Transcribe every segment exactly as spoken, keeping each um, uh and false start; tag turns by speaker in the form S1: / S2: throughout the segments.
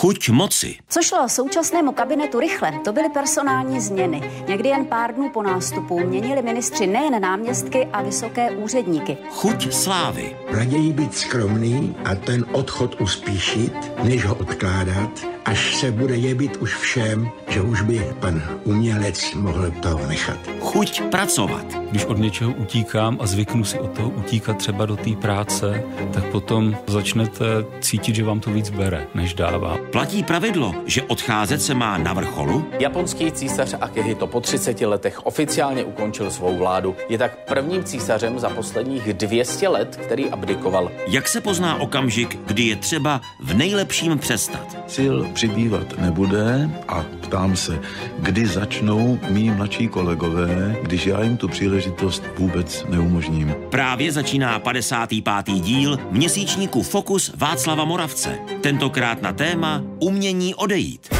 S1: Chuť moci.
S2: Co šlo současnému kabinetu rychle, to byly personální změny. Někdy jen pár dnů po nástupu měnili ministři nejen náměstky a vysoké úředníky.
S1: Chuť slávy.
S3: Raději být skromný a ten odchod uspíšit, než ho odkládat, až se bude jevit už všem, že už by pan umělec mohl toho nechat.
S1: Chuť pracovat.
S4: Když od něčeho utíkám a zvyknu si od toho utíkat třeba do té práce, tak potom začnete cítit, že vám to víc bere, než dává.
S1: Platí pravidlo, že odcházet se má na vrcholu?
S5: Japonský císař Akihito po třiceti letech oficiálně ukončil svou vládu. Je tak prvním císařem za posledních dvě stě let, který abdikoval.
S1: Jak se pozná okamžik, kdy je třeba v nejlepším přestat?
S6: Sil přibývat nebude a ptám se, kdy začnou mí mladší kolegové, když já jim tu příležitost vůbec neumožním.
S1: Právě začíná padesátý pátý díl měsíčníku Fokus Václava Moravce. Tentokrát na téma umění odejít.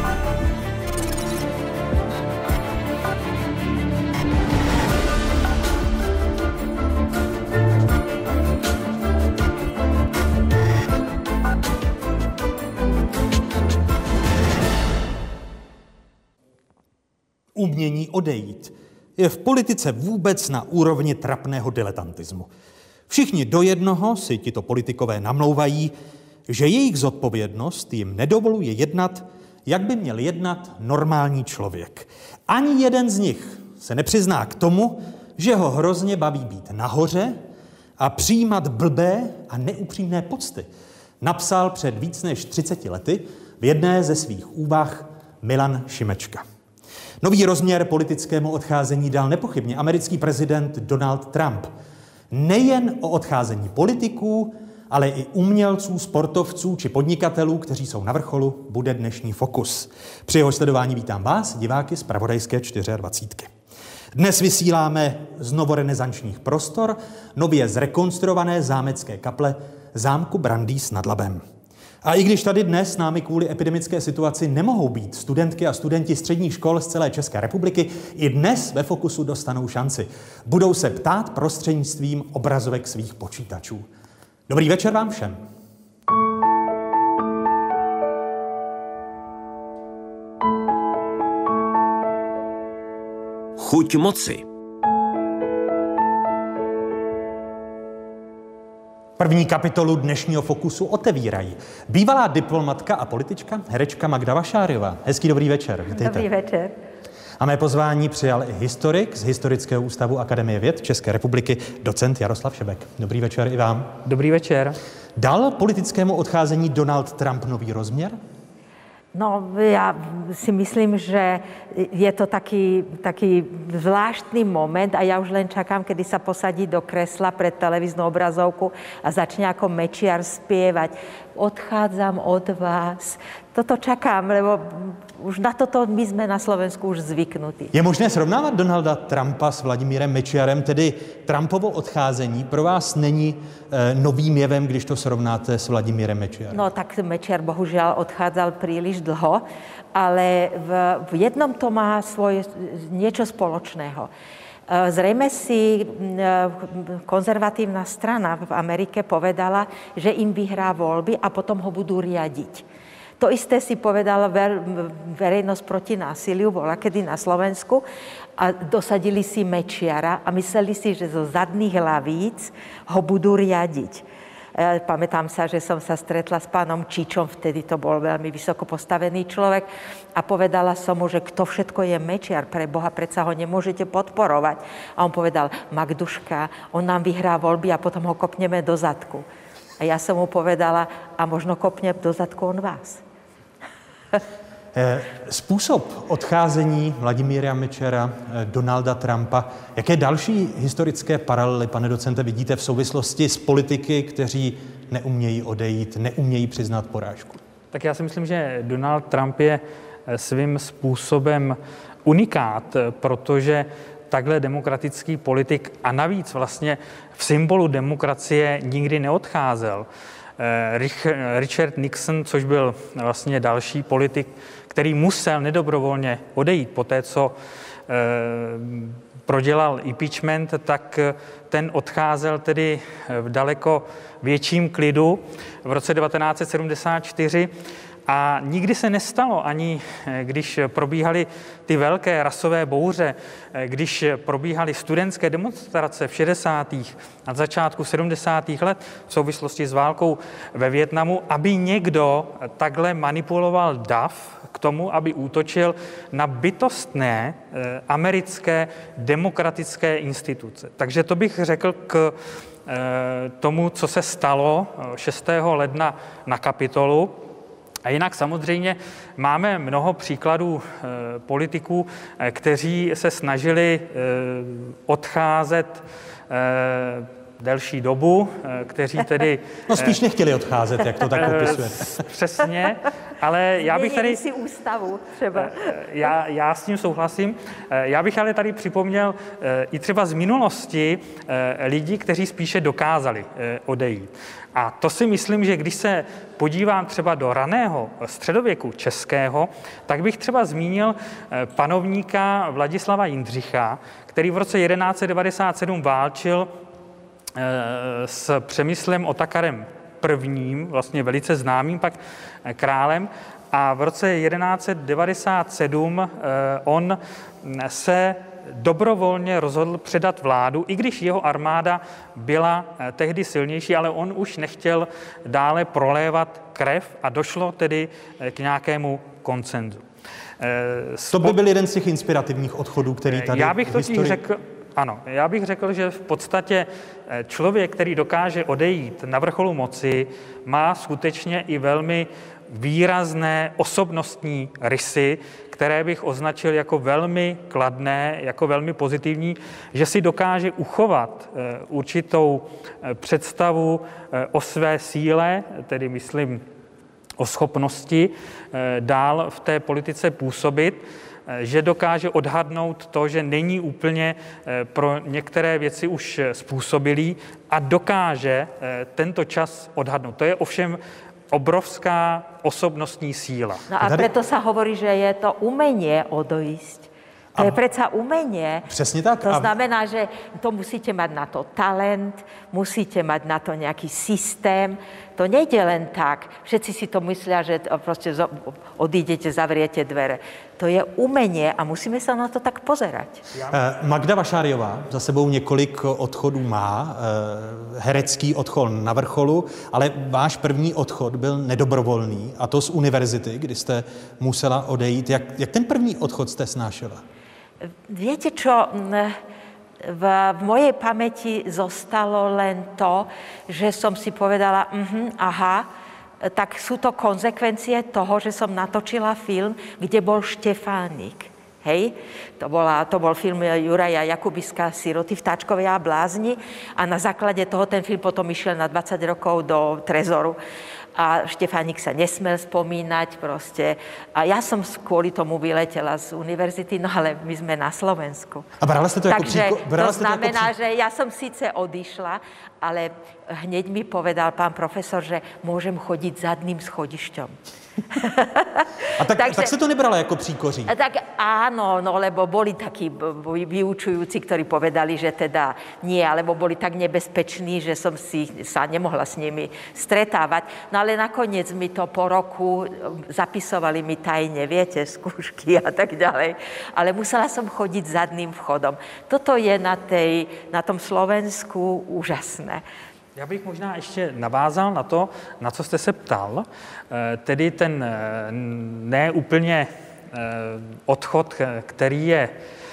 S7: Umění odejít je v politice vůbec na úrovni trapného diletantismu. Všichni do jednoho si tito politikové namlouvají, že jejich zodpovědnost jim nedovoluje jednat, jak by měl jednat normální člověk. Ani jeden z nich se nepřizná k tomu, že ho hrozně baví být nahoře a přijímat blbé a neupřímné pocty. Napsal před víc než třiceti lety v jedné ze svých úvah Milan Šimečka. Nový rozměr politickému odcházení dal nepochybně americký prezident Donald Trump. Nejen o odcházení politiků, ale i umělců, sportovců či podnikatelů, kteří jsou na vrcholu, bude dnešní Fokus. Při jeho sledování vítám vás, diváky z Pravodajské dvacet čtyři. Dnes vysíláme z novorenesančních prostor nově zrekonstruované zámecké kaple zámku Brandýs nad Labem. A i když tady dnes s námi kvůli epidemické situaci nemohou být studentky a studenti středních škol z celé České republiky, i dnes ve Fokusu dostanou šanci. Budou se ptát prostřednictvím obrazovek svých počítačů. Dobrý večer vám všem.
S1: Chuť moci.
S7: První kapitolu dnešního Fokusu otevírají bývalá diplomatka a politička, herečka Magda Vašáriová. Hezký dobrý večer. Vítejte.
S8: Dobrý večer.
S7: A mé pozvání přijal i historik z Historického ústavu Akademie věd České republiky, docent Jaroslav Šebek. Dobrý večer i vám.
S9: Dobrý večer.
S7: Dal politickému odcházení Donald Trump nový rozměr?
S8: No, ja si myslím, že je to taký, taký zvláštny moment a ja už len čakám, kedy sa posadí do kresla pred televíznu obrazovku a začne ako Mečiar spievať Odchádzam od vás. Toto čakám, lebo už na toto my sme na Slovensku už zvyknutí.
S7: Je možné srovnávat Donalda Trumpa s Vladimírem Mečiarem, tedy Trumpovo odcházení pro vás není e, novým jevem, když to srovnáte s Vladimírem Mečiarem?
S8: No tak Mečiar bohužiaľ odchádzal príliš dlho, ale v, v jednom to má svoj niečo spoločného. Zrejme si konzervatívna strana v Amerike povedala, že im vyhrá voľby a potom ho budú riadiť. To isté si povedala verejnosť proti násiliu, bola kedy na Slovensku a dosadili si Mečiara a mysleli si, že zo zadných hlavíc ho budú riadiť. Pamätám sa, že som sa stretla s pánom Čičom, vtedy to bol veľmi vysoko postavený človek a povedala som mu, že kto všetko je Mečiar, pre Boha, predsa ho nemôžete podporovať. A on povedal, Magduška, on nám vyhrá voľby a potom ho kopneme do zadku. A ja som mu povedala, a možno kopne do zadku on vás.
S7: Způsob odcházení Vladimíra Mečiara, Donalda Trumpa, jaké další historické paralely, pane docente, vidíte v souvislosti s politiky, kteří neumějí odejít, neumějí přiznat porážku?
S9: Tak já si myslím, že Donald Trump je svým způsobem unikát, protože takhle demokratický politik a navíc vlastně v symbolu demokracie nikdy neodcházel. Richard Nixon, což byl vlastně další politik, který musel nedobrovolně odejít po té, co e, prodělal impeachment, tak ten odcházel tedy v daleko větším klidu v roce devatenáct set sedmdesát čtyři A nikdy se nestalo, ani když probíhaly ty velké rasové bouře, když probíhaly studentské demonstrace v šedesátých a začátku sedmdesátých let v souvislosti s válkou ve Vietnamu, aby někdo takhle manipuloval dav k tomu, aby útočil na bytostné americké demokratické instituce. Takže to bych řekl k tomu, co se stalo šestého ledna na Kapitolu. A jinak samozřejmě máme mnoho příkladů e, politiků, e, kteří se snažili e, odcházet e, delší dobu, e, kteří tedy...
S7: No spíš nechtěli odcházet, jak to tak popisujete.
S9: Přesně, ale já bych tady...
S8: si ústavu třeba.
S9: Já, já s tím souhlasím. Já bych ale tady připomněl e, i třeba z minulosti e, lidí, kteří spíše dokázali e, odejít. A to si myslím, že když se podívám třeba do raného středověku českého, tak bych třeba zmínil panovníka Vladislava Jindřicha, který v roce jedenáct set devadesát sedm válčil s Přemyslem Otakarem prvním, vlastně velice známým pak králem, a v roce jedenáct set devadesát sedm on se dobrovolně rozhodl předat vládu, i když jeho armáda byla tehdy silnější, ale on už nechtěl dále prolévat krev a došlo tedy k nějakému konsenzu.
S7: To by byl jeden z těch inspirativních odchodů, který tady
S9: Já bych
S7: v historii...
S9: řekl, ano, já bych řekl, že v podstatě člověk, který dokáže odejít na vrcholu moci, má skutečně i velmi výrazné osobnostní rysy, které bych označil jako velmi kladné, jako velmi pozitivní, že si dokáže uchovat určitou představu o své síle, tedy myslím o schopnosti dál v té politice působit, že dokáže odhadnout to, že není úplně pro některé věci už způsobilý a dokáže tento čas odhadnout. To je ovšem obrovská osobnostní síla.
S8: No a preto sa hovorí, že je to umenie odísť. To je predsa umenie.
S7: Přesně tak.
S8: To znamená, že to musíte mať na to talent, musíte mať na to nejaký systém. To nejde len tak. Všetci si to myslia, že proste odídete, zavriete dvere. To je umenie a musíme sa na to tak pozerať.
S7: Magda Vašáriová za sebou několik odchodů má. Herecký odchod na vrcholu, ale váš první odchod byl nedobrovolný, a to z univerzity, kdy jste musela odejít. Jak, jak ten první odchod jste snášela?
S8: Viete čo, v, v mojej pamäti zostalo len to, že som si povedala, uh-huh, aha, tak sú to konzekvencie toho, že som natočila film, kde bol Štefánik. Hej, to, bola, to bol film Juraja Jakubiska Siroty Vtáčkovej a blázni a na základe toho ten film potom išiel na dvadsať rokov do Trezoru. A Štefánik sa nesmel spomínať proste. A ja som kvôli tomu vyletela z univerzity, no ale my sme na Slovensku.
S7: A brala ste to ako
S8: Takže
S7: příko...
S8: to znamená, že ja som síce odišla, ale hneď mi povedal pán profesor, že môžem chodiť zadným schodišťom.
S7: A tak,
S8: Takže,
S7: tak se to nebrala jako příkoří?
S8: Tak áno, no lebo boli takí vyučujúci, ktorí povedali, že teda nie, alebo boli tak nebezpeční, že som si sa nemohla s nimi stretávať. No ale nakoniec mi to po roku zapisovali mi tajne, viete, skúšky a tak ďalej. Ale musela som chodiť zadným vchodom. Toto je na, tej, na tom Slovensku úžasné.
S9: Já bych možná ještě navázal na to, na co jste se ptal, tedy ten neúplně odchod, který je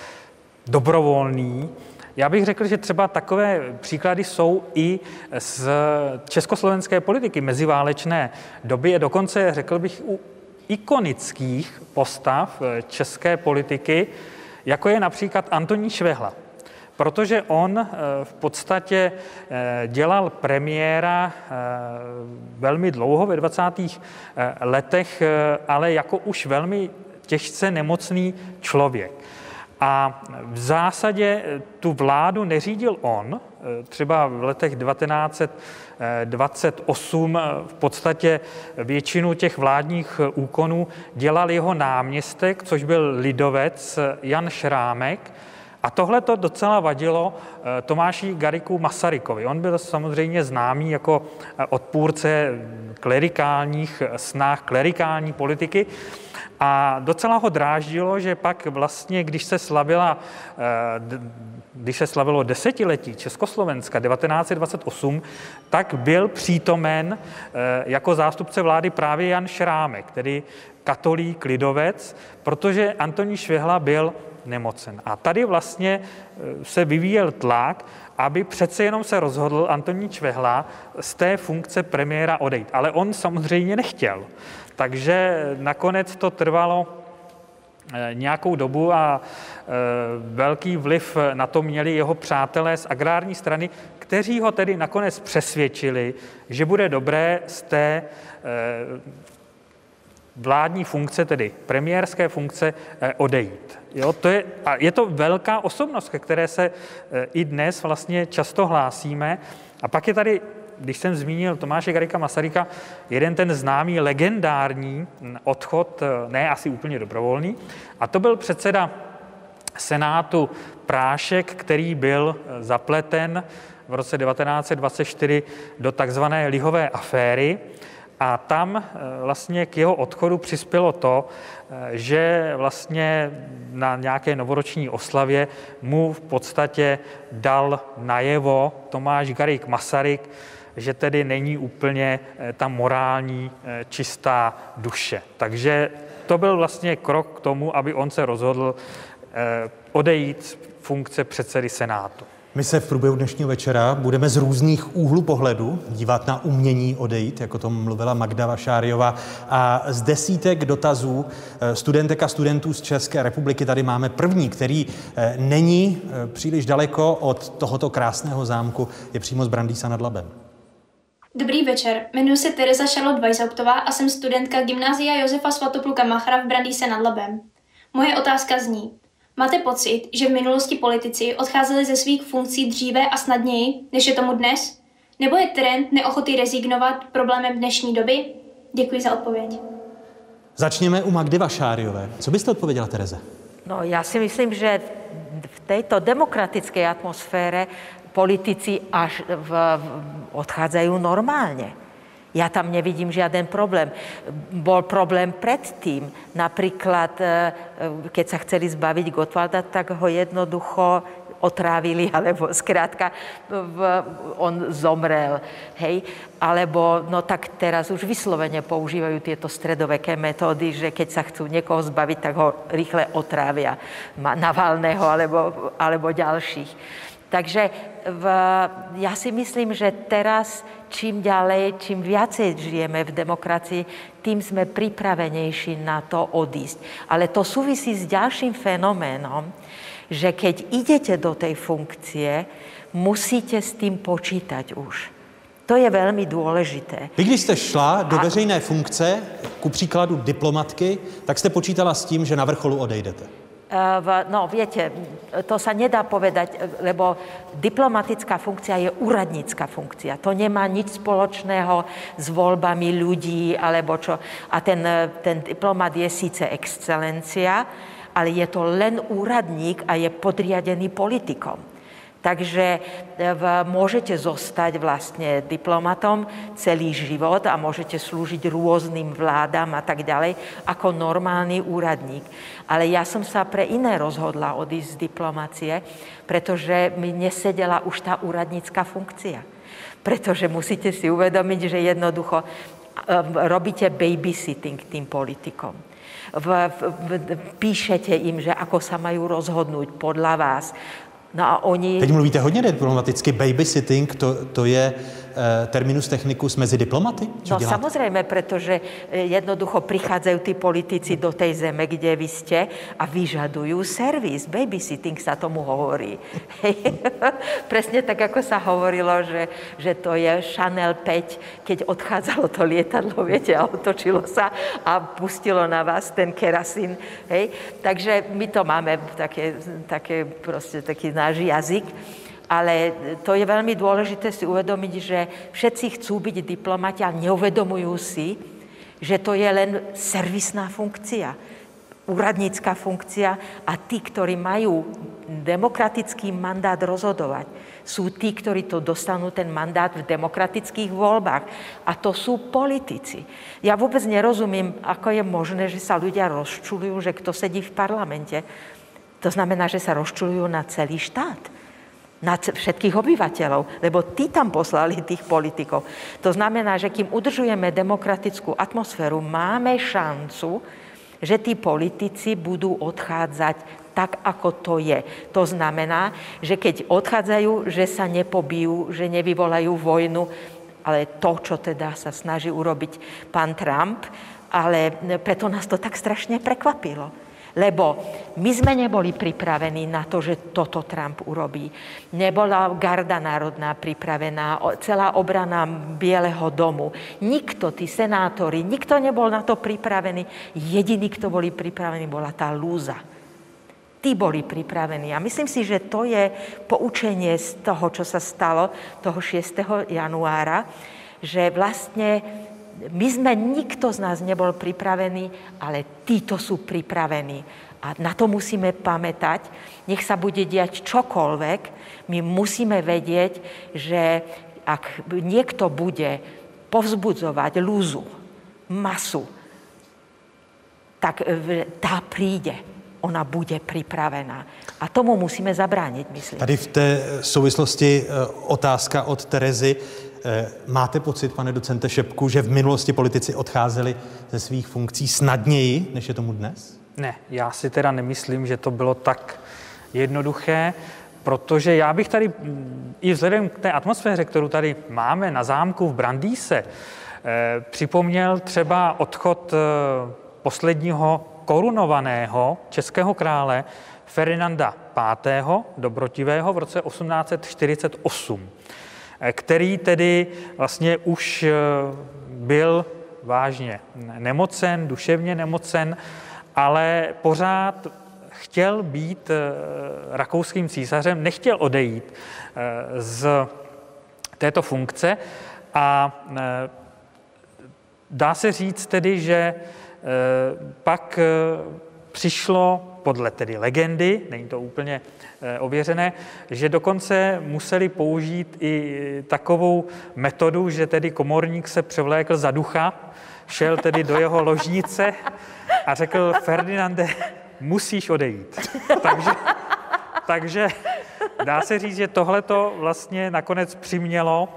S9: dobrovolný. Já bych řekl, že třeba takové příklady jsou i z československé politiky meziválečné doby, a dokonce řekl bych u ikonických postav české politiky, jako je například Antonín Švehla. Protože on v podstatě dělal premiéra velmi dlouho, ve dvacátých letech, ale jako už velmi těžce nemocný člověk. A v zásadě tu vládu neřídil on, třeba v letech devatenáct set dvacet osm v podstatě většinu těch vládních úkonů dělal jeho náměstek, což byl lidovec Jan Šrámek, A tohle to docela vadilo Tomáši Garrigu Masarykovi. On byl samozřejmě známý jako odpůrce klerikálních snah, klerikální politiky a docela ho dráždilo, že pak vlastně, když se slavila, když se slavilo desetiletí Československa devatenáct set dvacet osm, tak byl přítomen jako zástupce vlády právě Jan Šrámek, tedy katolík, lidovec, protože Antonín Švehla byl nemocen. A tady vlastně se vyvíjel tlak, aby přece jenom se rozhodl Antonín Švehla z té funkce premiéra odejít. Ale on samozřejmě nechtěl. Takže nakonec to trvalo nějakou dobu a velký vliv na to měli jeho přátelé z agrární strany, kteří ho tedy nakonec přesvědčili, že bude dobré z té vládní funkce, tedy premiérské funkce, odejít. Jo, to je, a je to velká osobnost, ke které se i dnes vlastně často hlásíme. A pak je tady, když jsem zmínil Tomáše Garriga Masaryka, jeden ten známý legendární odchod, ne asi úplně dobrovolný, a to byl předseda Senátu Prášek, který byl zapleten v roce devatenáct set dvacet čtyři do takzvané Lihové aféry. A tam vlastně k jeho odchodu přispělo to, že vlastně na nějaké novoroční oslavě mu v podstatě dal najevo Tomáš Garrigue Masaryk, že tedy není úplně ta morální čistá duše. Takže to byl vlastně krok k tomu, aby on se rozhodl odejít z funkce předsedy Senátu.
S7: My se v průběhu dnešního večera budeme z různých úhlů pohledu dívat na umění odejít, jako to mluvila Magda Vašáriová. A z desítek dotazů studentek a studentů z České republiky tady máme první, který není příliš daleko od tohoto krásného zámku, je přímo z Brandýsa nad Labem.
S10: Dobrý večer, jmenuji se Tereza Charlotte Weishauptová a jsem studentka Gymnázia Josefa Svatopluka Machra v Brandýse nad Labem. Moje otázka zní: máte pocit, že v minulosti politici odcházeli ze svých funkcí dříve a snadněji, než je tomu dnes? Nebo je trend neochoty rezignovat problémem dnešní doby? Děkuji za odpověď.
S7: Začněme u Magdy Vašáriové. Co byste odpověděla, Tereze?
S8: No, já si myslím, že v této demokratické atmosfére politici až v, v, odchádzajú normálne. Ja tam nevidím žiaden problém. Bol problém predtým. Napríklad, keď sa chceli zbaviť Gottwalda, tak ho jednoducho otrávili, alebo skrátka on zomrel. Hej? Alebo, no tak teraz už vyslovene používajú tieto stredoveké metódy, že keď sa chcú niekoho zbaviť, tak ho rýchle otrávia. Navalného alebo, alebo ďalších. Takže v, ja si myslím, že teraz čím ďalej, čím viacej žijeme v demokracii, tým sme pripravenejší na to odísť. Ale to súvisí s ďalším fenoménom, že keď idete do tej funkcie, musíte s tým počítať už. To je veľmi dôležité.
S7: Vy, když jste šla do veřejné funkce, ku příkladu diplomatky, tak jste počítala s tím, že na vrcholu odejdete.
S8: No, viete, to sa nedá povedať, lebo diplomatická funkcia je úradnícka funkcia. To nemá nič spoločného s voľbami ľudí, alebo čo. A ten, ten diplomat je síce excelencia, ale je to len úradník a je podriadený politikom. Takže v, môžete zostať vlastne diplomatom celý život a môžete slúžiť rôznym vládam a tak ďalej ako normálny úradník. Ale ja som sa pre iné rozhodla odísť z diplomacie, pretože mi nesedela už tá úradnícka funkcia. Pretože musíte si uvedomiť, že jednoducho robíte babysitting tým politikom. V, v, v, píšete im, že ako sa majú rozhodnúť podľa vás. No a oni...
S7: Teď mluvíte hodně diplomaticky. Babysitting, to, to je e, terminus technicus mezi diplomaty? Čo
S8: no
S7: děláte?
S8: Samozrejme, pretože jednoducho prichádzajú tí politici do tej zeme, kde vy ste a vyžadujú servis. Babysitting sa tomu hovorí. Presne tak, ako sa hovorilo, že, že to je Chanel päť, keď odchádzalo to lietadlo, viete, a otočilo sa a pustilo na vás ten kerosín. Hej? Takže my to máme také, také proste taký náš jazyk, ale to je veľmi dôležité si uvedomiť, že všetci chcú byť diplomati a neuvedomujú si, že to je len servisná funkcia, úradnícka funkcia a tí, ktorí majú demokratický mandát rozhodovať, sú tí, ktorí to dostanú ten mandát v demokratických voľbách. A to sú politici. Ja vôbec nerozumiem, ako je možné, že sa ľudia rozčuľujú, že kto sedí v parlamente. To znamená, že sa rozčuľujú na celý štát, na všetkých obyvateľov, lebo tí tam poslali tých politikov. To znamená, že kým udržujeme demokratickú atmosféru, máme šancu, že tí politici budú odchádzať tak, ako to je. To znamená, že keď odchádzajú, že sa nepobijú, že nevyvolajú vojnu, ale to, čo teda sa snaží urobiť pán Trump, ale preto nás to tak strašne prekvapilo. Lebo my sme neboli pripravení na to, že toto Trump urobí. Nebola garda národná pripravená, celá obrana Bieleho domu. Nikto, tí senátori, nikto nebol na to pripravený. Jediný, kto boli pripravení, bola tá lúza. Tí boli pripravení. A myslím si, že to je poučenie z toho, čo sa stalo toho šiesteho januára, že vlastne my sme, nikto z nás nebol pripravený, ale títo sú pripravení. A na to musíme pamätať. Nech sa bude diať čokoľvek, my musíme vedieť, že ak niekto bude povzbudzovať lúzu, masu, tak tá príde. Ona bude připravená. A tomu musíme zabránit, myslím.
S7: Tady v té souvislosti otázka od Terezy. Máte pocit, pane docente Šepku, že v minulosti politici odcházeli ze svých funkcí snadněji, než je tomu dnes?
S9: Ne, já si teda nemyslím, že to bylo tak jednoduché, protože já bych tady i vzhledem k té atmosféře, kterou tady máme na zámku v Brandýse, eh, připomněl třeba odchod eh, posledního korunovaného českého krále Ferdinanda pátého. Dobrotivého v roce osmnáct set čtyřicet osm, který tedy vlastně už byl vážně nemocen, duševně nemocen, ale pořád chtěl být rakouským císařem, nechtěl odejít z této funkce a dá se říct tedy, že pak přišlo podle tedy legendy, není to úplně ověřené, že dokonce museli použít i takovou metodu, že tedy komorník se převlékl za ducha, šel tedy do jeho ložnice a řekl: Ferdinande, musíš odejít. takže, takže dá se říct, že tohleto vlastně nakonec přimělo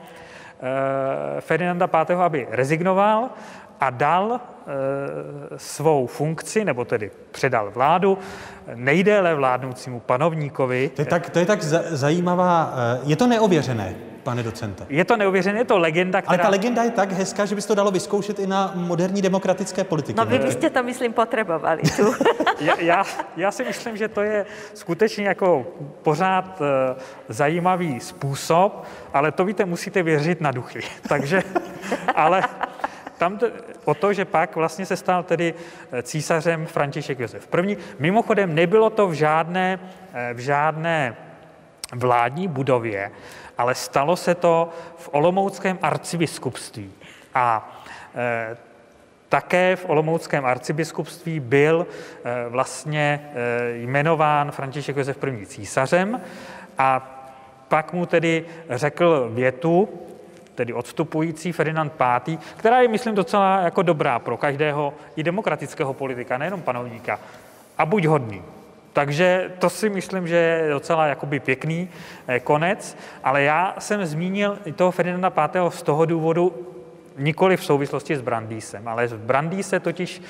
S9: Ferdinanda pátého. aby rezignoval a dal e, svou funkci, nebo tedy předal vládu nejdéle vládnoucímu panovníkovi.
S7: To je tak, to je tak zajímavá, je to neověřené, pane docente?
S9: Je to neověřené, je to legenda, která...
S7: Ale ta legenda je tak hezká, že by se to dalo vyzkoušet i na moderní demokratické politiky.
S8: No vy byste to, myslím, potřebovali tu.
S9: já, já, já si myslím, že to je skutečně jako pořád e, zajímavý způsob, ale to víte, musíte věřit na duchy. Takže, ale... Tam to, o to, že pak vlastně se stal tedy císařem František Josef první. Mimochodem nebylo to v žádné, v žádné vládní budově, ale stalo se to v olomouckém arcibiskupství. A e, také v olomouckém arcibiskupství byl e, vlastně e, jmenován František Josef první. císařem a pak mu tedy řekl větu, tedy odstupující Ferdinand pátý., která je, myslím, docela jako dobrá pro každého i demokratického politika, nejenom panovníka. A buď hodný. Takže to si myslím, že je docela jakoby pěkný konec, ale já jsem zmínil i toho Ferdinanda pátého. z toho důvodu nikoli v souvislosti s Brandýsem, ale v Brandýse totiž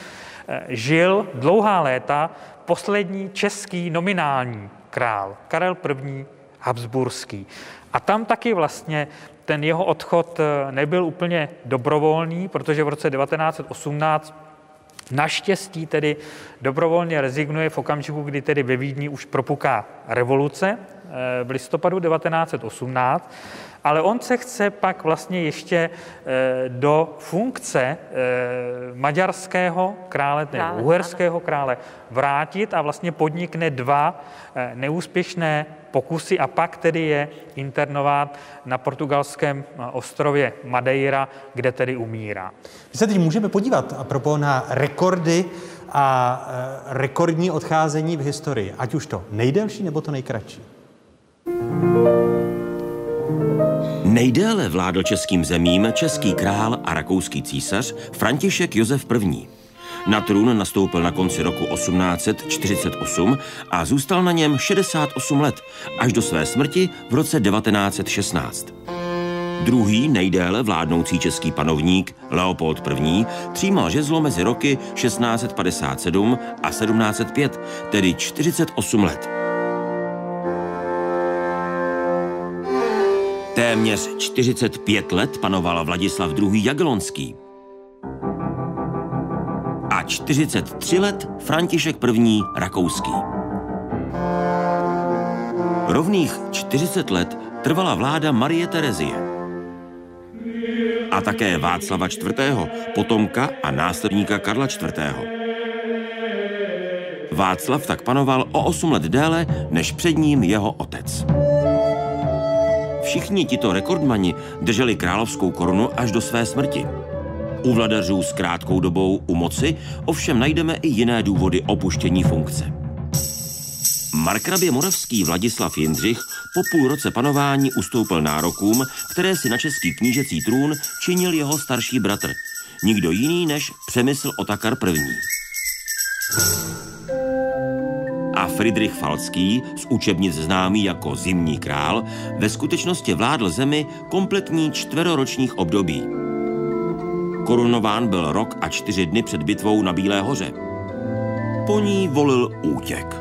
S9: žil dlouhá léta poslední český nominální král, Karel první. Habsburský. A tam taky vlastně ten jeho odchod nebyl úplně dobrovolný, protože v roce devatenáct set osmnáct naštěstí tedy dobrovolně rezignuje v okamžiku, kdy tedy ve Vídni už propuká revoluce v listopadu devatenáct set osmnáct, ale on se chce pak vlastně ještě do funkce maďarského krále, nebo uherského krále vrátit a vlastně podnikne dva neúspěšné pokusy a pak tedy je internován na portugalském ostrově Madeira, kde tedy umírá.
S7: My se teď můžeme podívat a propos na rekordy a rekordní odcházení v historii. Ať už to nejdelší, nebo to nejkratší.
S1: Nejdéle vládl českým zemím český král a rakouský císař František Josef I. Na trůn nastoupil na konci roku osmnáct set čtyřicet osm a zůstal na něm šedesát osm let, až do své smrti v roce devatenáct set šestnáct. Druhý nejdéle vládnoucí český panovník Leopold I. třímal žezlo mezi roky šestnáct set padesát sedm a sedmnáct set pět, tedy čtyřicet osm let. Téměř čtyřicet pět let panoval Vladislav druhý. Jagellonský a čtyřicet tři let František I. Rakouský. Rovných čtyřicet let trvala vláda Marie Terezie. A také Václava čtvrtého. potomka a následníka Karla čtvrtého. Václav tak panoval o osm let déle než před ním jeho otec. Všichni tito rekordmani drželi královskou korunu až do své smrti. U vladařů s krátkou dobou u moci ovšem najdeme i jiné důvody opuštění funkce. Markrabě moravský Vladislav Jindřich po půl roce panování ustoupil nárokům, které si na český knížecí trůn činil jeho starší bratr, nikdo jiný než Přemysl Otakar I. A Fridrich Falcký, z učebnic známý jako Zimní král, ve skutečnosti vládl zemi kompletní čtveroročních období. Korunován byl rok a čtyři dny před bitvou na Bílé hoře. Po ní volil útěk.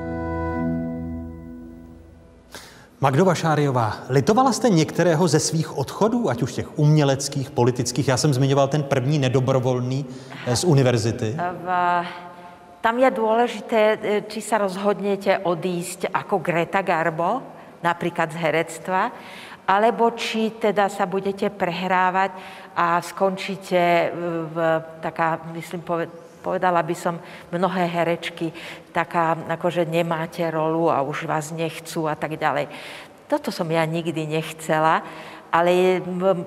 S7: Magdo Vašáriová, litovala jste některého ze svých odchodů, ať už těch uměleckých, politických? Já jsem zmiňoval ten první nedobrovolný z univerzity. V,
S8: tam je důležité, či se rozhodnete odísť jako Greta Garbo, například z herectva, alebo či teda sa budete prehrávať a skončíte v taká, myslím, povedala by som, mnohé herečky, taká, akože nemáte rolu a už vás nechcú a tak ďalej. Toto som ja nikdy nechcela, ale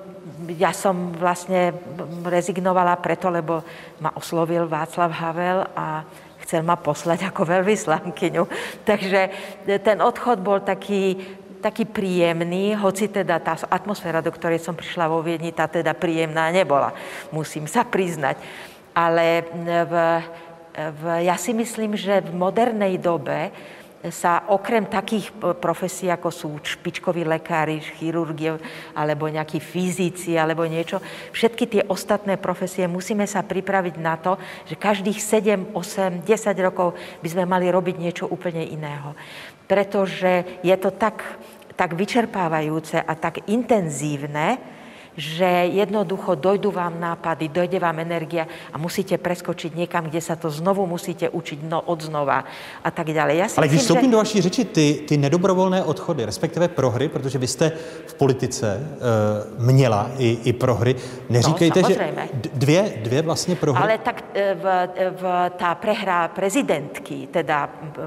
S8: ja som vlastne rezignovala preto, lebo ma oslovil Václav Havel a chcel ma poslať ako veľvyslankyňu. Takže ten odchod bol taký taký príjemný, hoci teda tá atmosféra, do ktorej som prišla vo Viedni, tá teda príjemná nebola, musím sa priznať. Ale v, v, ja si myslím, že v modernej dobe sa okrem takých profesí, ako sú špičkoví lekári, chirurgie, alebo nejakí fyzici, alebo niečo, všetky tie ostatné profesie musíme sa pripraviť na to, že každých sedem, osem, desať rokov by sme mali robiť niečo úplne iného. Pretože je to tak, tak vyčerpávajúce a tak intenzívne, že jednoducho dojdú vám nápady, dojde vám energia a musíte preskočiť niekam, kde sa to znovu musíte učiť no, od znova a tak ďalej. Ja si
S7: Ale když vstoupím
S8: že...
S7: do vaší řeči, ty, ty nedobrovolné odchody, respektive prohry, protože vy jste v politice uh, měla i, i prohry, neříkejte,
S8: no,
S7: že dvě, dvě vlastně prohry.
S8: Ale tak v, v, tá prehra prezidentky, teda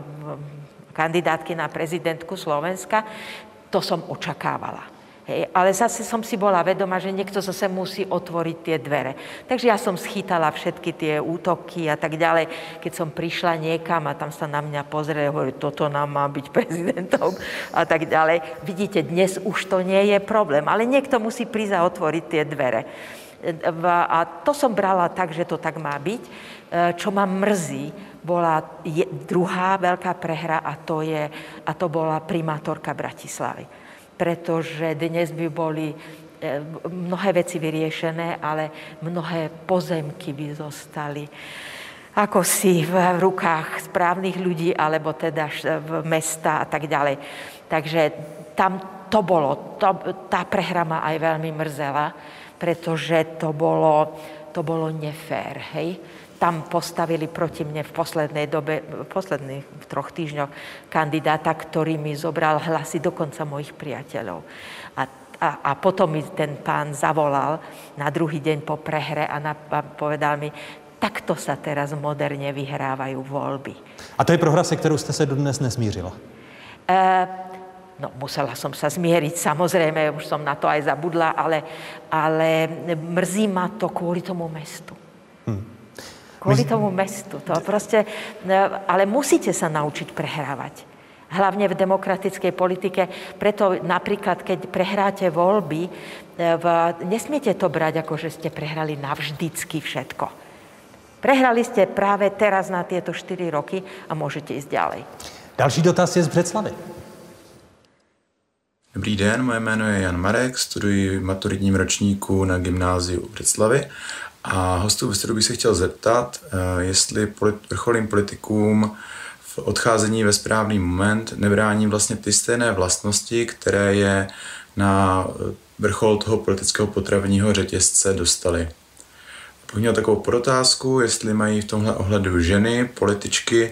S8: kandidátky na prezidentku Slovenska, to som očakávala. Hej, ale zase som si bola vedoma, že niekto zase musí otvoriť tie dvere. Takže ja som schytala všetky tie útoky a tak ďalej. Keď som prišla niekam a tam sa na mňa pozreli, hovorí, toto nám má byť prezidentom a tak ďalej. Vidíte, dnes už to nie je problém, ale niekto musí prísť a otvoriť tie dvere. A to som brala tak, že to tak má byť. Čo ma mrzí, bola druhá veľká prehra a to, je, a to bola primátorka Bratislavy. Pretože dnes by boli mnohé veci vyriešené, ale mnohé pozemky by zostali ako si v rukách správnych ľudí, alebo teda v mesta a tak ďalej. Takže tam to bolo, to, tá prehra ma aj veľmi mrzela, pretože to bolo, to bolo nefér, hej. Tam postavili proti mne v poslednej dobe, v posledných troch týždňoch kandidáta, ktorý mi zobral hlasy dokonca mojich priateľov. A, a, a potom mi ten pán zavolal na druhý deň po prehre a, na, a povedal mi, takto sa teraz moderne vyhrávajú voľby.
S7: A to je prohra, se kterou jste se dodnes nesmířila?
S8: E, no, musela som sa zmieriť, samozrejme, už som na to aj zabudla, ale, ale mrzí ma to kvôli tomu mestu. Hmm. Kvôli tomu mestu. To proste, ale musíte sa naučiť prehrávať. Hlavne v demokratickej politike. Preto napríklad, keď prehráte voľby, v, nesmiete to brať, ako že ste prehrali navždycky všetko. Prehrali ste práve teraz na tieto štyri roky a môžete ísť ďalej.
S7: Další dotaz je z Břeclavy.
S11: Dobrý den, moje jméno je Jan Marek, studuji v maturitním ročníku na gymnáziu v Břeclavi a hostů ve studiu bych se chtěl zeptat, jestli vrcholným politikům v odcházení ve správný moment nebrání vlastně ty stejné vlastnosti, které je na vrchol toho politického potravního řetězce dostali. Bych měl takovou podotázku, jestli mají v tomhle ohledu ženy, političky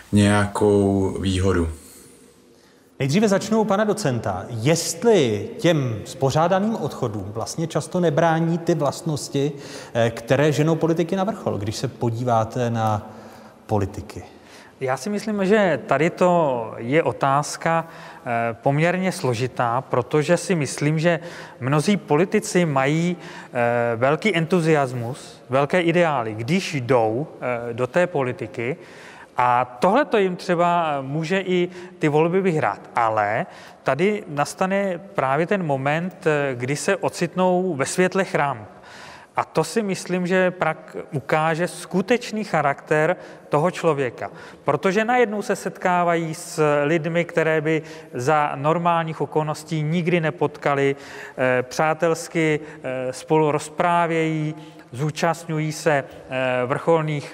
S11: nějakou výhodu.
S7: Nejdříve začnu u pana docenta. Jestli těm spořádaným odchodům vlastně často nebrání ty vlastnosti, které ženou politiky na vrchol, když se podíváte na politiky?
S9: Já si myslím, že tady to je otázka poměrně složitá, protože si myslím, že mnozí politici mají velký entuziasmus, velké ideály, když jdou do té politiky. A tohle to jim třeba může i ty volby vyhrát. Ale tady nastane právě ten moment, kdy se ocitnou ve světle chrámu. A to si myslím, že prak ukáže skutečný charakter toho člověka. Protože najednou se setkávají s lidmi, které by za normálních okolností nikdy nepotkali, přátelsky spolu rozprávějí, zúčastňují se vrcholných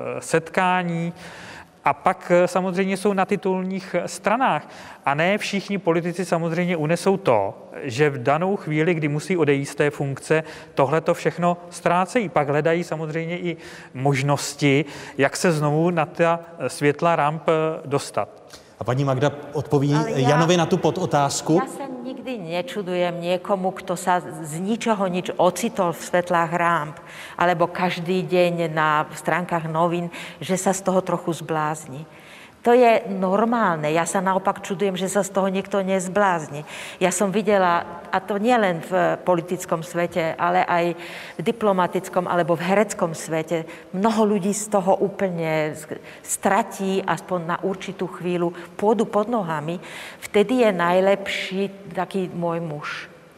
S9: setkání a pak samozřejmě jsou na titulních stranách. A ne všichni politici samozřejmě unesou to, že v danou chvíli, kdy musí odejít z té funkce, tohle to všechno ztrácejí. Pak hledají samozřejmě i možnosti, jak se znovu na ta světla ramp dostat.
S7: A paní Magda odpoví ja, Janovi na tu podotázku.
S8: Ja sa nikdy nečudujem niekomu, kto sa z ničoho nič ocitol v svetlách rámp, alebo každý deň na stránkach novín, že sa z toho trochu zblázni. To je normálne. Ja sa naopak čudujem, že sa z toho niekto nezblázni. Ja som videla, a to nie len v politickom svete, ale aj v diplomatickom alebo v hereckom svete, mnoho ľudí z toho úplne stratí aspoň na určitú chvíľu pôdu pod nohami. Vtedy je najlepší taký môj muž.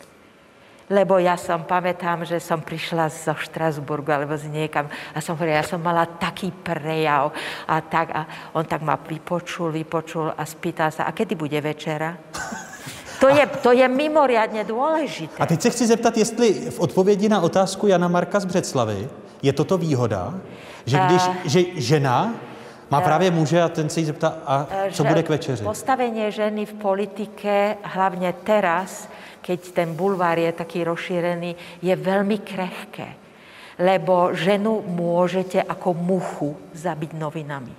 S8: Lebo ja som, pamätám, že som prišla zo Štrasburgu alebo z niekam a som hovorila, ja som mala taký prejav a tak a on tak ma vypočul, vypočul a spýtal sa, a kedy bude večera? To je, to je mimoriadne dôležité.
S7: A teď se chci zeptat, jestli v odpovědi na otázku Jana Marka z Břeclavy je toto výhoda, že když uh, že žena má právě muže a ten se jí zeptá, a co bude k večeři?
S8: Postavenie ženy v politike, hlavne teraz, keď ten bulvár je taký rozšírený, je veľmi krehké. Lebo ženu môžete ako muchu zabiť novinami.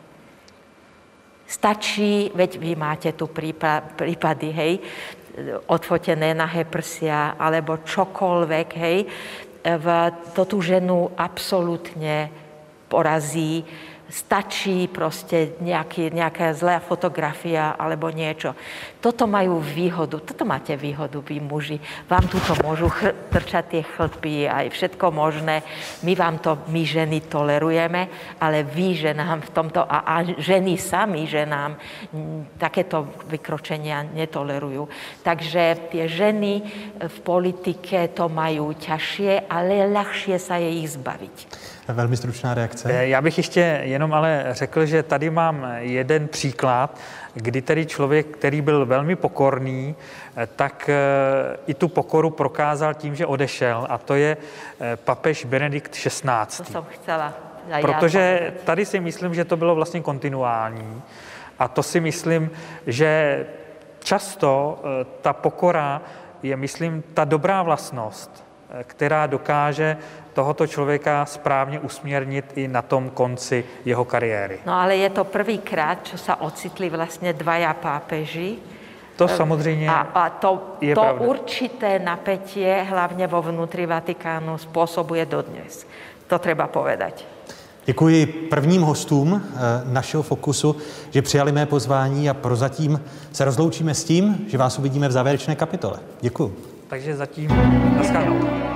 S8: Stačí, veď vy máte tu prípady, hej, odfotené nahé prsia, alebo čokoľvek, hej, to tú ženu absolútne porazí. Stačí proste nejaký, nejaká zlá fotografia alebo niečo. Toto majú výhodu, toto máte výhodu vy muži. Vám tuto môžu chr- trčať tie chlpy aj všetko možné. My vám to, my ženy tolerujeme, ale vy ženám v tomto, a, a ženy sami ženám m, takéto vykročenia netolerujú. Takže tie ženy v politike to majú ťažšie, ale ľahšie sa je ich zbaviť.
S7: Velmi stručná reakce.
S9: Já bych ještě jenom ale řekl, že tady mám jeden příklad, kdy tedy člověk, který byl velmi pokorný, tak i tu pokoru prokázal tím, že odešel, a to je papež Benedikt šestnáctý.
S8: To jsem chcela.
S9: Protože tady si myslím, že to bylo vlastně kontinuální, a to si myslím, že často ta pokora je, myslím, ta dobrá vlastnost, která dokáže tohoto člověka správně usměrnit i na tom konci jeho kariéry.
S8: No ale je to prvýkrát, čo sa ocitli vlastne dvaja pápeži.
S9: To samozřejmě
S8: a, a to,
S9: je
S8: to
S9: pravda.
S8: určité napätie, hlavne vo vnútri Vatikánu, spôsobuje dodnes. To treba povedať.
S7: Děkuji prvním hostům našeho Fokusu, že přijali mé pozvání, a prozatím se rozloučíme s tím, že vás uvidíme v závěrečné kapitole. Děkuji.
S9: Takže zatím naschledanou.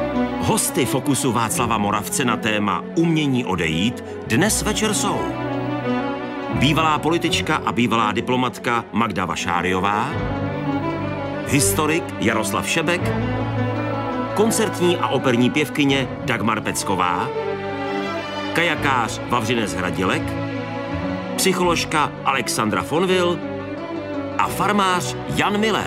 S1: Hosty Fokusu Václava Moravce na téma Umění odejít dnes večer jsou bývalá politička a bývalá diplomatka Magda Vašáriová, historik Jaroslav Šebek, koncertní a operní pěvkyně Dagmar Pecková, kajakář Vavřinec Hradilek, psycholožka Alexandra Fonville a farmář Jan Miller.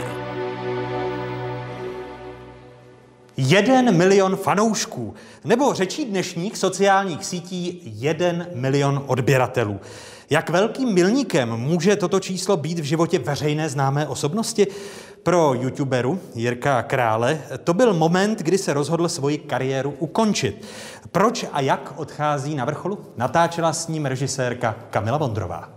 S7: Jeden milion fanoušků, nebo řečí dnešních sociálních sítí jeden milion odběratelů. Jak velkým milníkem může toto číslo být v životě veřejné známé osobnosti? Pro youtuberu Jirka Krále to byl moment, kdy se rozhodl svoji kariéru ukončit. Proč a jak odchází na vrcholu? Natáčela s ním režisérka Kamila Vondrová.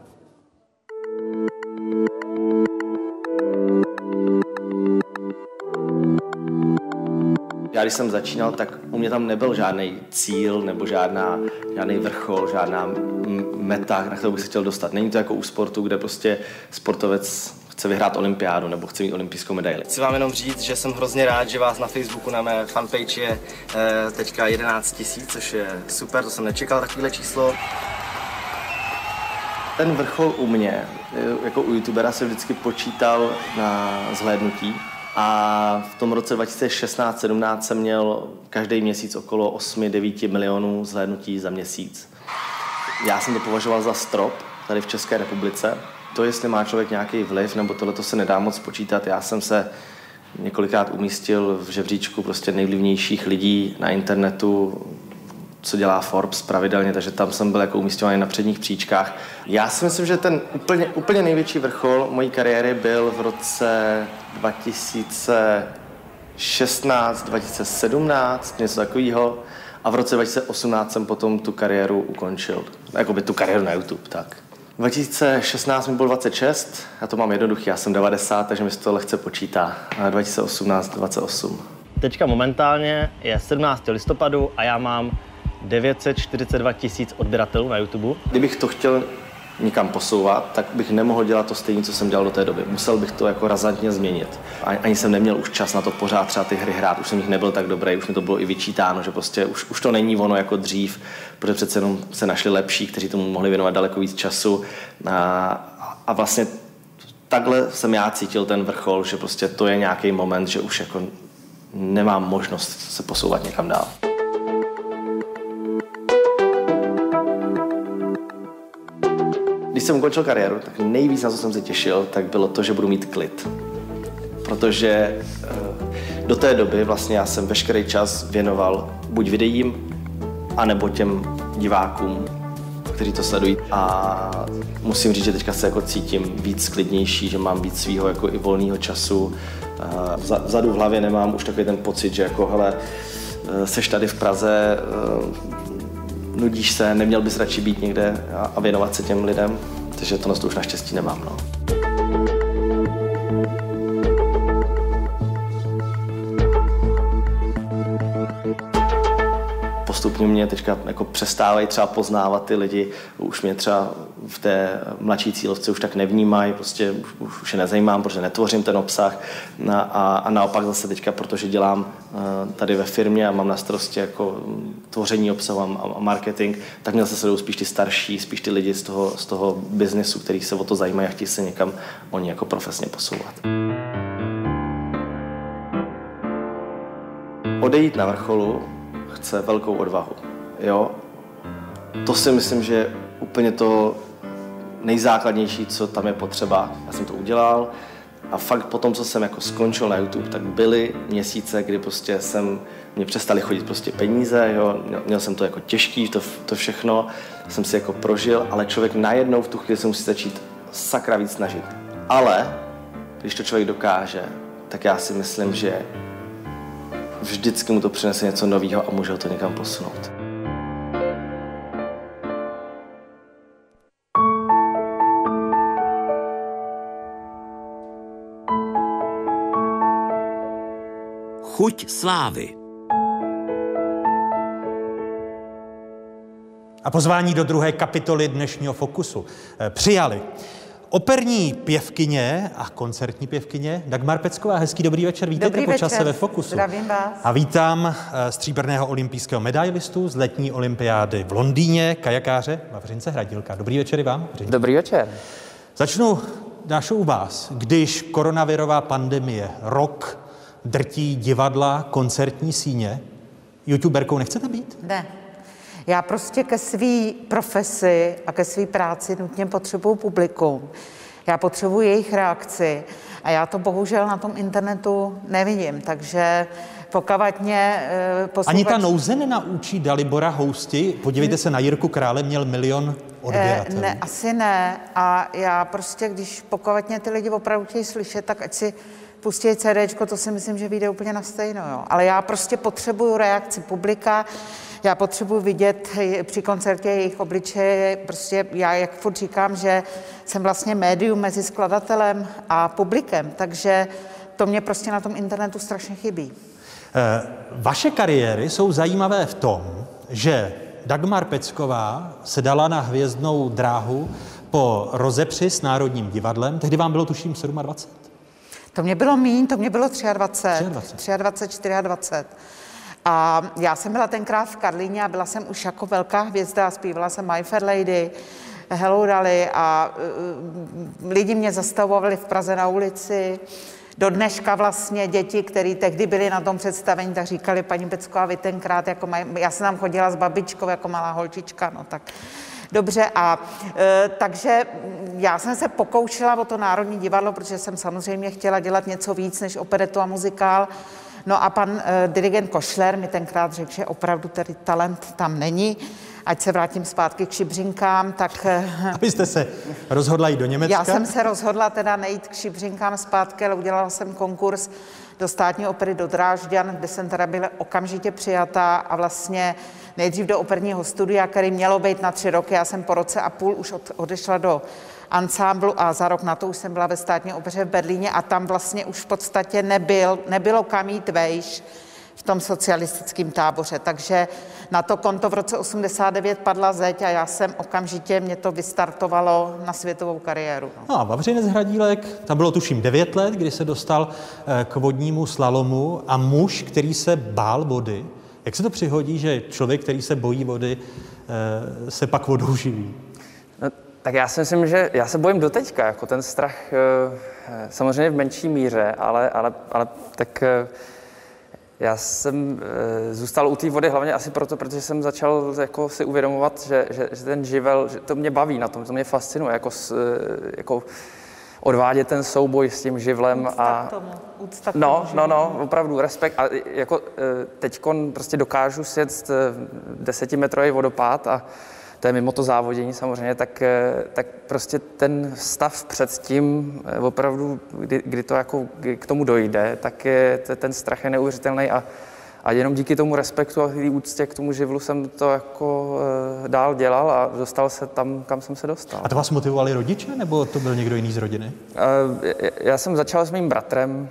S12: Já když jsem začínal, tak u mě tam nebyl žádný cíl nebo žádná, žádný vrchol, žádná meta, na kterou bych se chtěl dostat. Není to jako u sportu, kde prostě sportovec chce vyhrát olympiádu nebo chce mít olympijskou medaili.
S13: Chci vám jenom říct, že jsem hrozně rád, že vás na Facebooku na mé fanpage je e, teďka jedenáct tisíc, což je super, to jsem nečekal takovýhle číslo.
S12: Ten vrchol u mě, jako u youtubera, se vždycky počítal na zhlédnutí. A v tom roce dva tisíce šestnáct sedmnáct jsem měl každý měsíc okolo osm devět milionů zhlédnutí za měsíc. Já jsem to považoval za strop tady v České republice. To, jestli má člověk nějaký vliv, nebo tohleto se nedá moc počítat. Já jsem se několikrát umístil v žebříčku prostě nejvlivnějších lidí na internetu, co dělá Forbes pravidelně, takže tam jsem byl jako umístěný na předních příčkách. Já si myslím, že ten úplně, úplně největší vrchol mojí kariéry byl v roce dva tisíce šestnáct dva tisíce sedmnáct, něco takového. A v roce dva tisíce osmnáct jsem potom tu kariéru ukončil. Jakoby tu kariéru na YouTube, tak. dva tisíce šestnáct mi bylo dvacet šest, já to mám jednoduchý, já jsem devadesát, takže mi se to lehce počítá. A dva tisíce osmnáct dvacet osm.
S13: Teďka momentálně je sedmnáctého listopadu a já mám devět set čtyřicet dva tisíc odběratelů na YouTube.
S12: Kdybych to chtěl nikam posouvat, tak bych nemohl dělat to stejné, co jsem dělal do té doby. Musel bych to jako razantně změnit. Ani jsem neměl už čas na to pořád třeba ty hry hrát, už jsem jich nebyl tak dobrý, už mi to bylo i vyčítáno, že prostě už, už to není ono jako dřív, protože přece jenom se našli lepší, kteří tomu mohli věnovat daleko víc času. A, a vlastně takhle jsem já cítil ten vrchol, že prostě to je nějaký moment, že už jako nemám možnost se posouvat někam dál. Když jsem ukončil kariéru, tak nejvíc, na co jsem se těšil, tak bylo to, že budu mít klid. Protože do té doby vlastně já jsem veškerý čas věnoval buď videím, anebo těm divákům, kteří to sledují. A musím říct, že teďka se jako cítím víc klidnější, že mám víc svýho jako i volného času. Vzadu v hlavě nemám už takový ten pocit, že jako hele, seš tady v Praze, nudíš se, neměl bys radši být někde a věnovat se těm lidem, takže to už naštěstí nemám. No. Postupně mě teďka jako přestávají třeba poznávat ty lidi, už mě třeba v té mladší cílovce už tak nevnímají, prostě už, už je nezajímám, protože netvořím ten obsah a, a, a naopak zase teďka, protože dělám tady ve firmě a mám na starosti jako tvoření obsahu a, a marketing, tak mě zase sledují spíš ty starší, spíš ty lidi z toho, z toho biznesu, který se o to zajímají a chtějí se někam oni jako profesně posouvat. Odejít na vrcholu chce velkou odvahu, jo. To si myslím, že je úplně to nejzákladnější, co tam je potřeba. Já jsem to udělal a fakt po tom, co jsem jako skončil na YouTube, tak byly měsíce, kdy prostě jsem, mě přestali chodit prostě peníze, jo. Měl jsem to jako těžký, to, to všechno jsem si jako prožil, ale člověk najednou v tu chvíli se musí začít sakra víc snažit. Ale když to člověk dokáže, tak já si myslím, že vždycky mu to přinese něco nového a může ho to někam posunout.
S1: Chuť slávy.
S7: A pozvání do druhé kapitoly dnešního Fokusu přijali Operní pěvkyně a koncertní pěvkyně Dagmar Pecková. Hezký dobrý večer, vítejte
S14: Dobrý
S7: po čase
S14: večer.
S7: ve Fokusu.
S14: Zdravím vás.
S7: A vítám stříbrného olympijského medailistu z letní olympiády v Londýně, kajakáře Vavřince Hradilka. Dobrý večer i vám. Vavřince.
S15: Dobrý večer.
S7: Začnu, Dášo, u vás. Když koronavirová pandemie rok drtí divadla, koncertní síně, youtuberkou nechcete být?
S14: Ne. Já prostě ke své profesi a ke své práci nutně potřebuju publikum. Já potřebuji jejich reakci a já to bohužel na tom internetu nevidím, takže pokud mě posluchač...
S7: Ani ta nouze nenaučí Dalibora Housti? Podívejte se, na Jirku Krále měl milion odběratelů.
S14: Ne, asi ne. A já prostě, když pokud mě ty lidi opravdu chtějí slyšet, tak ať si pustí CDčko, to si myslím, že vyjde úplně na stejno. Jo. Ale já prostě potřebuju reakci publika, já potřebuji vidět při koncertě jejich obličeje, prostě já, jak furt říkám, že jsem vlastně médium mezi skladatelem a publikem, takže to mě prostě na tom internetu strašně chybí.
S7: Vaše kariéry jsou zajímavé v tom, že Dagmar Pecková se dala na hvězdnou dráhu po rozepři s Národním divadlem, tehdy vám bylo tuším dvacet sedm?
S14: To mě bylo míň, to mě bylo dvacet tři, dvacet, dvacet čtyři. A já jsem byla tenkrát v Karlíně a byla jsem už jako velká hvězda, zpívala jsem My Fair Lady, Hello Dolly a uh, lidi mě zastavovali v Praze na ulici. Do dneška vlastně děti, které tehdy byly na tom představení, tak říkali, paní Pecková, vy tenkrát, jako maj... já jsem tam chodila s babičkou jako malá holčička, no tak dobře. A e, takže já jsem se pokoušela o to Národní divadlo, protože jsem samozřejmě chtěla dělat něco víc než operetu a muzikál. No a pan e, dirigent Košler mi tenkrát řekl, že opravdu tedy talent tam není, ať se vrátím zpátky k Šibřinkám, tak...
S7: Abyste se rozhodla jít do Německa?
S14: Já jsem se rozhodla teda nejít k Šibřinkám zpátky, ale udělala jsem konkurs do Státní opery do Drážďan, kde jsem teda byla okamžitě přijatá a vlastně nejdřív do operního studia, který mělo být na tři roky. Já jsem po roce a půl už od, odešla do ansámblu a za rok na to už jsem byla ve Státní opeře v Berlíně a tam vlastně už v podstatě nebyl, nebylo kam jít vejš v tom socialistickém táboře. Takže na to konto v roce osmdesát devět padla zeď a já jsem okamžitě, mě to vystartovalo na světovou kariéru. No,
S7: no a Vavřinec Hradílek, tam bylo tuším devět let, kdy se dostal k vodnímu slalomu a muž, který se bál vody. Jak se to přihodí, že člověk, který se bojí vody, se pak vodou živí?
S15: No, tak já si myslím, že já se bojím doteďka, jako ten strach samozřejmě v menší míře, ale, ale, ale tak... Já jsem e, zůstal u té vody hlavně asi proto, protože jsem začal jako si uvědomovat, že, že, že ten živel, že to mě baví na tom, to mě fascinuje, jako, s, jako odvádět ten souboj s tím živlem.
S14: Úcta
S15: a
S14: k tomu, úcta k tomu
S15: no, no, no, opravdu, respekt. A jako e, teďkon prostě dokážu sjet desetimetrový vodopád a to je mimo to závodění samozřejmě, tak, tak prostě ten stav před tím opravdu, kdy, kdy to jako k tomu dojde, tak je, ten strach je neuvěřitelný a, a jenom díky tomu respektu a té úctě k tomu živlu jsem to jako dál dělal a dostal se tam, kam jsem se dostal.
S7: A to vás motivovali rodiče, nebo to byl někdo jiný z rodiny?
S15: Já jsem začal s mým bratrem,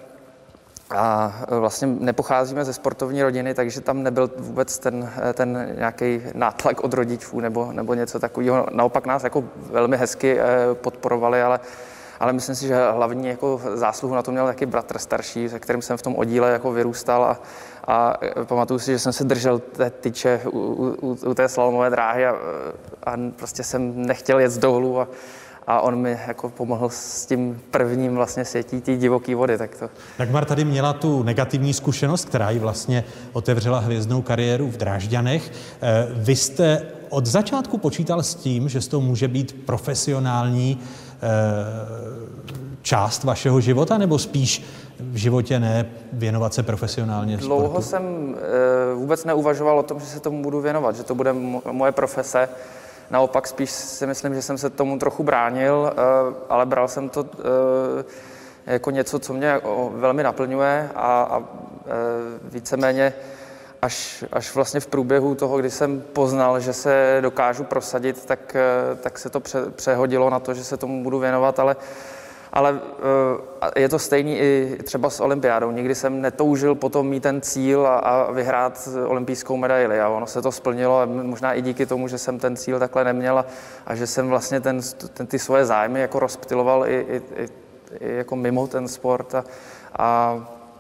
S15: a vlastně nepocházíme ze sportovní rodiny, takže tam nebyl vůbec ten, ten nějaký nátlak od rodičů nebo, nebo něco takového. Naopak nás jako velmi hezky podporovali, ale, ale myslím si, že hlavní jako zásluhu na to měl taky bratr starší, se kterým jsem v tom oddíle jako vyrůstal a, a pamatuju si, že jsem se držel té tyče u, u, u té slalomové dráhy a, a prostě jsem nechtěl jet z dolů a A on mi jako pomohl s tím prvním vlastně sjetí té divoké vody. Tak to...
S7: Dagmar tady měla tu negativní zkušenost, která jí vlastně otevřela hvězdnou kariéru v Drážďanech. Vy jste od začátku počítal s tím, že to může být profesionální část vašeho života, nebo spíš v životě ne věnovat se profesionálně sportu?
S15: Dlouho jsem vůbec neuvažoval o tom, že se tomu budu věnovat, že to bude moje profese. Naopak spíš si myslím, že jsem se tomu trochu bránil, ale bral jsem to jako něco, co mě velmi naplňuje a, a víceméně až, až vlastně v průběhu toho, kdy jsem poznal, že se dokážu prosadit, tak, tak se to pře, přehodilo na to, že se tomu budu věnovat, ale, ale je to stejný i třeba s olympiádou. Nikdy jsem netoužil potom mít ten cíl a, a vyhrát olympijskou medaili a ono se to splnilo a možná i díky tomu, že jsem ten cíl takhle neměl a, a že jsem vlastně ten, ten, ty svoje zájmy jako rozptyloval i, i, i, i jako mimo ten sport a, a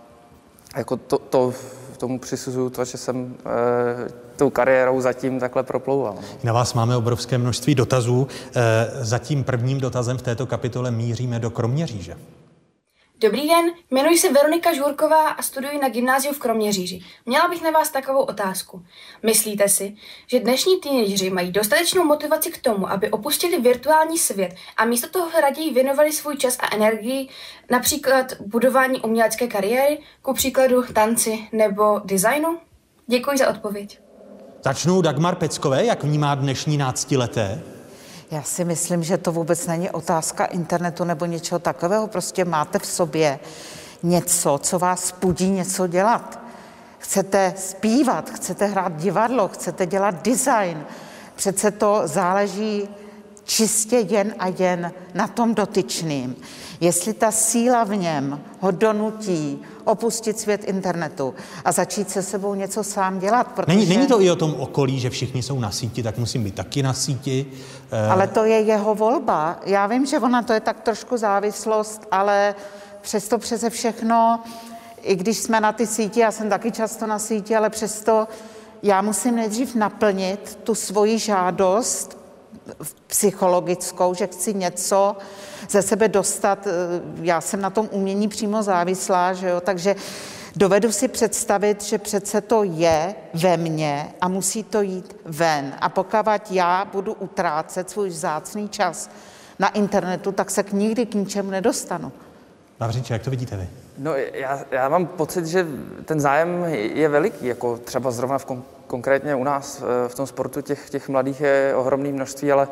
S15: jako to, to tomu přisuzuju to, že jsem e, tou kariérou zatím takhle proplouval.
S7: Na vás máme obrovské množství dotazů. E, zatím prvním dotazem v této kapitole míříme do Kroměříže.
S16: Dobrý den, jmenuji se Veronika Žůrková a studuji na gymnáziu v Kroměříži. Měla bych na vás takovou otázku. Myslíte si, že dnešní teenageři mají dostatečnou motivaci k tomu, aby opustili virtuální svět a místo toho raději věnovali svůj čas a energii například budování umělecké kariéry, ku příkladu tanci nebo designu? Děkuji za odpověď.
S7: Začnu Dagmar Peckové, jak vnímá dnešní náctileté?
S14: Já si myslím, že to vůbec není otázka internetu nebo něčeho takového. Prostě máte v sobě něco, co vás pudí něco dělat. Chcete zpívat, chcete hrát divadlo, chcete dělat design. Přece to záleží čistě jen a jen na tom dotyčným. Jestli ta síla v něm ho donutí opustit svět internetu a začít se sebou něco sám dělat. Protože...
S7: Není, není to i o tom okolí, že všichni jsou na síti, tak musím být taky na síti.
S14: Ale to je jeho volba. Já vím, že ona to je tak trošku závislost, ale přesto přeze všechno, i když jsme na ty síti, já jsem taky často na síti, ale přesto já musím nejdřív naplnit tu svoji žádost psychologickou, že chci něco ze sebe dostat. Já jsem na tom umění přímo závislá, že jo? Takže dovedu si představit, že přece to je ve mně a musí to jít ven. A pokud já budu utrácet svůj vzácný čas na internetu, tak se k nikdy k ničemu nedostanu.
S7: Vavřinče, jak to vidíte vy?
S15: No, já, já mám pocit, že ten zájem je veliký, jako třeba zrovna v kon, konkrétně u nás v tom sportu těch, těch mladých je ohromné množství, ale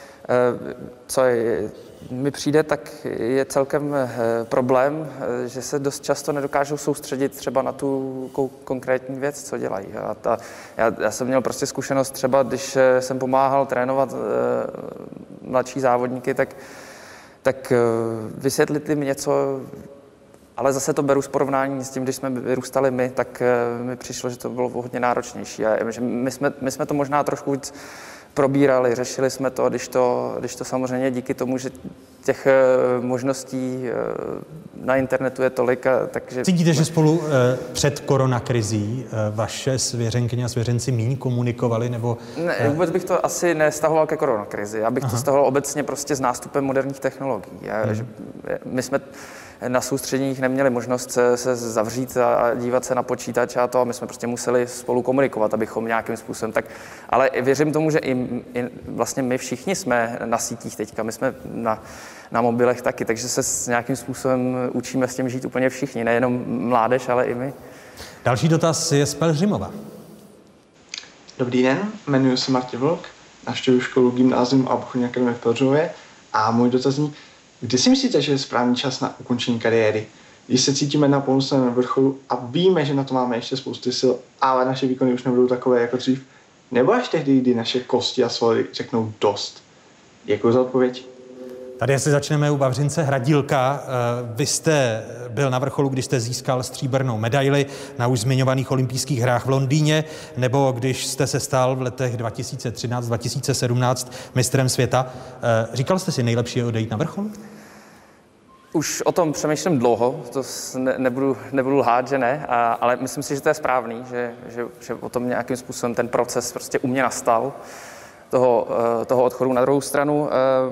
S15: co je, mi přijde, tak je celkem problém, že se dost často nedokážou soustředit třeba na tu konkrétní věc, co dělají. A ta, já, já jsem měl prostě zkušenost třeba, když jsem pomáhal trénovat mladší závodníky, tak, tak vysvětlit jim něco, ale zase to beru s porovnání s tím, když jsme vyrůstali my, tak mi přišlo, že to bylo hodně náročnější. A že my jsme, my jsme to možná trošku víc probírali, řešili jsme to, když to, když to samozřejmě díky tomu, že těch možností na internetu je tolik. Takže...
S7: Cítíte, že spolu před koronakrizí vaše svěřenkyně a svěřenci míň komunikovali, nebo...
S15: Ne, vůbec bych to asi nestahoval ke koronakrizi. Já bych Aha. to stahoval obecně prostě s nástupem moderních technologií. Hmm. My jsme na soustředěních neměli možnost se, se zavřít a, a dívat se na počítač a to a my jsme prostě museli spolu komunikovat, abychom nějakým způsobem tak... Ale věřím tomu, že i, i vlastně my všichni jsme na sítích teďka, my jsme na, na mobilech taky, takže se s nějakým způsobem učíme s tím žít úplně všichni, nejenom mládež, ale i my.
S7: Další dotaz je z Pelhřimova.
S17: Dobrý den, jmenuji se Martin Vlk, navštěvuji školu Gymnázium a obchodní akademie v Pelhřimově a můj dotaz zní, kdy si myslíte, že je správný čas na ukončení kariéry? Když se cítíme na pomyslném vrcholu a víme, že na to máme ještě spousty sil, ale naše výkony už nebudou takové jako dřív, nebo až tehdy, kdy naše kosti a svaly řeknou dost? Děkuji za odpověď.
S7: Tady asi začneme u Vavřince Hradílka. Vy jste byl na vrcholu, když jste získal stříbrnou medaili na už zmiňovaných olympijských hrách v Londýně, nebo když jste se stal v letech dva tisíce třináct dva tisíce sedmnáct mistrem světa. Říkal jste si, nejlepší je odejít na vrchol?
S15: Už o tom přemýšlím dlouho, to ne, nebudu, nebudu lhát, že ne, a, ale myslím si, že to je správný, že, že, že o tom nějakým způsobem ten proces prostě u mě nastal, toho, toho odchodu. Na druhou stranu,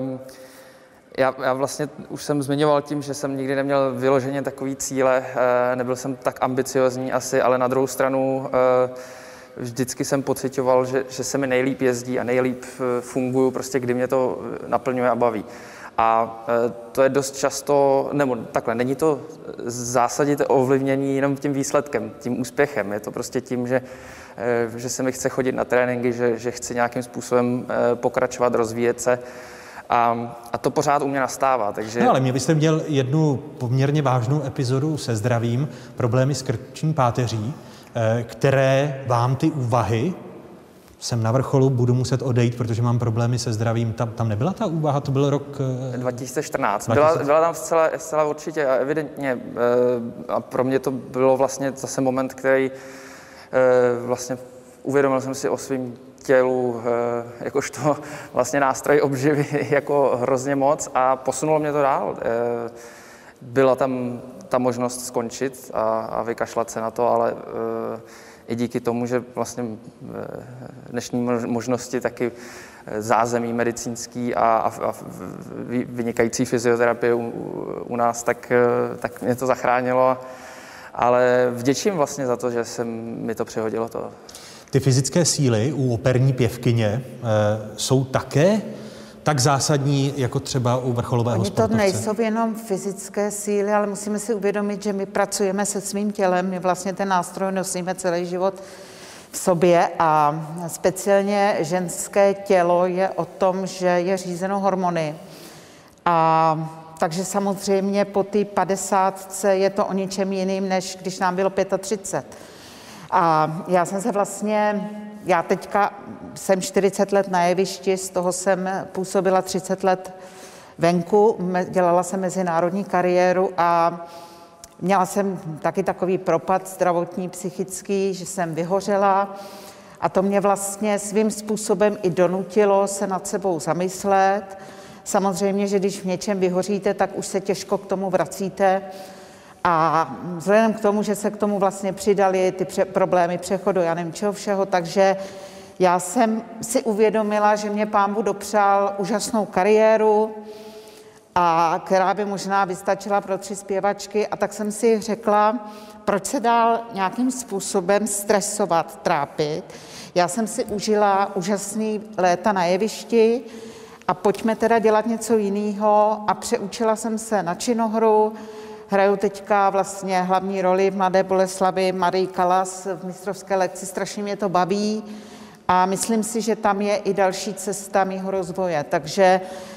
S15: já, já vlastně už jsem zmiňoval tím, že jsem nikdy neměl vyloženě takový cíle, nebyl jsem tak ambiciozní asi, ale na druhou stranu vždycky jsem pociťoval, že, že se mi nejlíp jezdí a nejlíp funguju, prostě kdy mě to naplňuje a baví. A to je dost často, nebo takhle, není to v zásadě ovlivnění jenom tím výsledkem, tím úspěchem. Je to prostě tím, že, že se mi chce chodit na tréninky, že, že chci nějakým způsobem pokračovat, rozvíjet se. A, a to pořád u mě nastává, takže...
S7: No ale mě byste měl jednu poměrně vážnou epizodu se zdravím, problémy s krční páteří, které vám ty úvahy jsem na vrcholu, budu muset odejít, protože mám problémy se zdravím. Tam, tam nebyla ta úvaha, to byl rok...
S15: dva tisíce čtrnáct. Byla, byla tam zcela, zcela určitě a evidentně. A pro mě to bylo vlastně zase moment, který vlastně uvědomil jsem si o svém tělu jakožto vlastně nástroj obživy jako hrozně moc a posunulo mě to dál. Byla tam ta možnost skončit a, a vykašlat se na to, ale i díky tomu, že vlastně dnešní možnosti taky zázemí medicínský a, a, a vynikající fyzioterapie u, u nás, tak, tak mě to zachránilo. Ale vděčím vlastně za to, že se mi to přihodilo to.
S7: Ty fyzické síly u operní pěvkyně e, jsou také tak zásadní, jako třeba u vrcholového
S14: Oni
S7: sportovce?
S14: To nejsou jenom fyzické síly, ale musíme si uvědomit, že my pracujeme se svým tělem, my vlastně ten nástroj nosíme celý život v sobě a speciálně ženské tělo je o tom, že je řízeno hormony. A takže samozřejmě po té padesátce je to o ničem jiným, než když nám bylo třicet pět. A já jsem se vlastně, já teďka jsem čtyřicet let na jevišti, z toho jsem působila třicet let venku, dělala jsem mezinárodní kariéru a měla jsem taky takový propad zdravotní, psychický, že jsem vyhořela a to mě vlastně svým způsobem i donutilo se nad sebou zamyslet. Samozřejmě, že když v něčem vyhoříte, tak už se těžko k tomu vracíte. A vzhledem k tomu, že se k tomu vlastně přidali ty pře- problémy přechodu, já nevím čeho všeho, takže já jsem si uvědomila, že mě Pán Bůh dopřál úžasnou kariéru, a která by možná vystačila pro tři zpěvačky. A tak jsem si řekla, proč se dál nějakým způsobem stresovat, trápit. Já jsem si užila úžasný léta na jevišti, a pojďme teda dělat něco jiného a přeučila jsem se na činohru. Hraju teďka vlastně hlavní roli v Mladé Boleslavi Marii Kalas v mistrovské lekci, strašně mě to baví a myslím si, že tam je i další cesta mýho rozvoje. Takže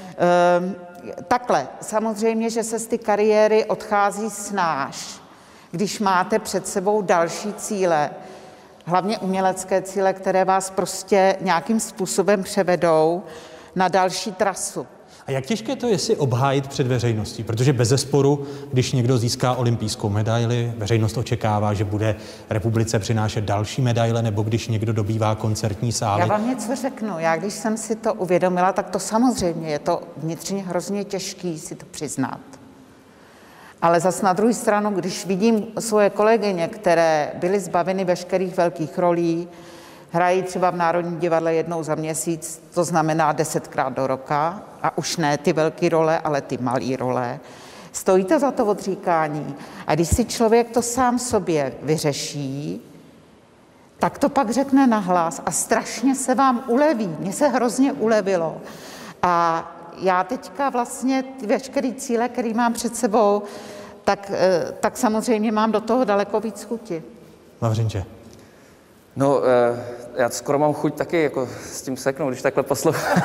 S14: e, takhle, samozřejmě, že se z ty kariéry odchází snáš, když máte před sebou další cíle, hlavně umělecké cíle, které vás prostě nějakým způsobem převedou na další trasu.
S7: A jak těžké to je si obhájit před veřejností? Protože bezesporu, když někdo získá olympijskou medaili, veřejnost očekává, že bude republice přinášet další medaile, nebo když někdo dobývá koncertní sály.
S14: Já vám něco řeknu. Já když jsem si to uvědomila, tak to samozřejmě je to vnitřně hrozně těžký si to přiznat. Ale zas na druhou stranu, když vidím svoje kolegyně, které byly zbaveny veškerých velkých rolí, hrají třeba v Národním divadle jednou za měsíc, to znamená desetkrát do roka, a už ne ty velké role, ale ty malé role. Stojí to za to odříkání. A když si člověk to sám sobě vyřeší, tak to pak řekne nahlas a strašně se vám uleví. Mně se hrozně ulevilo. A já teďka vlastně veškerý cíle, který mám před sebou, tak, tak samozřejmě mám do toho daleko víc chuti.
S7: Vavřinče.
S15: No, já skoro mám chuť taky jako s tím seknout, když takhle poslouchám.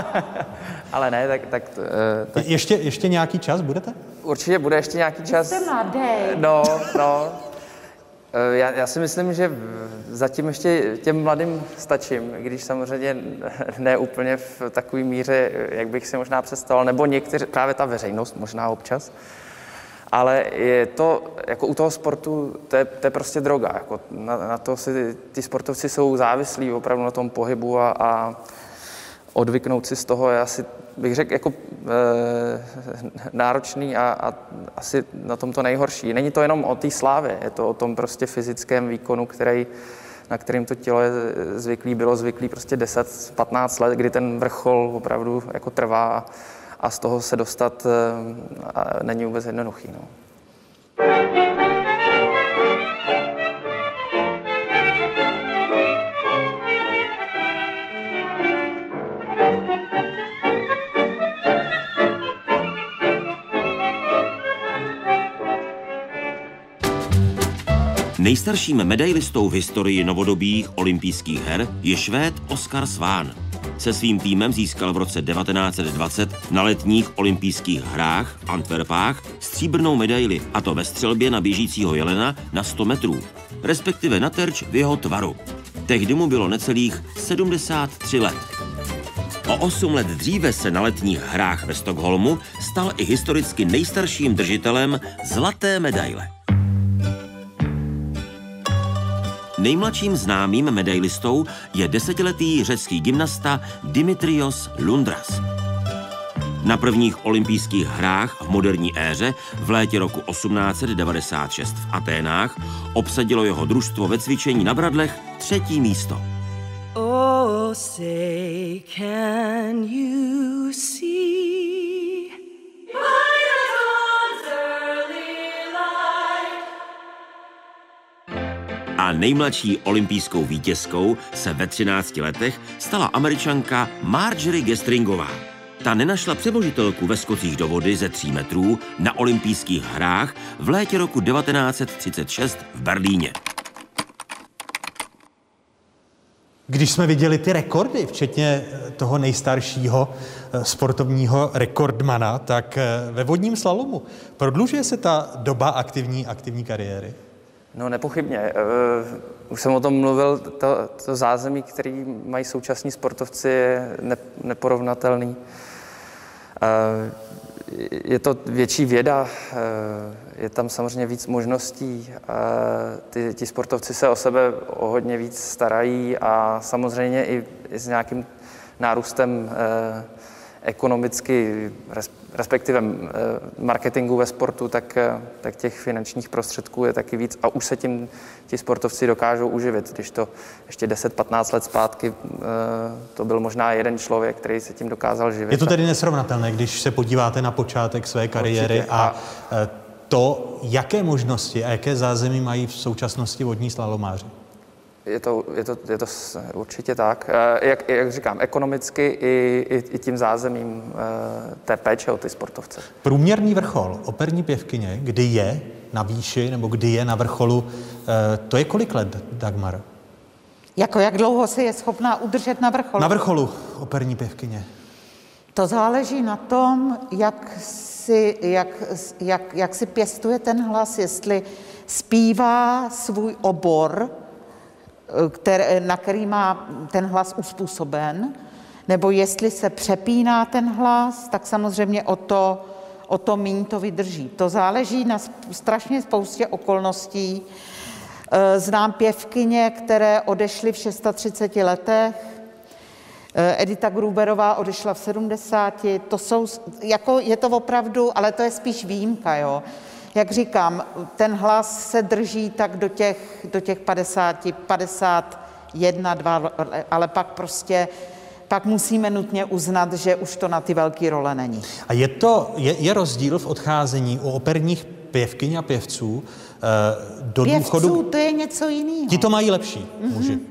S15: Ale ne, tak... tak, tak...
S7: Ještě, ještě nějaký čas budete?
S15: Určitě bude ještě nějaký čas.
S14: Jste mladý.
S15: No, no. Já, já si myslím, že zatím ještě těm mladým stačím, když samozřejmě ne úplně v takové míře, jak bych si možná představoval, nebo někteří, právě ta veřejnost možná občas. Ale je to, jako u toho sportu, to je, to je prostě droga. Jako na, na to si, ty sportovci jsou závislí opravdu na tom pohybu a, a odvyknout si z toho je asi, bych řekl, jako e, náročný a, a asi na tom to nejhorší. Není to jenom o té slávě, je to o tom prostě fyzickém výkonu, který, na kterým to tělo je zvyklý, bylo zvyklý prostě deset patnáct let, kdy ten vrchol opravdu jako trvá. A z toho se dostat není vůbec jednoduchý. No.
S1: Nejstarším medailistou v historii novodobých olympijských her je Švéd Oskar Svahn. Se svým týmem získal v roce devatenáct set dvacet na letních olympijských hrách v Antwerpách stříbrnou medaili, a to ve střelbě na běžícího jelena na sto metrů, respektive na terč v jeho tvaru. Tehdy mu bylo necelých sedmdesát tři let. O osm let dříve se na letních hrách ve Stockholmu stal i historicky nejstarším držitelem zlaté medaile. Nejmladším známým medailistou je desetiletý řecký gymnasta Dimitrios Lundras. Na prvních olympijských hrách v moderní éře v létě roku osmnáct set devadesát šest v Aténách obsadilo jeho družstvo ve cvičení na bradlech třetí místo.
S18: Oh, say can you see by the dawn's early light.
S1: A nejmladší olympijskou vítězkou se ve třinácti letech stala Američanka Marjorie Gestringová. Ta nenašla přemožitelku ve skocích do vody ze tří metrů na olympijských hrách v létě roku devatenáct set třicet šest v Berlíně.
S7: Když jsme viděli ty rekordy, včetně toho nejstaršího sportovního rekordmana, tak ve vodním slalomu prodlužuje se ta doba aktivní, aktivní kariéry?
S15: No nepochybně. Už jsem o tom mluvil, to, to zázemí, který mají současní sportovci, je ne, neporovnatelný. Je to větší věda, je tam samozřejmě víc možností, ty, ti sportovci se o sebe o hodně víc starají a samozřejmě i, i s nějakým nárůstem ekonomicky, respektive marketingu ve sportu, tak, tak těch finančních prostředků je taky víc a už se tím ti sportovci dokážou uživit. Když to ještě deset patnáct let zpátky, to byl možná jeden člověk, který se tím dokázal živit.
S7: Je to tedy nesrovnatelné, když se podíváte na počátek své kariéry. Určitě. A to, jaké možnosti a jaké zázemí mají v současnosti vodní slalomáři?
S15: Je to, je to, je to určitě tak. Jak, jak říkám, ekonomicky i, i, i tím zázemím té péče o ty sportovce.
S7: Průměrný vrchol operní pěvkyně, kdy je na výši nebo kdy je na vrcholu, to je kolik let, Dagmar?
S14: Jako jak dlouho se je schopná udržet na vrcholu?
S7: Na vrcholu operní pěvkyně.
S14: To záleží na tom, jak si, jak, jak, jak si pěstuje ten hlas, jestli zpívá svůj obor, Který, na který má ten hlas uspůsoben, nebo jestli se přepíná ten hlas, tak samozřejmě o to, o to míň to vydrží. To záleží na strašně spoustě okolností. Znám pěvkyně, které odešly v třiceti šesti letech. Edita Gruberová odešla v sedmdesáti. To jsou, jako je to opravdu, ale to je spíš výjimka, jo. Jak říkám, ten hlas se drží tak do těch, do těch padesáti, padesát jedna, dva, ale pak prostě, pak musíme nutně uznat, že už to na ty velké role není.
S7: A je to, je, je rozdíl v odcházení u operních pěvkyň a pěvců eh, do
S14: Pěvců,
S7: důchodu?
S14: To je něco jiného.
S7: Ti to mají lepší,
S14: mm-hmm.
S7: muži.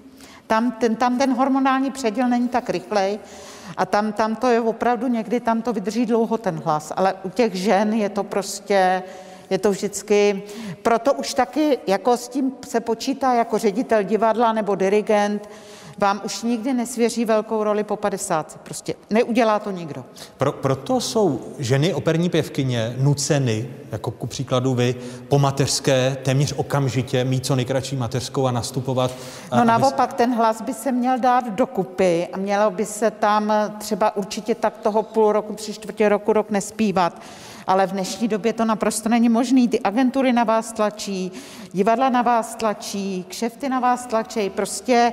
S14: Tam ten, tam ten hormonální předěl není tak rychlej, a tam, tam to je opravdu někdy, tam to vydrží dlouho ten hlas, ale u těch žen je to prostě, je to vždycky, proto už taky jako s tím se počítá jako ředitel divadla nebo dirigent, vám už nikdy nesvěří velkou roli po padesátce, prostě neudělá to nikdo.
S7: Pro, proto jsou ženy operní pěvkyně nuceny, jako ku příkladu vy, po mateřské téměř okamžitě mít co nejkratší mateřskou a nastupovat.
S14: No aby... naopak, ten hlas by se měl dát dokupy a mělo by se tam třeba určitě tak toho půl roku, tři čtvrtě roku, rok nespívat. Ale v dnešní době to naprosto není možné. Ty agentury na vás tlačí, divadla na vás tlačí, kšefty na vás tlačí, prostě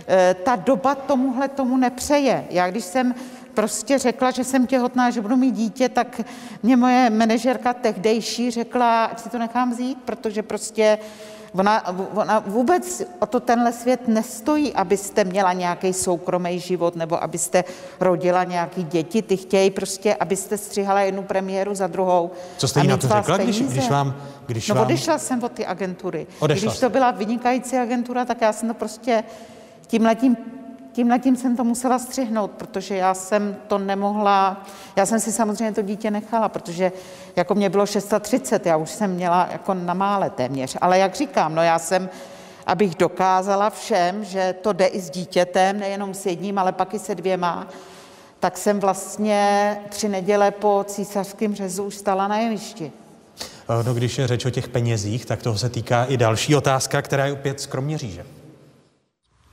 S14: ta doba tomuhle tomu nepřeje. Já když jsem prostě řekla, že jsem těhotná, že budu mít dítě, tak mě moje manažerka tehdejší řekla, ať si to nechám vzít, protože prostě ona, ona vůbec o to tenhle svět nestojí, abyste měla nějaký soukromý život nebo abyste rodila nějaký děti. Ty chtějí prostě, abyste stříhala jednu premiéru za druhou.
S7: Co jste jí na to řekla, když, když vám... Když
S14: no
S7: vám...
S14: odešla jsem od ty agentury.
S7: Odešla
S14: když to byla vynikající agentura, tak já jsem to prostě... Tímhletím, tímhletím jsem to musela střihnout, protože já jsem to nemohla, já jsem si samozřejmě to dítě nechala, protože jako mě bylo třicet šest, já už jsem měla jako na mále téměř, ale jak říkám, no já jsem, abych dokázala všem, že to jde i s dítětem, nejenom s jedním, ale pak i se dvěma, tak jsem vlastně tři neděle po císařském řezu už stala na jevišti.
S7: No, když je řeč o těch penězích, tak toho se týká i další otázka, která je opět z Kroměříže.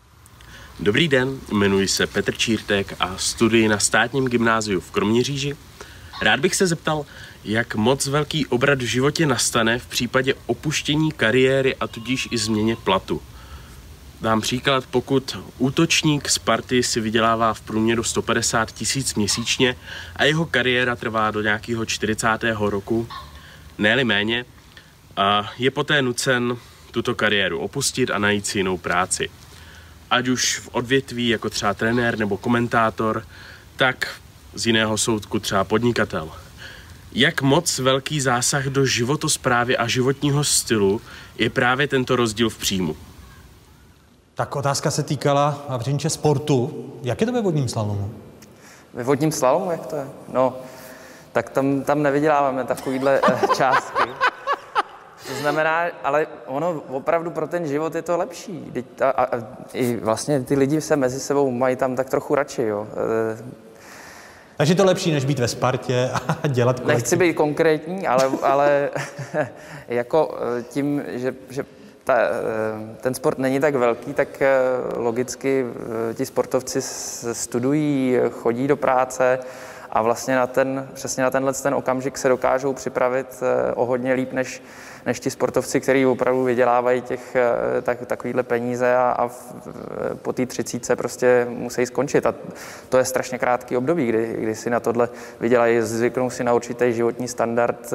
S19: Dobrý den, jmenuji se Petr Čírtek a studuji na státním gymnáziu v Kroměříži. Rád bych se zeptal, jak moc velký obrat v životě nastane v případě opuštění kariéry a tudíž i změně platu. Dám příklad, pokud útočník Sparty si vydělává v průměru sto padesát tisíc měsíčně a jeho kariéra trvá do nějakého čtyřicátého roku, ne-li méně, a je poté nucen tuto kariéru opustit a najít si jinou práci. Ať už v odvětví jako třeba trenér nebo komentátor, tak z jiného soudku třeba podnikatel. Jak moc velký zásah do životosprávy a životního stylu je právě tento rozdíl v příjmu?
S7: Tak otázka se týkala, Vavřinče, sportu. Jak je to ve vodním slalomu?
S15: Ve vodním slalomu, jak to je? No, tak tam, tam nevyděláváme takovýhle eh, částky. To znamená, ale ono opravdu pro ten život je to lepší. A, a, a i vlastně ty lidi se mezi sebou mají tam tak trochu radši, jo.
S7: Takže to lepší, než být ve Spartě a dělat kolekci.
S15: Nechci být konkrétní, ale, ale jako tím, že, že ta, ten sport není tak velký, tak logicky ti sportovci studují, chodí do práce a vlastně na ten, přesně na tenhle ten okamžik se dokážou připravit o hodně líp, než, než ti sportovci, kteří opravdu vydělávají těch, tak, takovýhle peníze a, a v, po té třicítce prostě musí skončit. A to je strašně krátký období, kdy, kdy si na tohle vydělají, zvyknou si na určitý životní standard,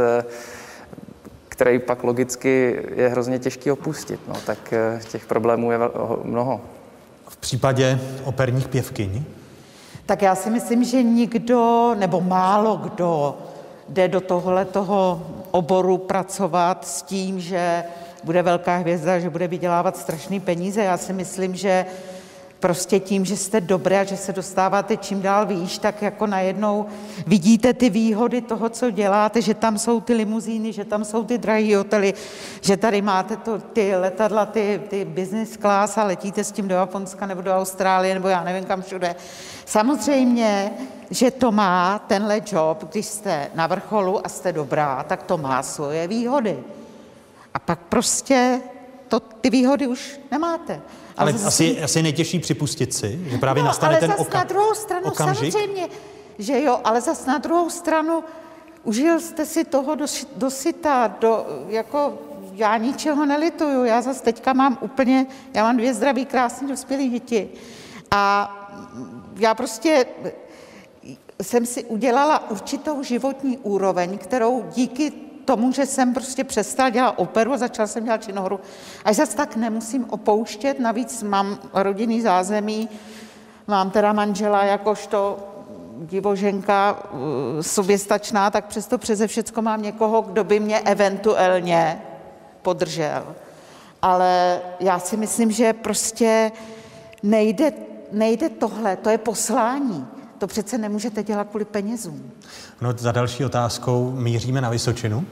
S15: který pak logicky je hrozně těžký opustit. No, tak těch problémů je mnoho.
S7: V případě operních pěvkyň?
S14: Tak já si myslím, že nikdo nebo málo kdo jde do tohohletoho oboru pracovat s tím, že bude velká hvězda, že bude vydělávat strašný peníze. Já si myslím, že prostě tím, že jste dobré a že se dostáváte čím dál výš, tak jako najednou vidíte ty výhody toho, co děláte, že tam jsou ty limuzíny, že tam jsou ty drahé hotely, že tady máte to, ty letadla, ty, ty business class a letíte s tím do Japonska nebo do Austrálie nebo já nevím kam všude. Samozřejmě, že to má tenhle job, když jste na vrcholu a jste dobrá, tak to má svoje výhody. A pak prostě to, ty výhody už nemáte.
S7: Ale, ale asi, asi nejtěžší připustit si, že právě
S14: no,
S7: nastane ten oka-
S14: na druhou stranu,
S7: okamžik.
S14: Samozřejmě, že jo, ale zas na druhou stranu užil jste si toho do, do syta, do, jako já ničeho nelituju, já zas teďka mám úplně, já mám dvě zdraví, krásné dospělé děti a já prostě jsem si udělala určitou životní úroveň, kterou díky tomu, že jsem prostě přestala dělat operu a začala jsem dělat činohru, až zase tak nemusím opouštět, navíc mám rodinný zázemí, mám teda manžela jakožto divoženka soběstačná, tak přesto přeze všecko mám někoho, kdo by mě eventuálně podržel. Ale já si myslím, že prostě nejde, nejde tohle, to je poslání. To přece nemůžete dělat kvůli penězům.
S7: No, za další otázkou míříme na Vysočinu.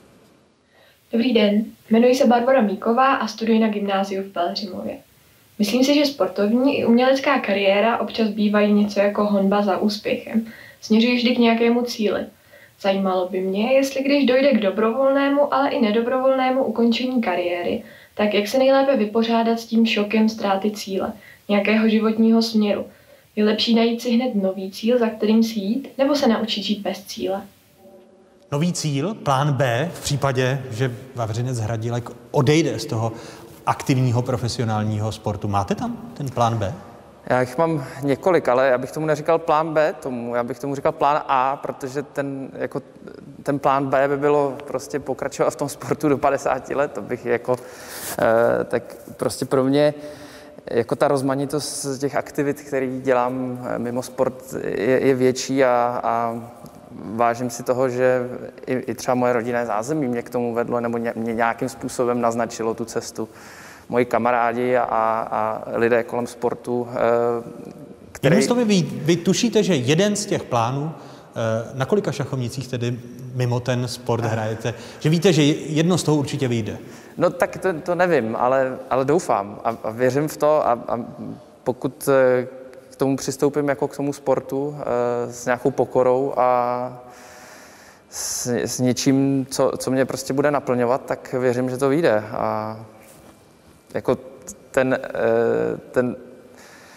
S10: Dobrý den, jmenuji se Barbara Míková a studuji na gymnáziu v Pelhřimově. Myslím si, že sportovní i umělecká kariéra občas bývají něco jako honba za úspěchem. Směřují vždy k nějakému cíli. Zajímalo by mě, jestli když dojde k dobrovolnému, ale i nedobrovolnému ukončení kariéry, tak jak se nejlépe vypořádat s tím šokem ztráty cíle, nějakého životního směru. Je lepší najít si hned nový cíl, za kterým si jít, nebo se naučit žít bez cíle?
S7: Nový cíl, plán B, v případě, že Vavřinec Hradílek odejde z toho aktivního profesionálního sportu. Máte tam ten plán B?
S15: Já jich mám několik, ale já bych tomu neříkal plán B tomu, já bych tomu říkal plán A, protože ten, jako, ten plán B by bylo prostě pokračovat v tom sportu do padesáti let, to bych jako, eh, tak prostě pro mě jako ta rozmanitost těch aktivit, které dělám mimo sport, je, je větší a, a vážím si toho, že i, i třeba moje rodinné zázemí mě k tomu vedlo nebo mě nějakým způsobem naznačilo tu cestu. Moji kamarádi a, a lidé kolem sportu, který...
S7: Jinými slovy, vy, vy tušíte, že jeden z těch plánů, na kolika šachovnicích tedy mimo ten sport hrajete, že víte, že jedno z toho určitě vyjde?
S15: No tak to, to nevím, ale, ale doufám a, a věřím v to a, a pokud k tomu přistoupím jako k tomu sportu s nějakou pokorou a s, s něčím, co, co mě prostě bude naplňovat, tak věřím, že to vyjde. A jako ten, ten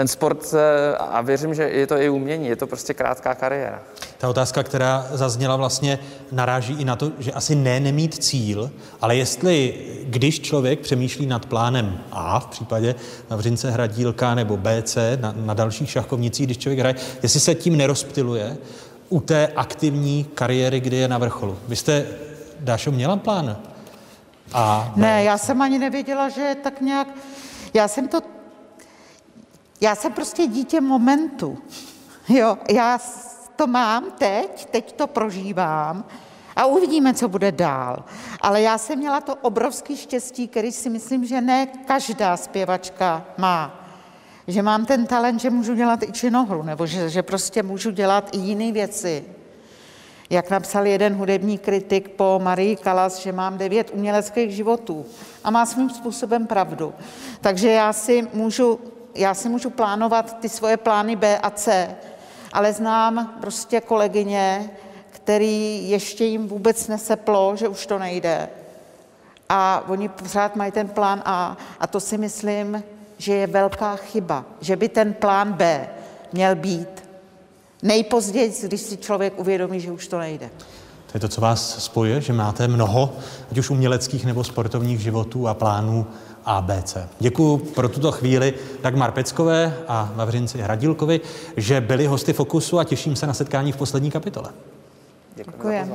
S15: ten sport, a věřím, že je to i umění, je to prostě krátká kariéra.
S7: Ta otázka, která zazněla, vlastně naráží i na to, že asi ne nemít cíl, ale jestli, když člověk přemýšlí nad plánem A, v případě Vavřince Hradílka, nebo B, C, na, na dalších šachovnicích, když člověk hraje, jestli se tím nerozptyluje u té aktivní kariéry, kdy je na vrcholu. Vy jste, Dášo, měla plán A, B?
S14: Ne, já jsem ani nevěděla, že tak nějak... Já jsem to... Já jsem prostě dítě momentu. Jo, já to mám teď, teď to prožívám a uvidíme, co bude dál. Ale já jsem měla to obrovský štěstí, který si myslím, že ne každá zpěvačka má. Že mám ten talent, že můžu dělat i činohru, nebo že, že prostě můžu dělat i jiné věci. Jak napsal jeden hudební kritik po Marii Callas, že mám devět uměleckých životů. A má svým způsobem pravdu. Takže já si můžu, já si můžu plánovat ty svoje plány B a C, ale znám prostě kolegyně, který ještě jim vůbec neseplo, že už to nejde. A oni pořád mají ten plán A. A to si myslím, že je velká chyba. Že by ten plán B měl být nejpozději, když si člověk uvědomí, že už to nejde.
S7: To je to, co vás spojuje, že máte mnoho, ať už uměleckých nebo sportovních životů a plánů A, B, C. Děkuji pro tuto chvíli Dagmar Peckové a Vavřinci Hradílkovi, že byli hosty Fokusu, a těším se na setkání v poslední kapitole.
S14: Děkuji.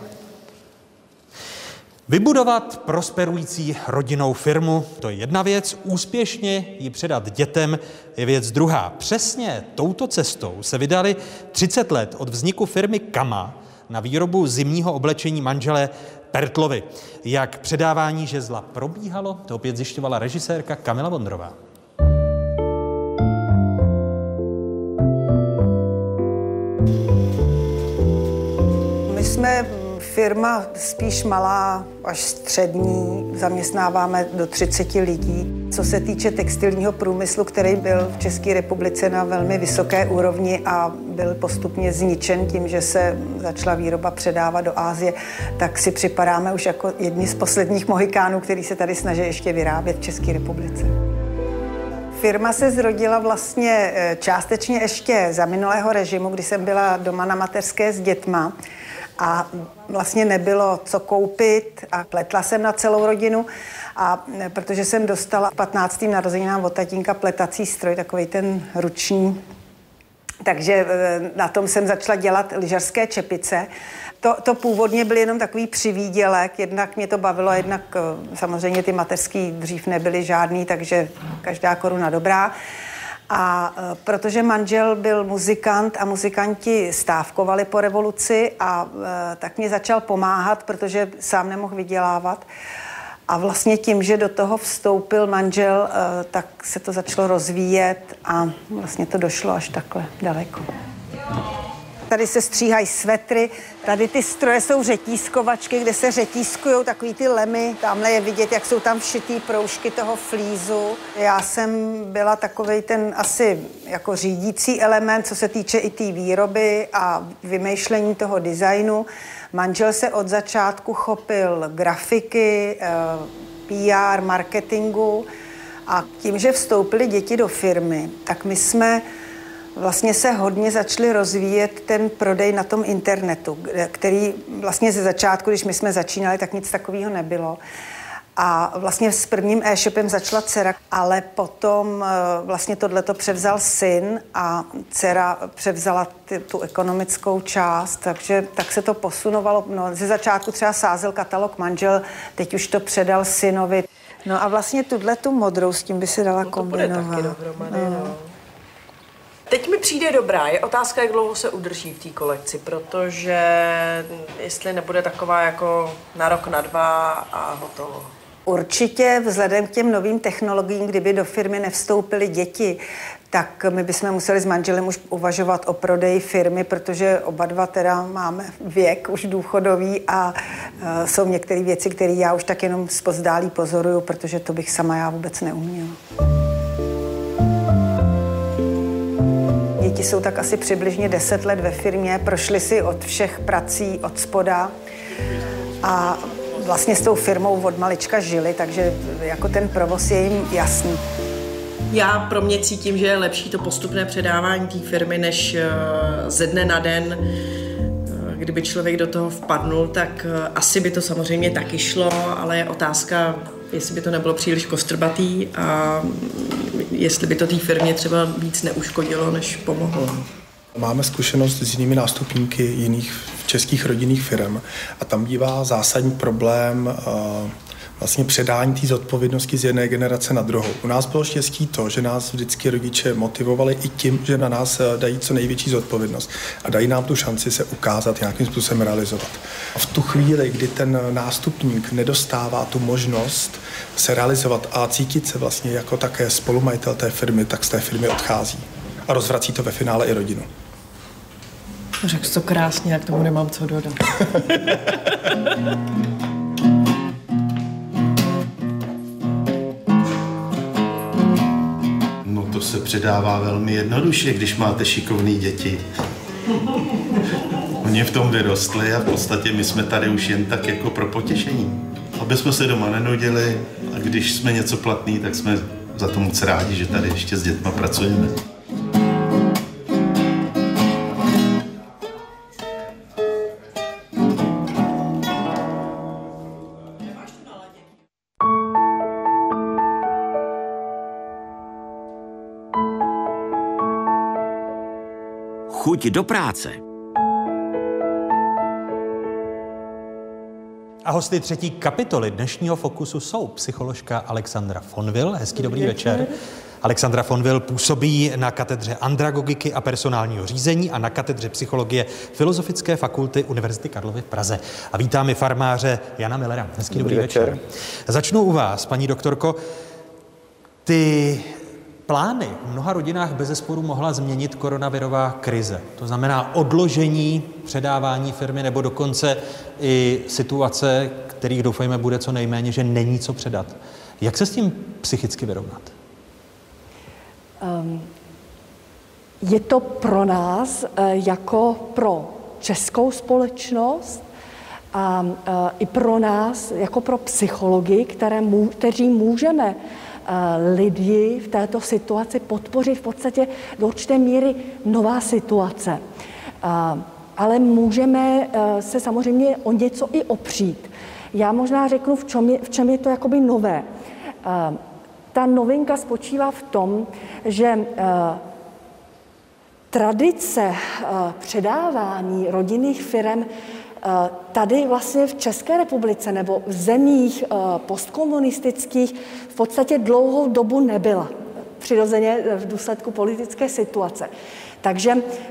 S7: Vybudovat prosperující rodinnou firmu, to je jedna věc, úspěšně ji předat dětem je věc druhá. Přesně touto cestou se vydali třicet let od vzniku firmy Kama na výrobu zimního oblečení manželé Pertlovi. Jak předávání žezla probíhalo, to opět zjišťovala režisérka Kamila Vondrová.
S20: My jsme firma spíš malá až střední, zaměstnáváme do třicet lidí. Co se týče textilního průmyslu, který byl v České republice na velmi vysoké úrovni a byl postupně zničen tím, že se začala výroba předávat do Asie, tak si připadáme už jako jedni z posledních mohikánů, který se tady snaží ještě vyrábět v České republice. Firma se zrodila vlastně částečně ještě za minulého režimu, kdy jsem byla doma na mateřské s dětma. A vlastně nebylo co koupit a pletla jsem na celou rodinu. A protože jsem dostala patnáctým narozeninám od tatínka pletací stroj, takový ten ruční, takže na tom jsem začala dělat lyžařské čepice. To, to původně byl jenom takový přivídělek, jednak mě to bavilo, jednak samozřejmě ty mateřský dřív nebyly žádný, takže každá koruna dobrá. A protože manžel byl muzikant a muzikanti stávkovali po revoluci, a tak mě začal pomáhat, protože sám nemohl vydělávat. A vlastně tím, že do toho vstoupil manžel, tak se to začalo rozvíjet a vlastně to došlo až takhle daleko. Tady se stříhají svetry, tady ty stroje jsou řetízkovačky, kde se řetízkujou takový ty lemy. Tamhle je vidět, jak jsou tam všitý proužky toho flízu. Já jsem byla takovej ten asi jako řídící element, co se týče i té tý výroby a vymýšlení toho designu. Manžel se od začátku chopil grafiky, P R, marketingu, a tím, že vstoupily děti do firmy, tak my jsme vlastně se hodně začali rozvíjet ten prodej na tom internetu, který vlastně ze začátku, když my jsme začínali, tak nic takového nebylo. A vlastně s prvním e-shopem začala dcera, ale potom vlastně tohleto převzal syn a dcera převzala ty, tu ekonomickou část, takže tak se to posunovalo. No, ze začátku třeba sázel katalog manžel, teď už to předal synovi. No a vlastně tuhle tu modrou s tím by se dala no kombinovat. No.
S21: Teď mi přijde dobrá. Je otázka, jak dlouho se udrží v té kolekci, protože jestli nebude taková jako na rok, na dva a hotovo.
S20: Určitě vzhledem k těm novým technologiím, kdyby do firmy nevstoupily děti, tak my bychom museli s manželem už uvažovat o prodeji firmy, protože oba dva teda máme věk už důchodový a uh, jsou některé věci, které já už tak jenom zpozdálí pozoruju, protože to bych sama já vůbec neuměla. Děti jsou tak asi přibližně deset let ve firmě, prošli si od všech prací od spoda a vlastně s tou firmou od malička žili, takže jako ten provoz je jim jasný.
S21: Já pro mě cítím, že je lepší to postupné předávání té firmy, než ze dne na den. Kdyby člověk do toho vpadnul, tak asi by to samozřejmě taky šlo, ale je otázka, jestli by to nebylo příliš kostrbatý a jestli by to té firmě třeba víc neuškodilo, než pomohlo.
S2: Máme zkušenost s jinými nástupníky jiných českých rodinných firm a tam bývá zásadní problém vlastně předání té zodpovědnosti z jedné generace na druhou. U nás bylo štěstí to, že nás vždycky rodiče motivovali i tím, že na nás dají co největší zodpovědnost a dají nám tu šanci se ukázat, nějakým způsobem realizovat. A v tu chvíli, kdy ten nástupník nedostává tu možnost se realizovat a cítit se vlastně jako také spolumajitel té firmy, tak z té firmy odchází. A rozvrací to ve finále i rodinu.
S21: Řekl to krásně, jak tomu nemám co dodat.
S22: To se předává velmi jednoduše, když máte šikovný děti. Oni v tom vyrostli a v podstatě my jsme tady už jen tak jako pro potěšení. Aby jsme se doma nenudili a když jsme něco platný, tak jsme za to moc rádi, že tady ještě s dětma pracujeme.
S1: Chuť do práce.
S7: A hosty třetí kapitoly dnešního Fokusu jsou psycholožka Alexandra Fonville. Hezký dobrý, dobrý večer. večer. Alexandra Fonville působí na katedře andragogiky a personálního řízení a na katedře psychologie Filozofické fakulty Univerzity Karlovy v Praze. A vítám i farmáře Jana Millera. Hezký dobrý, dobrý večer. večer. Začnu u vás, paní doktorko. Ty plány v mnoha rodinách bezesporu mohla změnit koronavirová krize. To znamená odložení předávání firmy nebo dokonce i situace, kterých doufejme bude co nejméně, že není co předat. Jak se s tím psychicky vyrovnat?
S23: Um, je to pro nás jako pro českou společnost a uh, i pro nás jako pro psychologi, které mů, kteří můžeme lidi v této situaci podpořit v podstatě do určité míry nová situace. Ale můžeme se samozřejmě o něco i opřít. Já možná řeknu, v čem je, v čem je to jakoby nové. Ta novinka spočívá v tom, že tradice předávání rodinných firem tady vlastně v České republice nebo v zemích postkomunistických v podstatě dlouhou dobu nebyla. Přirozeně v důsledku politické situace. Takže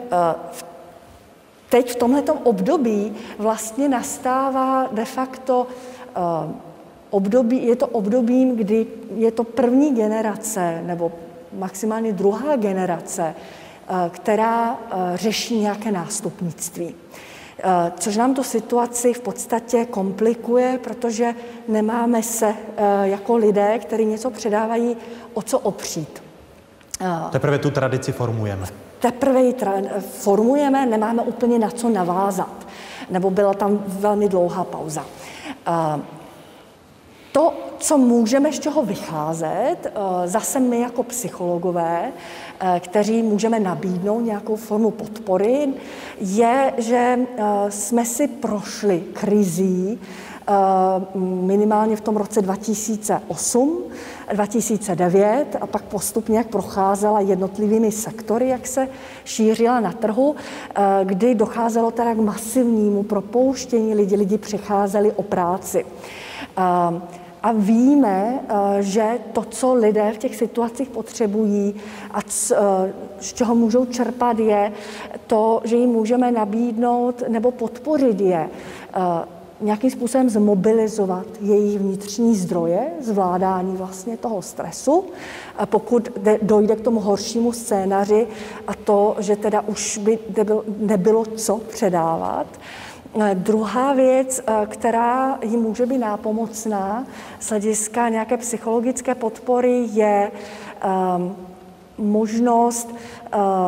S23: teď v tomhletom období vlastně nastává de facto období, je to obdobím, kdy je to první generace nebo maximálně druhá generace, která řeší nějaké nástupnictví. Což nám tu situaci v podstatě komplikuje, protože nemáme se jako lidé, kteří něco předávají, o co opřít.
S7: Teprve tu tradici formujeme.
S23: Teprve ji tra- formujeme, nemáme úplně na co navázat. Nebo byla tam velmi dlouhá pauza. To, co můžeme z čeho vycházet, zase my jako psychologové, kteří můžeme nabídnout nějakou formu podpory, je, že jsme si prošli krizí minimálně v tom roce dva tisíce osm, dva tisíce devět a pak postupně, jak procházela jednotlivými sektory, jak se šířila na trhu, kdy docházelo teda k masivnímu propouštění, lidi, lidi přicházeli o práci. A víme, že to, co lidé v těch situacích potřebují a z čeho můžou čerpat, je to, že jim můžeme nabídnout nebo podpořit je, nějakým způsobem zmobilizovat jejich vnitřní zdroje, zvládání vlastně toho stresu, pokud dojde k tomu horšímu scénaři a to, že teda už by nebylo co předávat. Druhá věc, která jim může být nápomocná z hlediska nějaké psychologické podpory, je um, možnost um,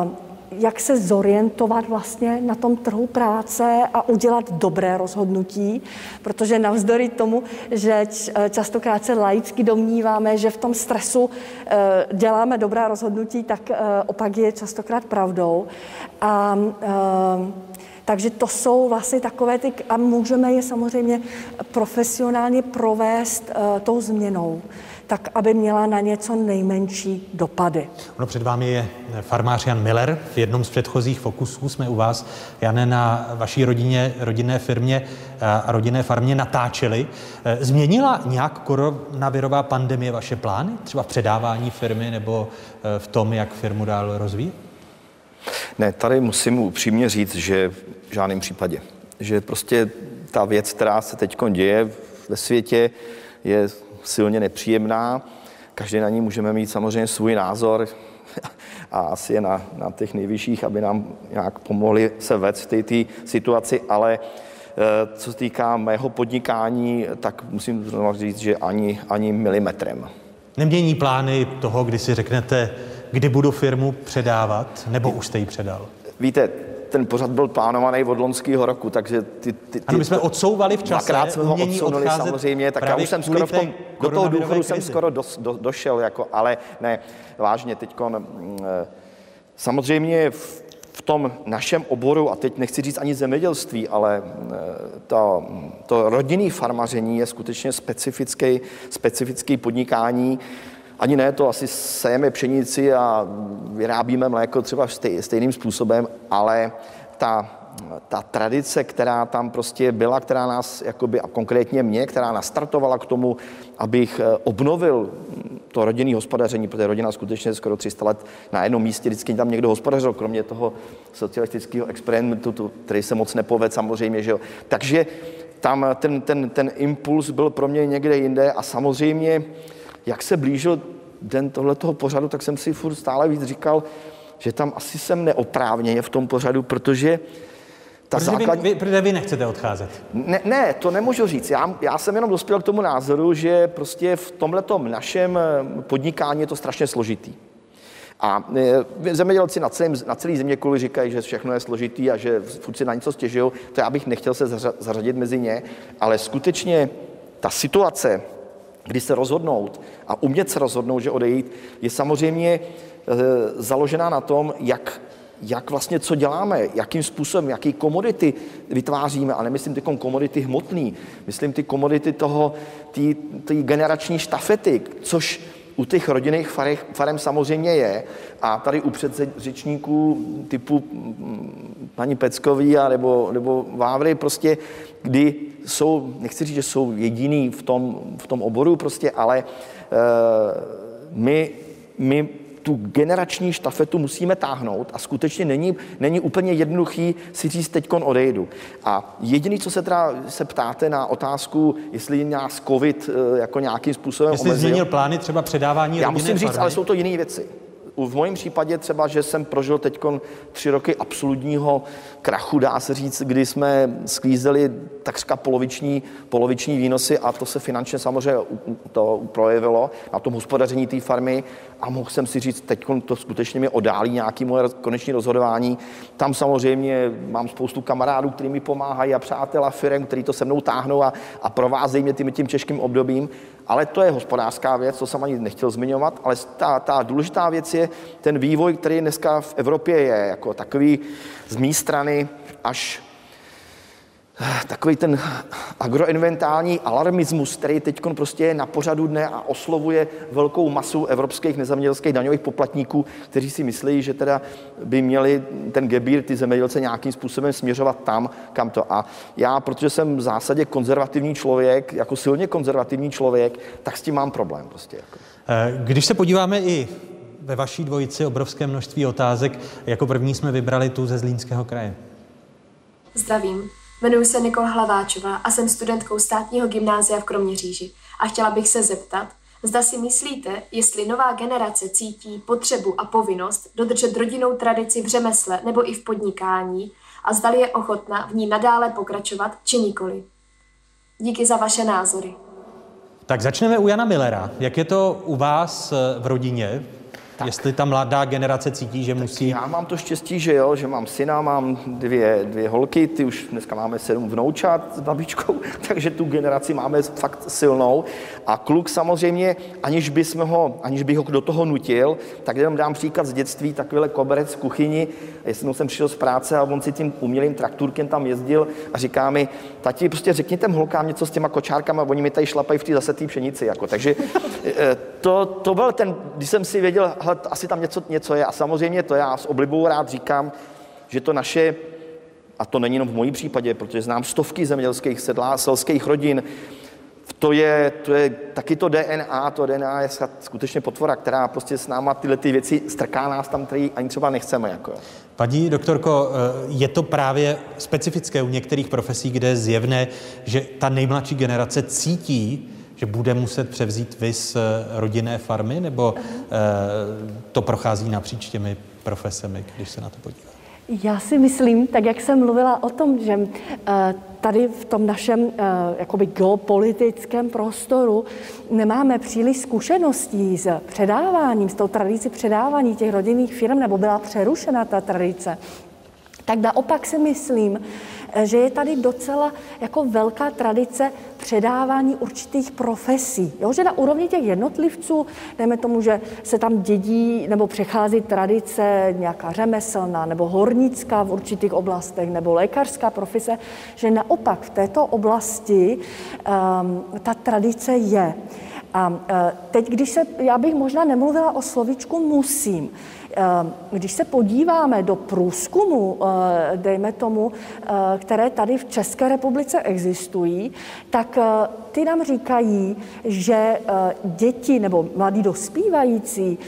S23: jak se zorientovat vlastně na tom trhu práce a udělat dobré rozhodnutí, protože navzdory tomu, že častokrát se laicky domníváme, že v tom stresu děláme dobrá rozhodnutí, tak opak je častokrát pravdou. A takže to jsou vlastně takové ty, a můžeme je samozřejmě profesionálně provést uh, tou změnou, tak aby měla na něco nejmenší dopady.
S7: No, před vámi je farmář Jan Miller. V jednom z předchozích fokusů jsme u vás, Jane, na vaší rodině, rodinné firmě a rodinné farmě natáčeli. Změnila nějak koronavirová pandemie vaše plány? Třeba v předávání firmy nebo v tom, jak firmu dál rozvíjet?
S3: Ne, tady musím upřímně říct, že v žádném případě. Že prostě ta věc, která se teď děje ve světě, je silně nepříjemná. Každý na ní můžeme mít samozřejmě svůj názor a asi je na, na těch nejvyšších, aby nám nějak pomohli se vést v té situaci, ale co se týká mého podnikání, tak musím znovu říct, že ani, ani milimetrem.
S7: Nemění plány toho, kdy si řeknete, kdy budu firmu předávat, nebo už jste ji předal?
S3: Víte, ten pořad byl plánovaný od loňského roku, takže ty, ty, ty
S7: ano, my jsme odsouvali v čase,
S3: dvakrát jsme ho odsunuli samozřejmě, tak já už jsem skoro v tom, do toho důchodu jsem skoro do, do, došel, jako, ale ne, vážně teďko, samozřejmě v, v tom našem oboru, a teď nechci říct ani zemědělství, ale to, to rodinné farmaření je skutečně specifický, specifický podnikání. Ani ne, to asi sejeme pšenici a vyrábíme mléko třeba stej, stejným způsobem, ale ta, ta tradice, která tam prostě byla, která nás, jakoby, a konkrétně mě, která nastartovala k tomu, abych obnovil to rodinné hospodaření, protože rodina skutečně skoro tři sta let na jednom místě, vždycky tam někdo hospodařil, kromě toho socialistického experimentu, který se moc nepovedl samozřejmě, že jo. Takže tam ten, ten, ten impuls byl pro mě někde jinde a samozřejmě jak se blížil den tohletoho pořadu, tak jsem si furt stále víc říkal, že tam asi jsem neoprávněně v tom pořadu, protože ta
S7: protože
S3: základní...
S7: Vy, protože vy nechcete odcházet.
S3: Ne, ne, to nemůžu říct. Já, já jsem jenom dospěl k tomu názoru, že prostě v tomhletom našem podnikání je to strašně složitý. A zemědělci na, celém, na celý zeměkouli říkají, že všechno je složitý a že furt si na něco stěžují. To já bych nechtěl se zařadit mezi ně, ale skutečně ta situace, kdy se rozhodnout a umět se rozhodnout, že odejít, je samozřejmě e, založená na tom, jak, jak vlastně co děláme, jakým způsobem, jaký komodity vytváříme, a nemyslím ty komodity hmotný, myslím ty komodity toho, té generační štafety, což u těch rodinných farem samozřejmě je. A tady u předřečníků typu paní Peckový a nebo, nebo Vávry prostě, kdy jsou, nechci říct, že jsou jediný v tom, v tom oboru prostě, ale uh, my, my tu generační štafetu musíme táhnout a skutečně není, není úplně jednoduchý si říct teďkon odejdu. A jediný, co se teda se ptáte na otázku, jestli nás covid jako nějakým způsobem
S7: jestli
S3: omezil.
S7: změnil plány třeba předávání
S3: Já musím říct,
S7: farmy.
S3: ale jsou to jiné věci. V mojím případě třeba, že jsem prožil teďkon tři roky absolutního krachu, dá se říct, kdy jsme sklízeli takřka poloviční, poloviční výnosy a to se finančně samozřejmě to projevilo na tom hospodaření té farmy a mohl jsem si říct, teďkon to skutečně mi odálí nějaké moje koneční rozhodování. Tam samozřejmě mám spoustu kamarádů, kteří mi pomáhají a přátel a firem, kteří to se mnou táhnou a, a provázejí mě tím, tím těžkým obdobím. Ale to je hospodářská věc, to jsem ani nechtěl zmiňovat, ale ta, ta důležitá věc je ten vývoj, který dneska v Evropě je, jako takový z mé strany až takový ten agroenvironmentální alarmismus, který teď prostě je na pořadu dne a oslovuje velkou masu evropských nezemědělských daňových poplatníků, kteří si myslí, že teda by měli ten gebír, ty zemědělce nějakým způsobem směřovat tam, kam to. A já, protože jsem v zásadě konzervativní člověk, jako silně konzervativní člověk, tak s tím mám problém prostě. Jako.
S7: Když se podíváme i ve vaší dvojici obrovské množství otázek, jako první jsme vybrali tu ze Zlínského kraje.
S4: Zdravím. Jmenuji se Nikola Hlaváčová a jsem studentkou státního gymnázia v Kroměříži a chtěla bych se zeptat, zda si myslíte, jestli nová generace cítí potřebu a povinnost dodržet rodinnou tradici v řemesle nebo i v podnikání a zdali je ochotna v ní nadále pokračovat či nikoli. Díky za vaše názory.
S7: Tak začneme u Jana Millera. Jak je to u vás v rodině? Tak. Jestli ta mladá generace cítí, že musí...
S3: Já mám to štěstí, že jo, že mám syna, mám dvě, dvě holky, ty už dneska máme sedm vnoučat s babičkou, takže tu generaci máme fakt silnou. A kluk samozřejmě, aniž, bysme ho, aniž bych ho do toho nutil, tak jenom dám příklad z dětství, takovýhle koberec v kuchyni. Jednou jsem přišel z práce a on si tím umělým trakturkem tam jezdil a říká mi, tati, prostě řekněte holkám něco s těma kočárkama, oni mi tady šlapají v té zase té pšenici. Jako. Takže to, to byl ten, když jsem si věděl, hele, asi tam něco, něco je. A samozřejmě to já s oblibou rád říkám, že to naše, a to není jenom v mojí případě, protože znám stovky zemědělských sedlá, selských rodin, to je, to je taky to D N A, to D N A je skutečně potvora, která prostě s náma tyhle ty věci strká nás tam, který ani třeba nechceme. Jako.
S7: Paní doktorko, je to právě specifické u některých profesí, kde je zjevné, že ta nejmladší generace cítí, že bude muset převzít viz rodinné farmy, nebo to prochází napříč těmi profesemi, když se na to podíváme?
S23: Já si myslím, tak jak jsem mluvila o tom, že tady v tom našem jakoby geopolitickém prostoru nemáme příliš zkušeností s předáváním, s tou tradicí předávání těch rodinných firm, nebo byla přerušena ta tradice, tak naopak si myslím, že je tady docela jako velká tradice předávání určitých profesí. Jo? Že na úrovni těch jednotlivců, dejme tomu, že se tam dědí nebo přechází tradice nějaká řemeslná nebo hornická v určitých oblastech nebo lékařská profese, že naopak v této oblasti um, ta tradice je. A uh, teď, když se, já bych možná nemluvila o slovíčku musím. Když se podíváme do průzkumu, dejme tomu, které tady v České republice existují, tak ty nám říkají, že děti nebo mladí dospívající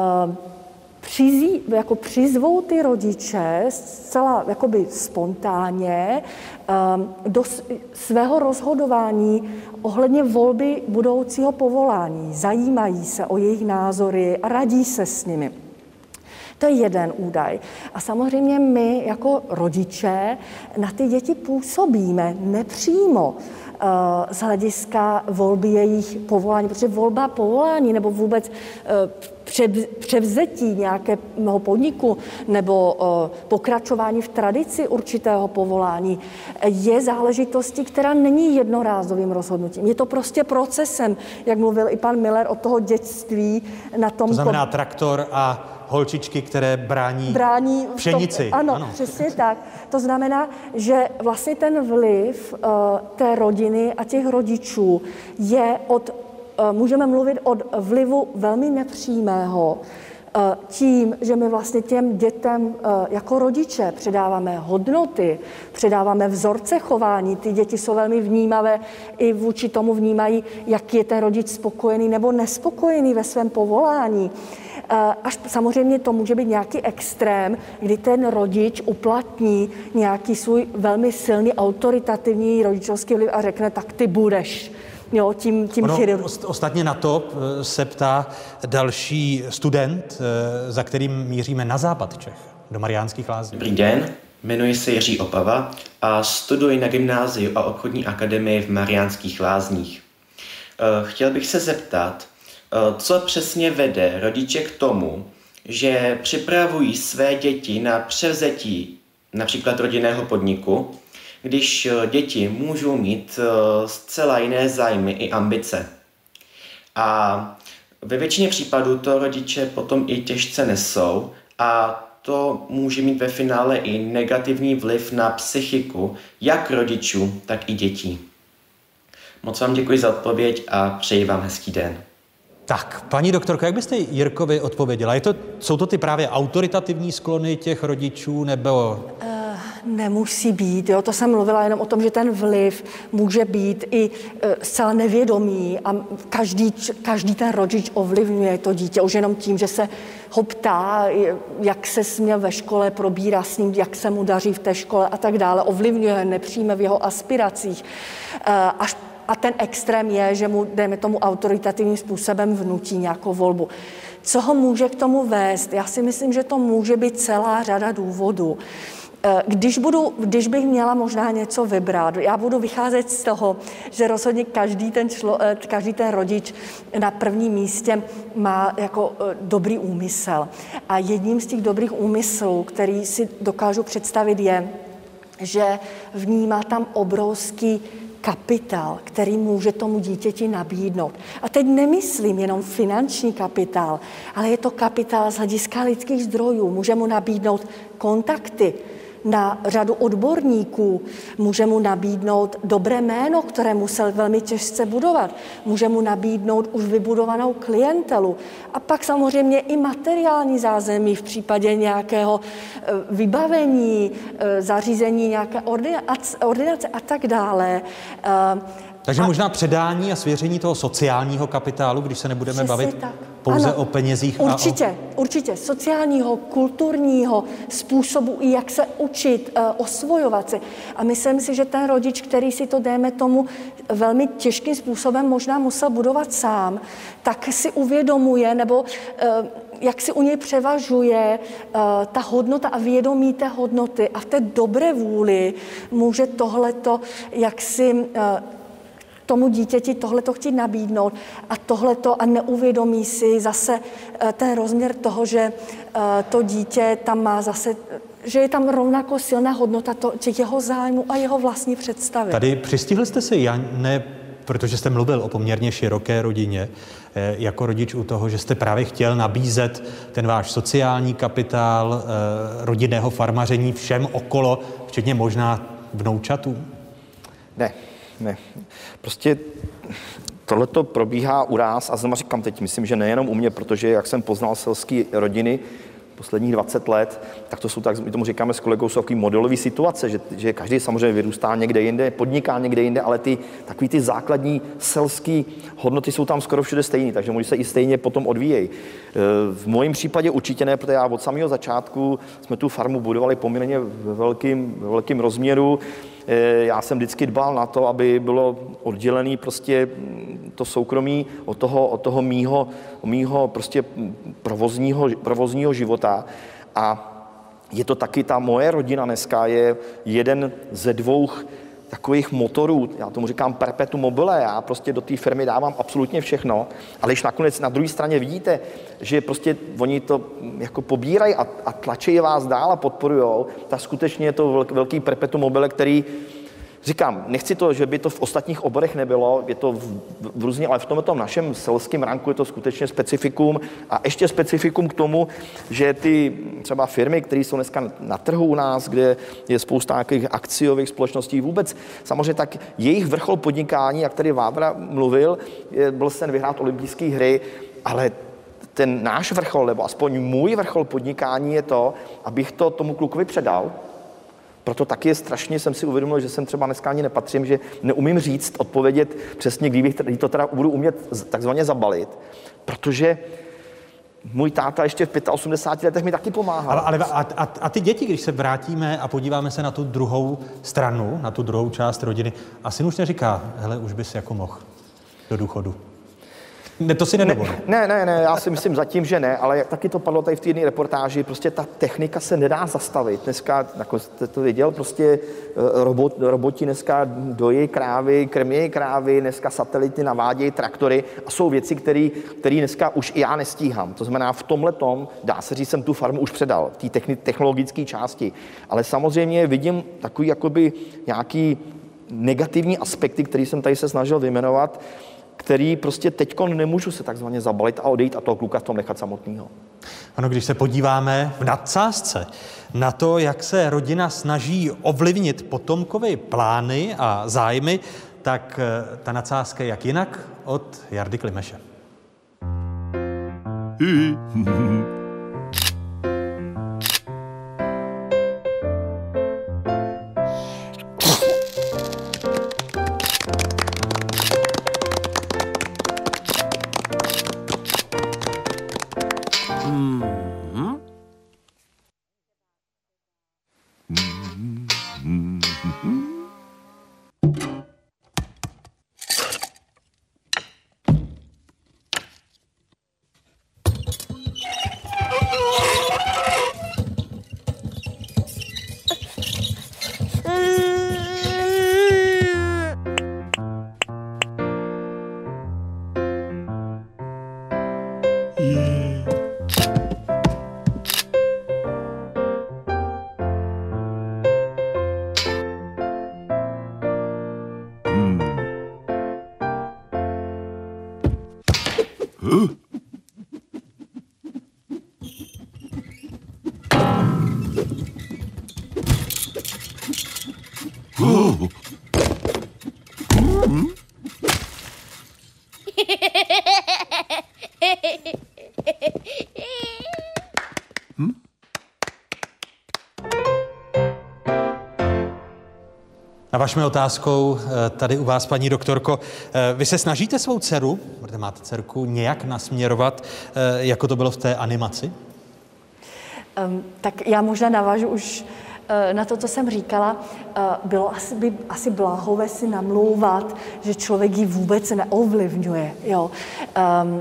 S23: přizí, jako přizvou ty rodiče zcela jakoby spontánně do svého rozhodování ohledně volby budoucího povolání. Zajímají se o jejich názory a radí se s nimi. To je jeden údaj. A samozřejmě my jako rodiče na ty děti působíme nepřímo z hlediska volby jejich povolání, protože volba povolání nebo vůbec převzetí nějakého podniku nebo pokračování v tradici určitého povolání je záležitostí, která není jednorázovým rozhodnutím. Je to prostě procesem, jak mluvil i pan Miller, od toho dětství na tom...
S7: To znamená traktor a holčičky, které brání, brání pšenici.
S23: Ano, ano, přesně tak. To znamená, že vlastně ten vliv uh, té rodiny a těch rodičů je od, uh, můžeme mluvit od vlivu velmi nepřímého, uh, tím, že my vlastně těm dětem uh, jako rodiče předáváme hodnoty, předáváme vzorce chování. Ty děti jsou velmi vnímavé, i vůči tomu vnímají, jak je ten rodič spokojený nebo nespokojený ve svém povolání. Až samozřejmě to může být nějaký extrém, kdy ten rodič uplatní nějaký svůj velmi silný autoritativní rodičovský vliv a řekne, tak ty budeš. Jo, tím, tím
S7: ono, ostatně na to se ptá další student, za kterým míříme na západ Čech, do Mariánských Lázní.
S5: Dobrý den, jmenuji se Jiří Opava a studuji na gymnáziu a obchodní akademii v Mariánských Lázních. Chtěl bych se zeptat, co přesně vede rodiče k tomu, že připravují své děti na převzetí například rodinného podniku, když děti můžou mít zcela jiné zájmy i ambice. A ve většině případů to rodiče potom i těžce nesou a to může mít ve finále i negativní vliv na psychiku jak rodičů, tak i dětí. Moc vám děkuji za odpověď a přeji vám hezký den.
S7: Tak, paní doktorko, jak byste Jirkovi odpověděla? Je to, jsou to ty právě autoritativní sklony těch rodičů, nebo...
S23: Uh, nemusí být, jo. To jsem mluvila jenom o tom, že ten vliv může být i uh, zcela nevědomý a každý, každý ten rodič ovlivňuje to dítě už jenom tím, že se ho ptá, jak se směl ve škole, probírá s ním, jak se mu daří v té škole a tak dále. Ovlivňuje nepřímo v jeho aspiracích. Uh, až A ten extrém je, že mu, dejme tomu, autoritativním způsobem vnutí nějakou volbu. Co ho může k tomu vést? Já si myslím, že to může být celá řada důvodů. Když, budu, když bych měla možná něco vybrat, já budu vycházet z toho, že rozhodně každý ten, člo, každý ten rodič na prvním místě má jako dobrý úmysl. A jedním z těch dobrých úmyslů, který si dokážu představit, je, že vnímá tam obrovský kapitál, který může tomu dítěti nabídnout. A teď nemyslím jenom finanční kapitál, ale je to kapitál z hlediska lidských zdrojů. Může mu nabídnout kontakty na řadu odborníků, může mu nabídnout dobré jméno, které musel velmi těžce budovat, může mu nabídnout už vybudovanou klientelu a pak samozřejmě i materiální zázemí v případě nějakého vybavení, zařízení nějaké ordinace a tak dále.
S7: Takže a... možná předání a svěření toho sociálního kapitálu, když se nebudeme
S23: Přesně
S7: bavit
S23: tak.
S7: pouze
S23: Ano,
S7: o penězích.
S23: Určitě,
S7: a o...
S23: určitě. Sociálního, kulturního způsobu, i jak se učit, uh, osvojovat si. A myslím si, že ten rodič, který si to, dejme tomu, velmi těžkým způsobem možná musel budovat sám, tak si uvědomuje, nebo uh, jak si u něj převažuje uh, ta hodnota a vědomí té hodnoty. A v té dobré vůli může tohleto, jak si... Uh, tomu dítěti tohleto chtít nabídnout a tohleto a neuvědomí si zase ten rozměr toho, že to dítě tam má zase, že je tam rovnako silná hodnota to, těch jeho zájmu a jeho vlastní představy.
S7: Tady přistihl jste si, Jane, protože jste mluvil o poměrně široké rodině, jako rodič u toho, že jste právě chtěl nabízet ten váš sociální kapitál, rodinného farmaření všem okolo, včetně možná vnoučatů?
S3: Ne. Ne, prostě tohleto probíhá u nás a znovu říkám teď, myslím, že nejenom u mě, protože jak jsem poznal selské rodiny posledních dvacet let, tak to jsou tak, my tomu říkáme s kolegou, jsou takový modelové situace, že, že každý samozřejmě vyrůstá někde jinde, podniká někde jinde, ale ty takový ty základní selské hodnoty jsou tam skoro všude stejné, takže oni se i stejně potom odvíjejí. V mojím případě určitě ne, protože já od samého začátku jsme tu farmu budovali poměrně ve velkým, ve velkým rozměru. Já jsem vždycky dbal na to, aby bylo oddělené prostě to soukromí od toho, od toho mýho, mýho prostě provozního, provozního života. A je to taky, ta moje rodina dneska je jeden ze dvou takových motorů, já tomu říkám perpetuum mobile, já prostě do té firmy dávám absolutně všechno, ale když nakonec na druhé straně vidíte, že prostě oni to jako pobírají a, a tlačí vás dál a podporujou, tak skutečně je to velký perpetuum mobile, který, říkám, nechci to, že by to v ostatních oborech nebylo, je to v, v různě, ale v tomto našem selském ranku je to skutečně specifikum a ještě specifikum k tomu, že ty třeba firmy, které jsou dneska na trhu u nás, kde je spousta nějakých akciových společností vůbec, samozřejmě tak jejich vrchol podnikání, jak tady Vávra mluvil, je, byl sen vyhrát olympijské hry, ale ten náš vrchol, nebo aspoň můj vrchol podnikání je to, abych to tomu klukovi předal. Proto taky je strašně, jsem si uvědomil, že jsem třeba dneska ani nepatřím, že neumím říct, odpovědět přesně, kdybych to teda budu umět takzvaně zabalit, protože můj táta ještě v osmdesáti pěti letech mi taky pomáhal.
S7: Ale, ale a, a, a ty děti, když se vrátíme a podíváme se na tu druhou stranu, na tu druhou část rodiny, asi už neříká, hele, už bys jako mohl do důchodu. Ne, to si nedovolím.
S3: Ne, ne, ne, já si myslím zatím, že ne, ale taky to padlo tady v té jedné reportáži, prostě ta technika se nedá zastavit. Dneska, jako jste to viděl, prostě robot, roboti dneska dojí krávy, krmějí krávy, dneska satelity navádějí traktory a jsou věci, které dneska už i já nestíhám. To znamená, v tomhletom, dá se říct, jsem tu farmu už předal, té technologické části. Ale samozřejmě vidím takový jakoby nějaký negativní aspekty, který jsem tady se snažil vyjmenovat, který prostě teďko nemůžu se takzvaně zabalit a odejít a toho kluka v tom nechat samotného.
S7: Ano, když se podíváme v nadsázce na to, jak se rodina snaží ovlivnit potomkovy plány a zájmy, tak ta nadsázka je jak jinak od Jardy Klimeše.
S1: Oh. Hmm?
S7: Hm? Navažme otázkou tady u vás, paní doktorko. Vy se snažíte svou dceru, protože máte dcerku, nějak nasměrovat, jako to bylo v té animaci?
S23: Um, tak já možná navážu už na to, co jsem říkala. Bylo asi, by, asi bláhové si namlouvat, že člověk ji vůbec neovlivňuje. Jo. Um,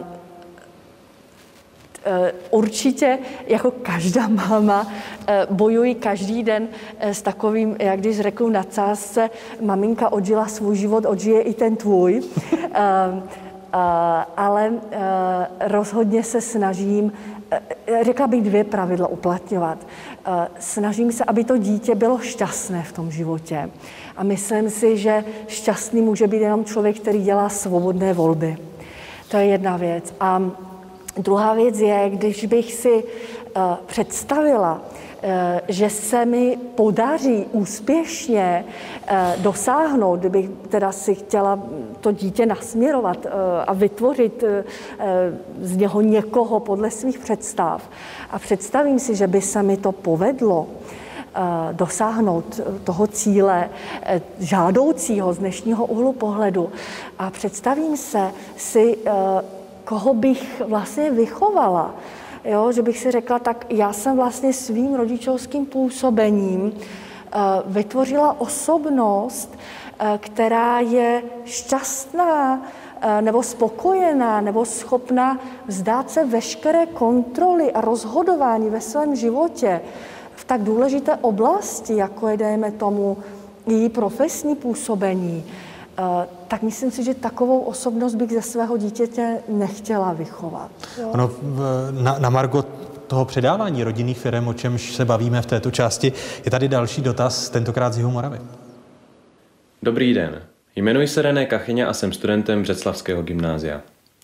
S23: Určitě, jako každá máma, bojuji každý den s takovým, jak když řeknu na nadsázce, maminka odžila svůj život, odžije i ten tvůj. Ale rozhodně se snažím, řekla bych dvě pravidla uplatňovat. Snažím se, aby to dítě bylo šťastné v tom životě. A myslím si, že šťastný může být jenom člověk, který dělá svobodné volby. To je jedna věc. A druhá věc je, když bych si uh, představila, uh, že se mi podaří úspěšně uh, dosáhnout, kdybych teda si chtěla to dítě nasměrovat uh, a vytvořit uh, z něho někoho podle svých představ. A představím si, že by se mi to povedlo dosáhnout toho cíle žádoucího z dnešního úhlu pohledu. A představím se si, koho bych vlastně vychovala. Jo, že bych si řekla, tak já jsem vlastně svým rodičovským působením vytvořila osobnost, která je šťastná nebo spokojená nebo schopná vzdát se veškeré kontroly a rozhodování ve svém životě v tak důležité oblasti, jako je, dejme tomu, její profesní působení, tak myslím si, že takovou osobnost bych ze svého dítěte nechtěla vychovat. Jo?
S7: Ono, na, na margo toho předávání rodinných firem, o čemž se bavíme v této části, je tady další dotaz, tentokrát z Jihu Moravy.
S6: Dobrý den. Jmenuji se René Kachyňa a jsem studentem Břeclavského gymnázia.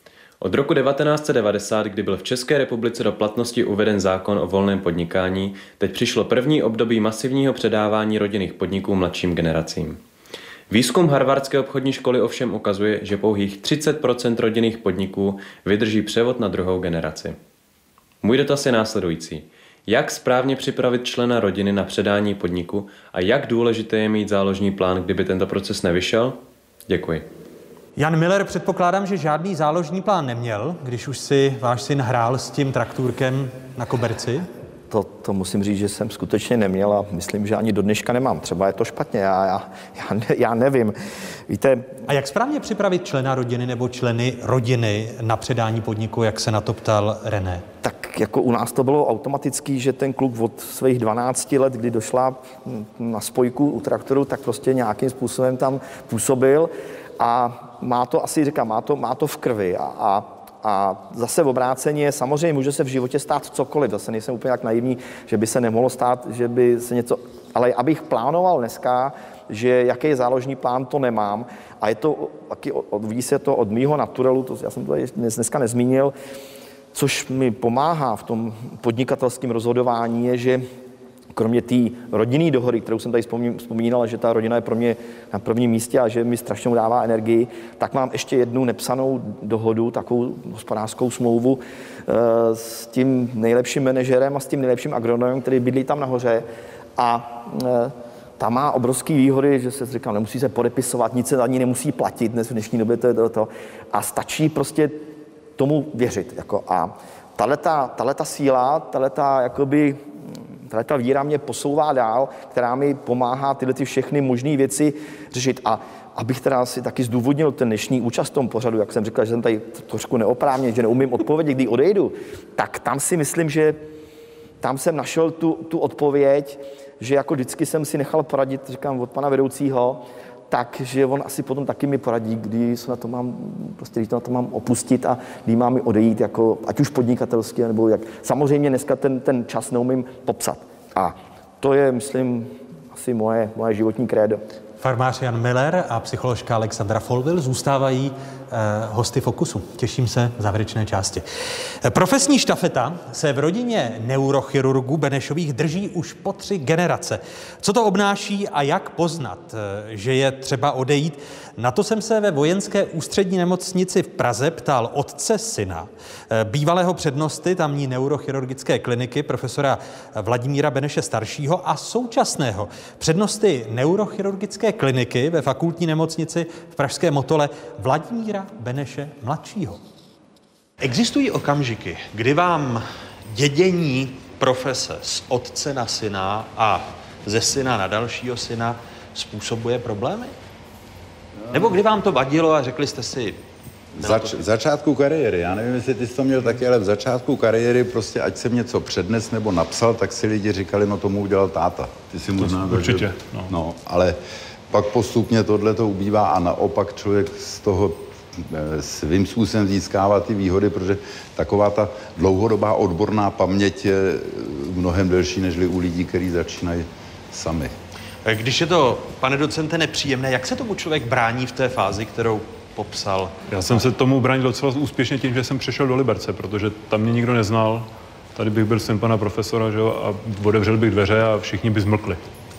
S6: Od roku devatenáct set devadesát, kdy byl v České republice do platnosti uveden zákon o volném podnikání, teď přišlo první období masivního předávání rodinných podniků mladším generacím. Výzkum Harvardské obchodní školy ovšem ukazuje, že pouhých třicet procent rodinných podniků vydrží převod na druhou generaci. Můj dotaz je následující. Jak správně připravit člena rodiny na předání podniku a jak důležité je mít záložní plán, kdyby tento proces nevyšel? Děkuji.
S7: Jan Miller, předpokládám, že žádný záložní plán neměl, když už si váš syn hrál s tím traktůrkem na koberci?
S3: To, to musím říct, že jsem skutečně neměl a myslím, že ani do dneška nemám. Třeba je to špatně, já, já, já, ne, já nevím. Víte...
S7: A jak správně připravit člena rodiny nebo členy rodiny na předání podniku, jak se na to ptal René?
S3: Tak jako u nás to bylo automatický, že ten kluk od svých dvanácti let, kdy došla na spojku u traktoru, tak prostě nějakým způsobem tam působil a má to, asi říkám, má to, má to v krvi a, a A zase v obráceně, samozřejmě může se v životě stát cokoliv, zase nejsem úplně tak naivní, že by se nemohlo stát, že by se něco, ale abych plánoval dneska, že jaký je záložní plán, to nemám a je to, taky odvíjí se to od mýho naturelu, to já jsem to dneska nezmínil, což mi pomáhá v tom podnikatelském rozhodování, je, že kromě té rodinné dohody, kterou jsem tady vzpomínal, že ta rodina je pro mě na prvním místě a že mi strašně dává energii, tak mám ještě jednu nepsanou dohodu, takovou hospodářskou smlouvu e, s tím nejlepším manažerem a s tím nejlepším agronomem, který bydlí tam nahoře. A e, ta má obrovské výhody, že se říkám, nemusí se podepisovat, nic se ani nemusí platit, dnes v dnešní době to je to, to. A stačí prostě tomu věřit. Jako. A tahleta síla, tahleta jakoby Tady ta víra mě posouvá dál, která mi pomáhá tyhle ty všechny možné věci řešit. A abych teda si taky zdůvodnil ten dnešní účast v tom pořadu, jak jsem říkal, že jsem tady trošku neoprávněn, že neumím odpovědět, kdy odejdu, tak tam si myslím, že tam jsem našel tu, tu odpověď, že jako vždycky jsem si nechal poradit, říkám, od pana vedoucího, takže on asi potom taky mi poradí, kdy se na to mám, prostě když to na to mám opustit a kdy mám i odejít, jako, ať už podnikatelský, nebo jak. Samozřejmě dneska ten, ten čas neumím popsat. A to je, myslím, asi moje, moje životní krédo.
S7: Farmář Jan Miller a psycholožka Alexandra Folvil zůstávají eh, hosty Fokusu. Těším se v závěrečné části. Profesní štafeta se v rodině neurochirurgů Benešových drží už po tři generace. Co to obnáší a jak poznat, že je třeba odejít? Na to jsem se ve vojenské ústřední nemocnici v Praze ptal otce syna, bývalého přednosty tamní neurochirurgické kliniky profesora Vladimíra Beneše staršího a současného přednosty neurochirurgické kliniky ve fakultní nemocnici v pražské Motole Vladimíra Beneše mladšího. Existují okamžiky, kdy vám dědění profese z otce na syna a ze syna na dalšího syna způsobuje problémy? Nebo kdy vám to vadilo a řekli jste si...
S8: Zač- v začátku kariéry, já nevím, jestli ty jsi to měl taky, ale v začátku kariéry prostě, ať jsem něco přednes nebo napsal, tak si lidi říkali, no tomu udělal táta. Ty si možná...
S9: Určitě,
S8: no. no. Ale pak postupně tohle to ubývá a naopak člověk z toho svým způsobem získává ty výhody, protože taková ta dlouhodobá odborná paměť je mnohem delší, než u lidí, kteří začínají sami.
S7: Když je to, pane docente, nepříjemné, jak se tomu člověk brání v té fázi, kterou popsal?
S9: Já jsem se tomu bránil docela úspěšně tím, že jsem přešel do Liberce, protože tam mě nikdo neznal. Tady bych byl syn pana profesora, že jo, a otevřel bych dveře a všichni by zmlkli.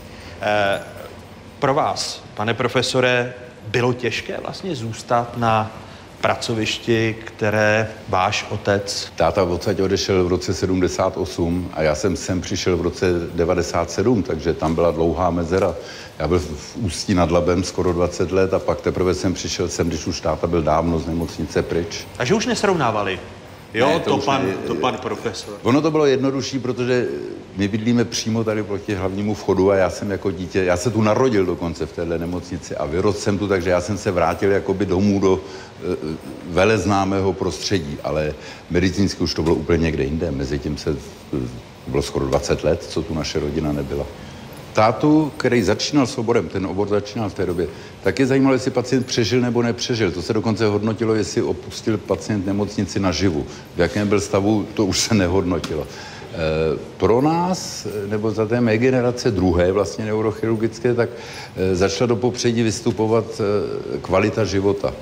S7: Eh, pro vás, pane profesore, bylo těžké vlastně zůstat na pracovišti, které váš otec...
S8: Táta odsaď odešel v roce sedmdesát osm a já jsem sem přišel v roce devadesát sedm, takže tam byla dlouhá mezera. Já byl v Ústí nad Labem skoro dvacet let a pak teprve jsem přišel sem, když už táta byl dávno z nemocnice pryč.
S7: Takže už nesrovnávali? Jo,
S8: ne,
S7: to,
S8: to,
S7: to, pan,
S8: ne,
S7: to pan profesor.
S8: Ono to bylo jednodušší, protože my bydlíme přímo tady proti hlavnímu vchodu a já jsem jako dítě, já se tu narodil dokonce v téhle nemocnici a vyrostl jsem tu, takže já jsem se vrátil jakoby domů do e, veleznámého prostředí, ale medicínsky už to bylo úplně někde jinde. Mezitím se, to bylo skoro dvacet let, co tu naše rodina nebyla. Tátu, který začínal s oborem, ten obor začínal v té době, tak je zajímalo, jestli pacient přežil nebo nepřežil. To se dokonce hodnotilo, jestli opustil pacient nemocnici naživu. V jakém byl stavu, to už se nehodnotilo. E, pro nás, nebo za té mé generace druhé vlastně neurochirurgické, tak e, začala do popředí vystupovat e, kvalita života.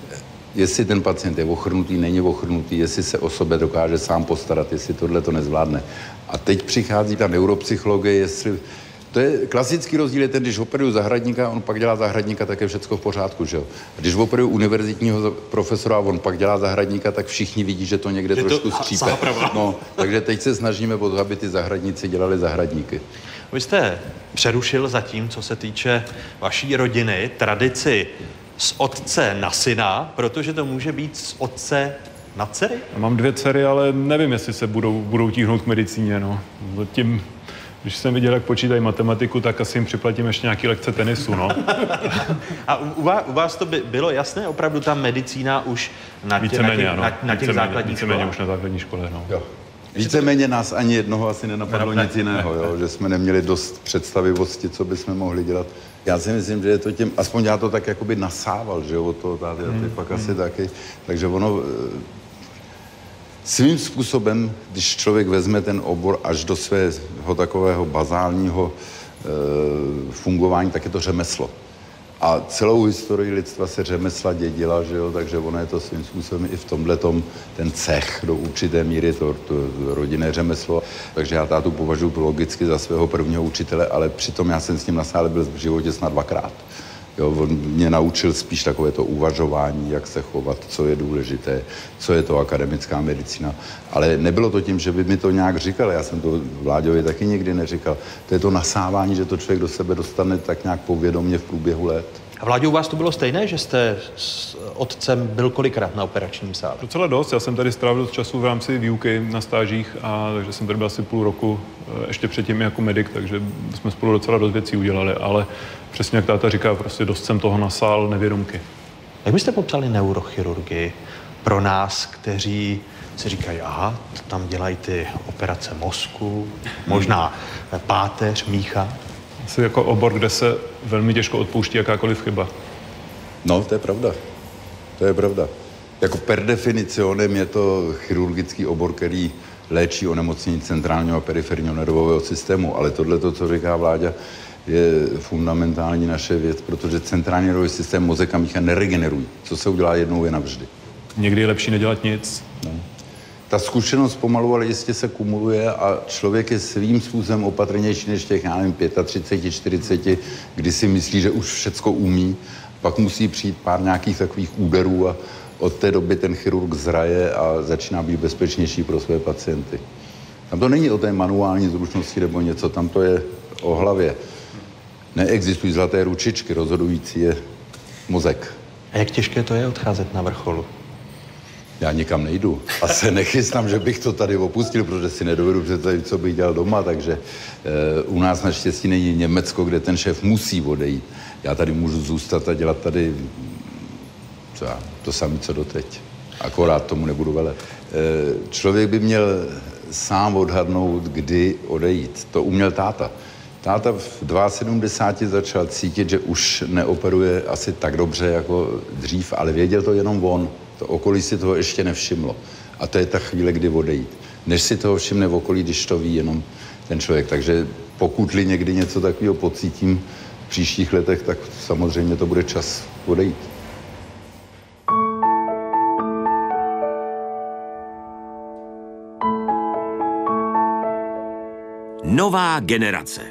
S8: Jestli ten pacient je ochrnutý, není ochrnutý, jestli se o sebe dokáže sám postarat, jestli tohle to nezvládne. A teď přichází ta neuropsychologie, jestli... To je klasický rozdíl, je ten, když operuju zahradníka, on pak dělá zahradníka, tak je všecko v pořádku, že jo. A když operuju univerzitního profesora a on pak dělá zahradníka, tak všichni vidí, že to někde že trošku to skřípe. No, takže teď se snažíme o to, aby ty zahradníci dělali zahradníky.
S7: Vy jste přerušil zatím, co se týče vaší rodiny, tradici z otce na syna, protože to může být z otce na dcery?
S9: Já mám dvě dcery, ale nevím, jestli se budou, budou tíhnout k medicíně, no. Zatím... Když jsem viděl, jak počítají matematiku, tak asi jim připlatím ještě nějaký lekce tenisu, no.
S7: A u vás, u vás to by bylo jasné? Opravdu ta medicína už na, tě, na, těch, na, na těch víceméně, základních
S9: víceméně už na základní škole, no.
S8: Jo. Víceméně nás ani jednoho asi nenapadlo ne, nic jiného, ne, ne, jo, že jsme neměli dost představivosti, co bychom mohli dělat. Já si myslím, že je to tím, aspoň já to tak jakoby nasával, že jo, od toho táty, a ty hmm. pak hmm. asi taky, takže ono... Svým způsobem, když člověk vezme ten obor až do svého takového bazálního e, fungování, tak je to řemeslo. A celou historii lidstva se řemesla dědila, že jo, takže ono je to svým způsobem i v tomhletom ten cech do určité míry, to, to rodinné řemeslo. Takže já tátu považuji logicky za svého prvního učitele, ale přitom já jsem s ním na sále byl v životě snad dvakrát. Jo, on mě naučil spíš takové to uvažování, jak se chovat, co je důležité, co je to akademická medicína. Ale nebylo to tím, že by mi to nějak říkal, já jsem to Vláďovi taky nikdy neříkal. To je to nasávání, že to člověk do sebe dostane tak nějak povědomě v průběhu let.
S7: A Vláďo, u vás to bylo stejné, že jste s otcem byl kolikrát na operačním sále?
S9: Docela dost, já jsem tady strávil dost času v rámci výuky na stážích, a takže jsem tady byl asi půl roku, ještě předtím jako medic, takže jsme spolu docela dost věcí udělali, ale přesně jak táta říká, prostě dost jsem toho nasál nevědomky.
S7: Jak byste popsali neurochirurgii pro nás, kteří si říkají, aha, tam dělají ty operace mozku, možná páteř, mícha?
S9: Asi jako obor, kde se velmi těžko odpouští jakákoliv chyba.
S8: No, to je pravda. To je pravda. Jako per definicionem je to chirurgický obor, který léčí onemocnění centrálního a periferního nervového systému, ale tohle, to, co říká Vláďa, je fundamentální naše věc, protože centrální nervový systém, mozek a mícha neregenerují. Co se udělá jednou je navždy.
S9: Někdy je lepší nedělat nic.
S8: No. Ta zkušenost pomalu, ale jistě se kumuluje a člověk je svým způsobem opatrnější než těch, já nevím, třicet pět, čtyřicet, kdy si myslí, že už všecko umí. Pak musí přijít pár nějakých takových úderů a od té doby ten chirurg zraje a začíná být bezpečnější pro své pacienty. Tam to není o té manuální zručnosti nebo něco, tam to je o hlavě. Neexistují zlaté ručičky, rozhodující je mozek.
S11: A jak těžké to je odcházet na vrcholu?
S8: Já nikam nejdu. A se nechystám, že bych to tady opustil, protože si nedovedu představit, co bych dělal doma, takže e, u nás naštěstí není Německo, kde ten šéf musí odejít. Já tady můžu zůstat a dělat tady co já, to samé, co doteď. Akorát tomu nebudu velet. E, člověk by měl sám odhadnout, kdy odejít. To uměl táta. Táta v sedmdesáti dva začal cítit, že už neoperuje asi tak dobře jako dřív, ale věděl to jenom on. To okolí si toho ještě nevšimlo. A to je ta chvíle, kdy odejít. Než si toho všimne v okolí, když to ví jenom ten člověk. Takže pokud-li někdy něco takového pocítím v příštích letech, tak samozřejmě to bude čas odejít.
S1: Nová generace.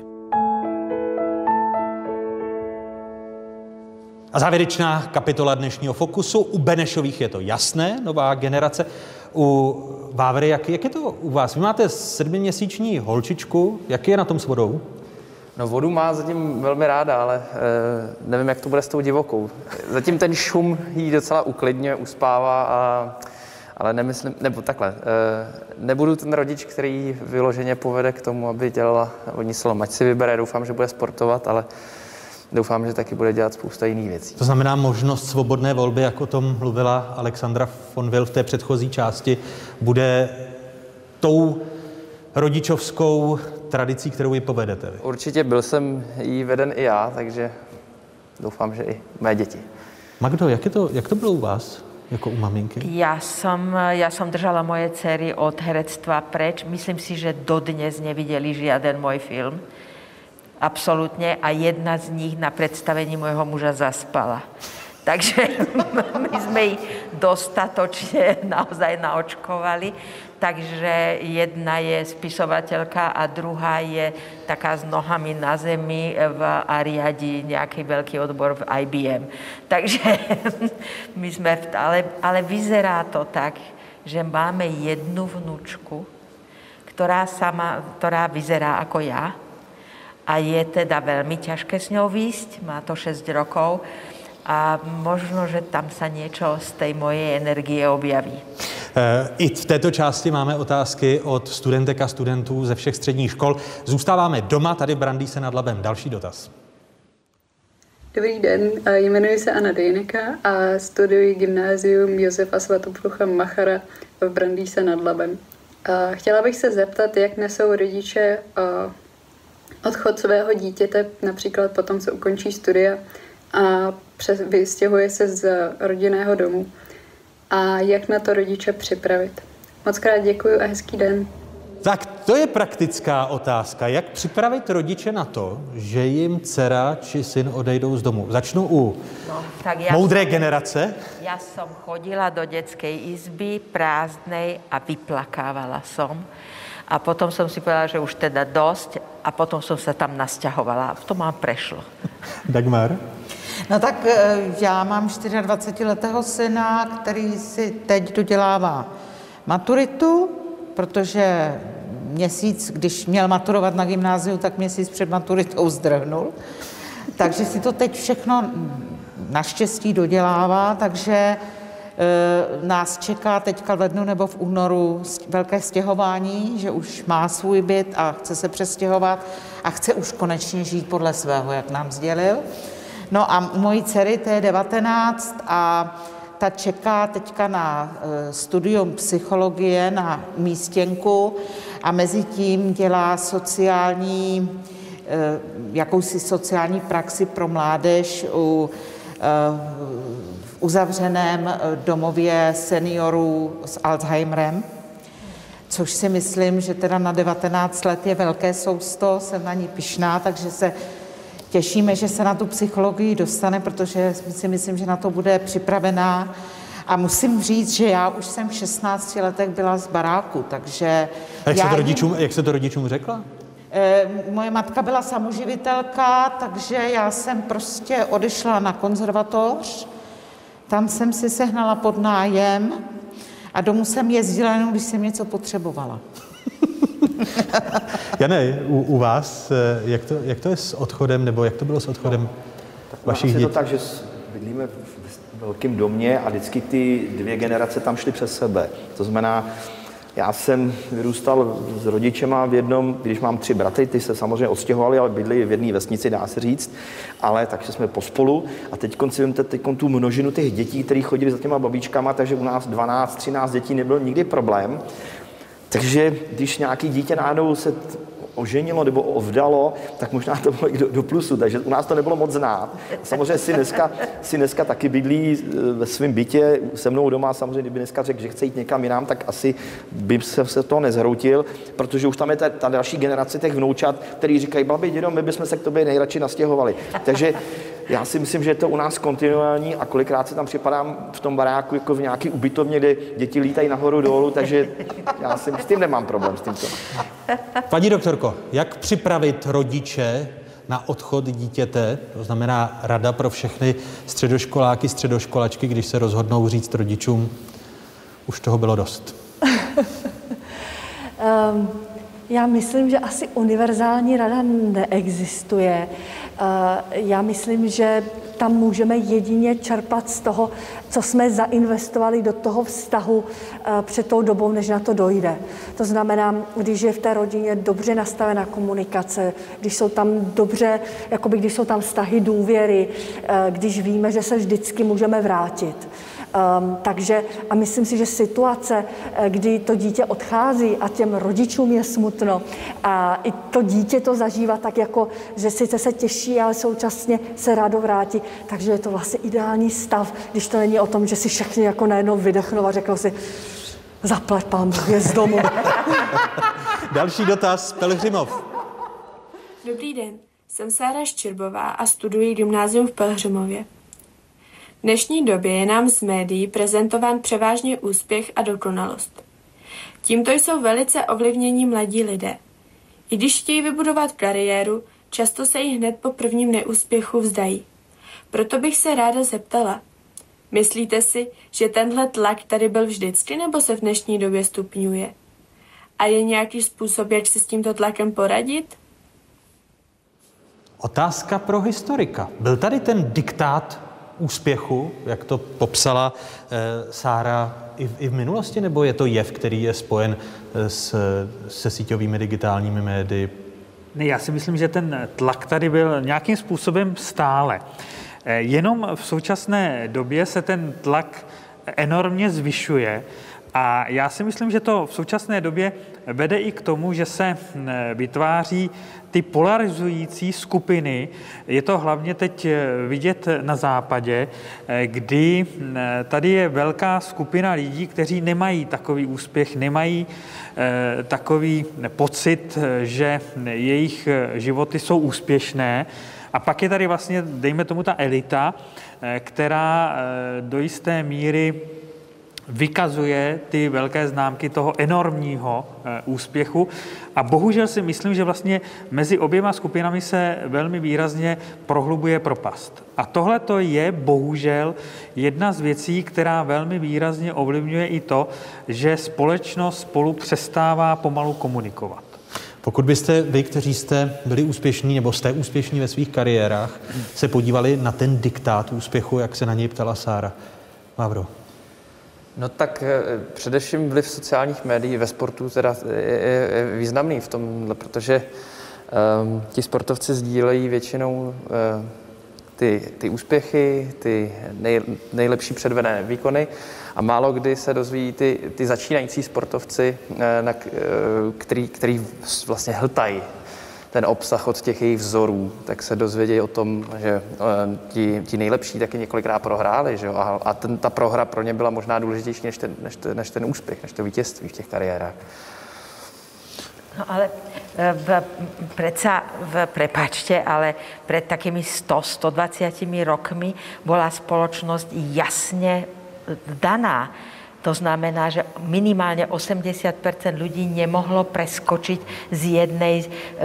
S7: A závěrečná kapitola dnešního Fokusu. U Benešových je to jasné, nová generace. U Vávery, jak, jak je to u vás? Vy máte sedmiměsíční holčičku, jak je na tom s vodou?
S15: No vodu má zatím velmi ráda, ale e, nevím, jak to bude s tou divokou. Zatím ten šum jí docela uklidňuje, uspává, a, ale nemyslím, nebo takhle, e, nebudu ten rodič, který vyloženě povede k tomu, aby dělala vodní slalom. Ať si vybere, doufám, že bude sportovat, ale doufám, že taky bude dělat spousta jiných věcí.
S7: To znamená možnost svobodné volby, jak o tom mluvila Alexandra von Wil v té předchozí části, bude tou rodičovskou tradicí, kterou ji povedete.
S15: Určitě byl jsem jí veden i já, takže doufám, že i mé děti.
S7: Magdo, jak, je to, jak to bylo u vás, jako u maminky?
S12: Ja som, ja som držala moje dcery od herectva preč. Myslím si, že dodnes nevideli žiaden môj film. Absolútne. A jedna z nich na predstavení môjho muža zaspala. Takže my sme ich dostatočne naozaj naočkovali. Takže jedna je spisovateľka a druhá je taká s nohami na zemi v, a riadi nejaký veľký odbor v í bé em. Takže my sme... V, ale, ale vyzerá to tak, že máme jednu vnúčku, ktorá, sama, ktorá vyzerá ako ja. A je teda veľmi ťažké s ňou výjsť, má to šesť rokov a možno, že tam sa niečo z tej mojej energie objaví.
S7: I v této části máme otázky od studentek a studentů ze všech středních škol. Zůstáváme doma, tady v Brandýse nad Labem. Další dotaz.
S13: Dobrý den, jmenuji se Anna Dejneka a studuji gymnázium Josefa Svatopluka Machara v Brandýse nad Labem. Chtěla bych se zeptat, jak nesou rodiče odchod svého dítěte, například potom, co ukončí studia a vystěhuje se z rodinného domu. A jak na to rodiče připravit. Moc krát děkuji a hezký den.
S7: Tak to je praktická otázka. Jak připravit rodiče na to, že jim dcera či syn odejdou z domu? Začnu u
S12: no, tak ja
S7: moudré
S12: som,
S7: generace.
S12: Ja som chodila do detskej izby prázdnej a vyplakávala som. A potom som si povedala, že už teda dosť a potom som sa tam nasťahovala. To mám prešlo.
S7: Dagmar?
S14: No tak já mám dvacetičtyřletého syna, který si teď dodělává maturitu, protože měsíc, když měl maturovat na gymnáziu, tak měsíc před maturitou zdrhnul. Takže si to teď všechno naštěstí dodělává, takže e, nás čeká teďka v lednu nebo v únoru velké stěhování, že už má svůj byt a chce se přestěhovat a chce už konečně žít podle svého, jak nám sdělil. No a u mojí dcery, to je devatenáct a ta čeká teďka na studium psychologie, na umístěnku a mezi tím dělá sociální, jakousi sociální praxi pro mládež u, v uzavřeném domově seniorů s Alzheimerem, což si myslím, že teda na devatenáct let je velké sousto, jsem na ní pyšná, takže se těšíme, že se na tu psychologii dostane, protože si myslím, že na to bude připravená. A musím říct, že já už jsem v šestnácti letech byla z baráku, takže...
S7: A jak,
S14: já
S7: se to rodičům, jak se to rodičům řekla?
S14: E, moje matka byla samoživitelka, takže já jsem prostě odešla na konzervatoř, tam jsem si sehnala pod nájem a domů jsem jezdila jenom, když jsem něco potřebovala.
S7: Jane, u, u vás, jak to, jak to je s odchodem, nebo jak to bylo s odchodem no, vašich dětí?
S3: Je to tak, že bydlíme v velkém domě a vždycky ty dvě generace tam šly přes sebe. To znamená, já jsem vyrůstal s rodičema v jednom, když mám tři bratry, ty se samozřejmě odstěhovali, ale bydli v jedné vesnici, dá se říct, ale takže jsme pospolu a teď si vemte teď tu množinu těch dětí, které chodili za těma babičkama, takže u nás dvanáct třináct dětí nebyl nikdy problém. Takže když nějaký dítě náhodou se oženilo nebo ovdalo, tak možná to bylo i do, do plusu, takže u nás to nebylo moc znát. Samozřejmě si dneska, si dneska taky bydlí ve svém bytě se mnou doma, samozřejmě kdyby dneska řekl, že chce jít někam jinam, tak asi by se, se toho nezhroutil, protože už tam je ta, ta další generace těch vnoučat, který říkají, babi, dědo, my bychom se k tobě nejradši nastěhovali. Takže já si myslím, že je to u nás kontinuální a kolikrát se tam připadám v tom baráku jako v nějaký ubytovně, kde děti lítají nahoru dolů, takže já si s tím nemám problém s tímto.
S7: Paní doktorko, jak připravit rodiče na odchod dítěte, to znamená rada pro všechny středoškoláky, středoškolačky, když se rozhodnou říct rodičům, už toho bylo dost?
S23: um, já myslím, že asi univerzální rada neexistuje. Uh, já myslím, že tam můžeme jedině čerpat z toho, co jsme zainvestovali do toho vztahu uh, před tou dobou, než na to dojde. To znamená, když je v té rodině dobře nastavená komunikace, když jsou tam dobře, jakoby když jsou tam vztahy důvěry, uh, když víme, že se vždycky můžeme vrátit. Um, takže a myslím si, že situace, kdy to dítě odchází a těm rodičům je smutno a i to dítě to zažívá tak jako, že sice se těší, ale současně se rádo vrátí, takže je to vlastně ideální stav, když to není o tom, že si všichni jako najednou vydechnou a řeknou si, zaplať pán Bůh, je z domu.
S7: Další dotaz, Pelhřimov.
S4: Dobrý den, jsem Sára Ščirbová a studuji gymnázium v Pelhřimově. V dnešní době je nám z médií prezentován převážně úspěch a dokonalost. Tímto jsou velice ovlivnění mladí lidé. I když chtějí vybudovat kariéru, často se jí hned po prvním neúspěchu vzdají. Proto bych se ráda zeptala, myslíte si, že tenhle tlak tady byl vždycky nebo se v dnešní době stupňuje? A je nějaký způsob, jak si s tímto tlakem poradit?
S7: Otázka pro historika. Byl tady ten diktát úspěchu, jak to popsala e, Sára, i v, i v minulosti, nebo je to jev, který je spojen s, se síťovými digitálními médii?
S16: Ne, já si myslím, že ten tlak tady byl nějakým způsobem stále. E, jenom v současné době se ten tlak enormně zvyšuje a já si myslím, že to v současné době vede i k tomu, že se vytváří ty polarizující skupiny. Je to hlavně teď vidět na západě, kdy tady je velká skupina lidí, kteří nemají takový úspěch, nemají takový pocit, že jejich životy jsou úspěšné. A pak je tady vlastně, dejme tomu, ta elita, která do jisté míry vykazuje ty velké známky toho enormního e, úspěchu a bohužel si myslím, že vlastně mezi oběma skupinami se velmi výrazně prohlubuje propast. A tohle to je bohužel jedna z věcí, která velmi výrazně ovlivňuje i to, že společnost spolu přestává pomalu komunikovat.
S7: Pokud byste vy, kteří jste byli úspěšní nebo jste úspěšní ve svých kariérách, se podívali na ten diktát úspěchu, jak se na něj ptala Sára. Mavro.
S15: No tak především vliv sociálních médií ve sportu teda je, je významný v tomhle, protože um, ti sportovci sdílejí většinou uh, ty, ty úspěchy, ty nej, nejlepší předvedené výkony a málo kdy se dozví ty, ty začínající sportovci, uh, na, uh, který, který vlastně hltají ten obsah od těch jejich vzorů, tak se dozvědějí o tom, že uh, ti, ti nejlepší taky několikrát prohráli, že jo? A, a ten, ta prohra pro ně byla možná důležitější než ten, než, ten, než ten úspěch, než to vítězství v těch kariérách.
S12: No ale v, predsa, v, prepáčte, ale pred takými sto až stodvadsiatimi rokmi bola spoločnosť jasne daná. To znamená, že minimálne osemdesiat percent ľudí nemohlo preskočiť z jednej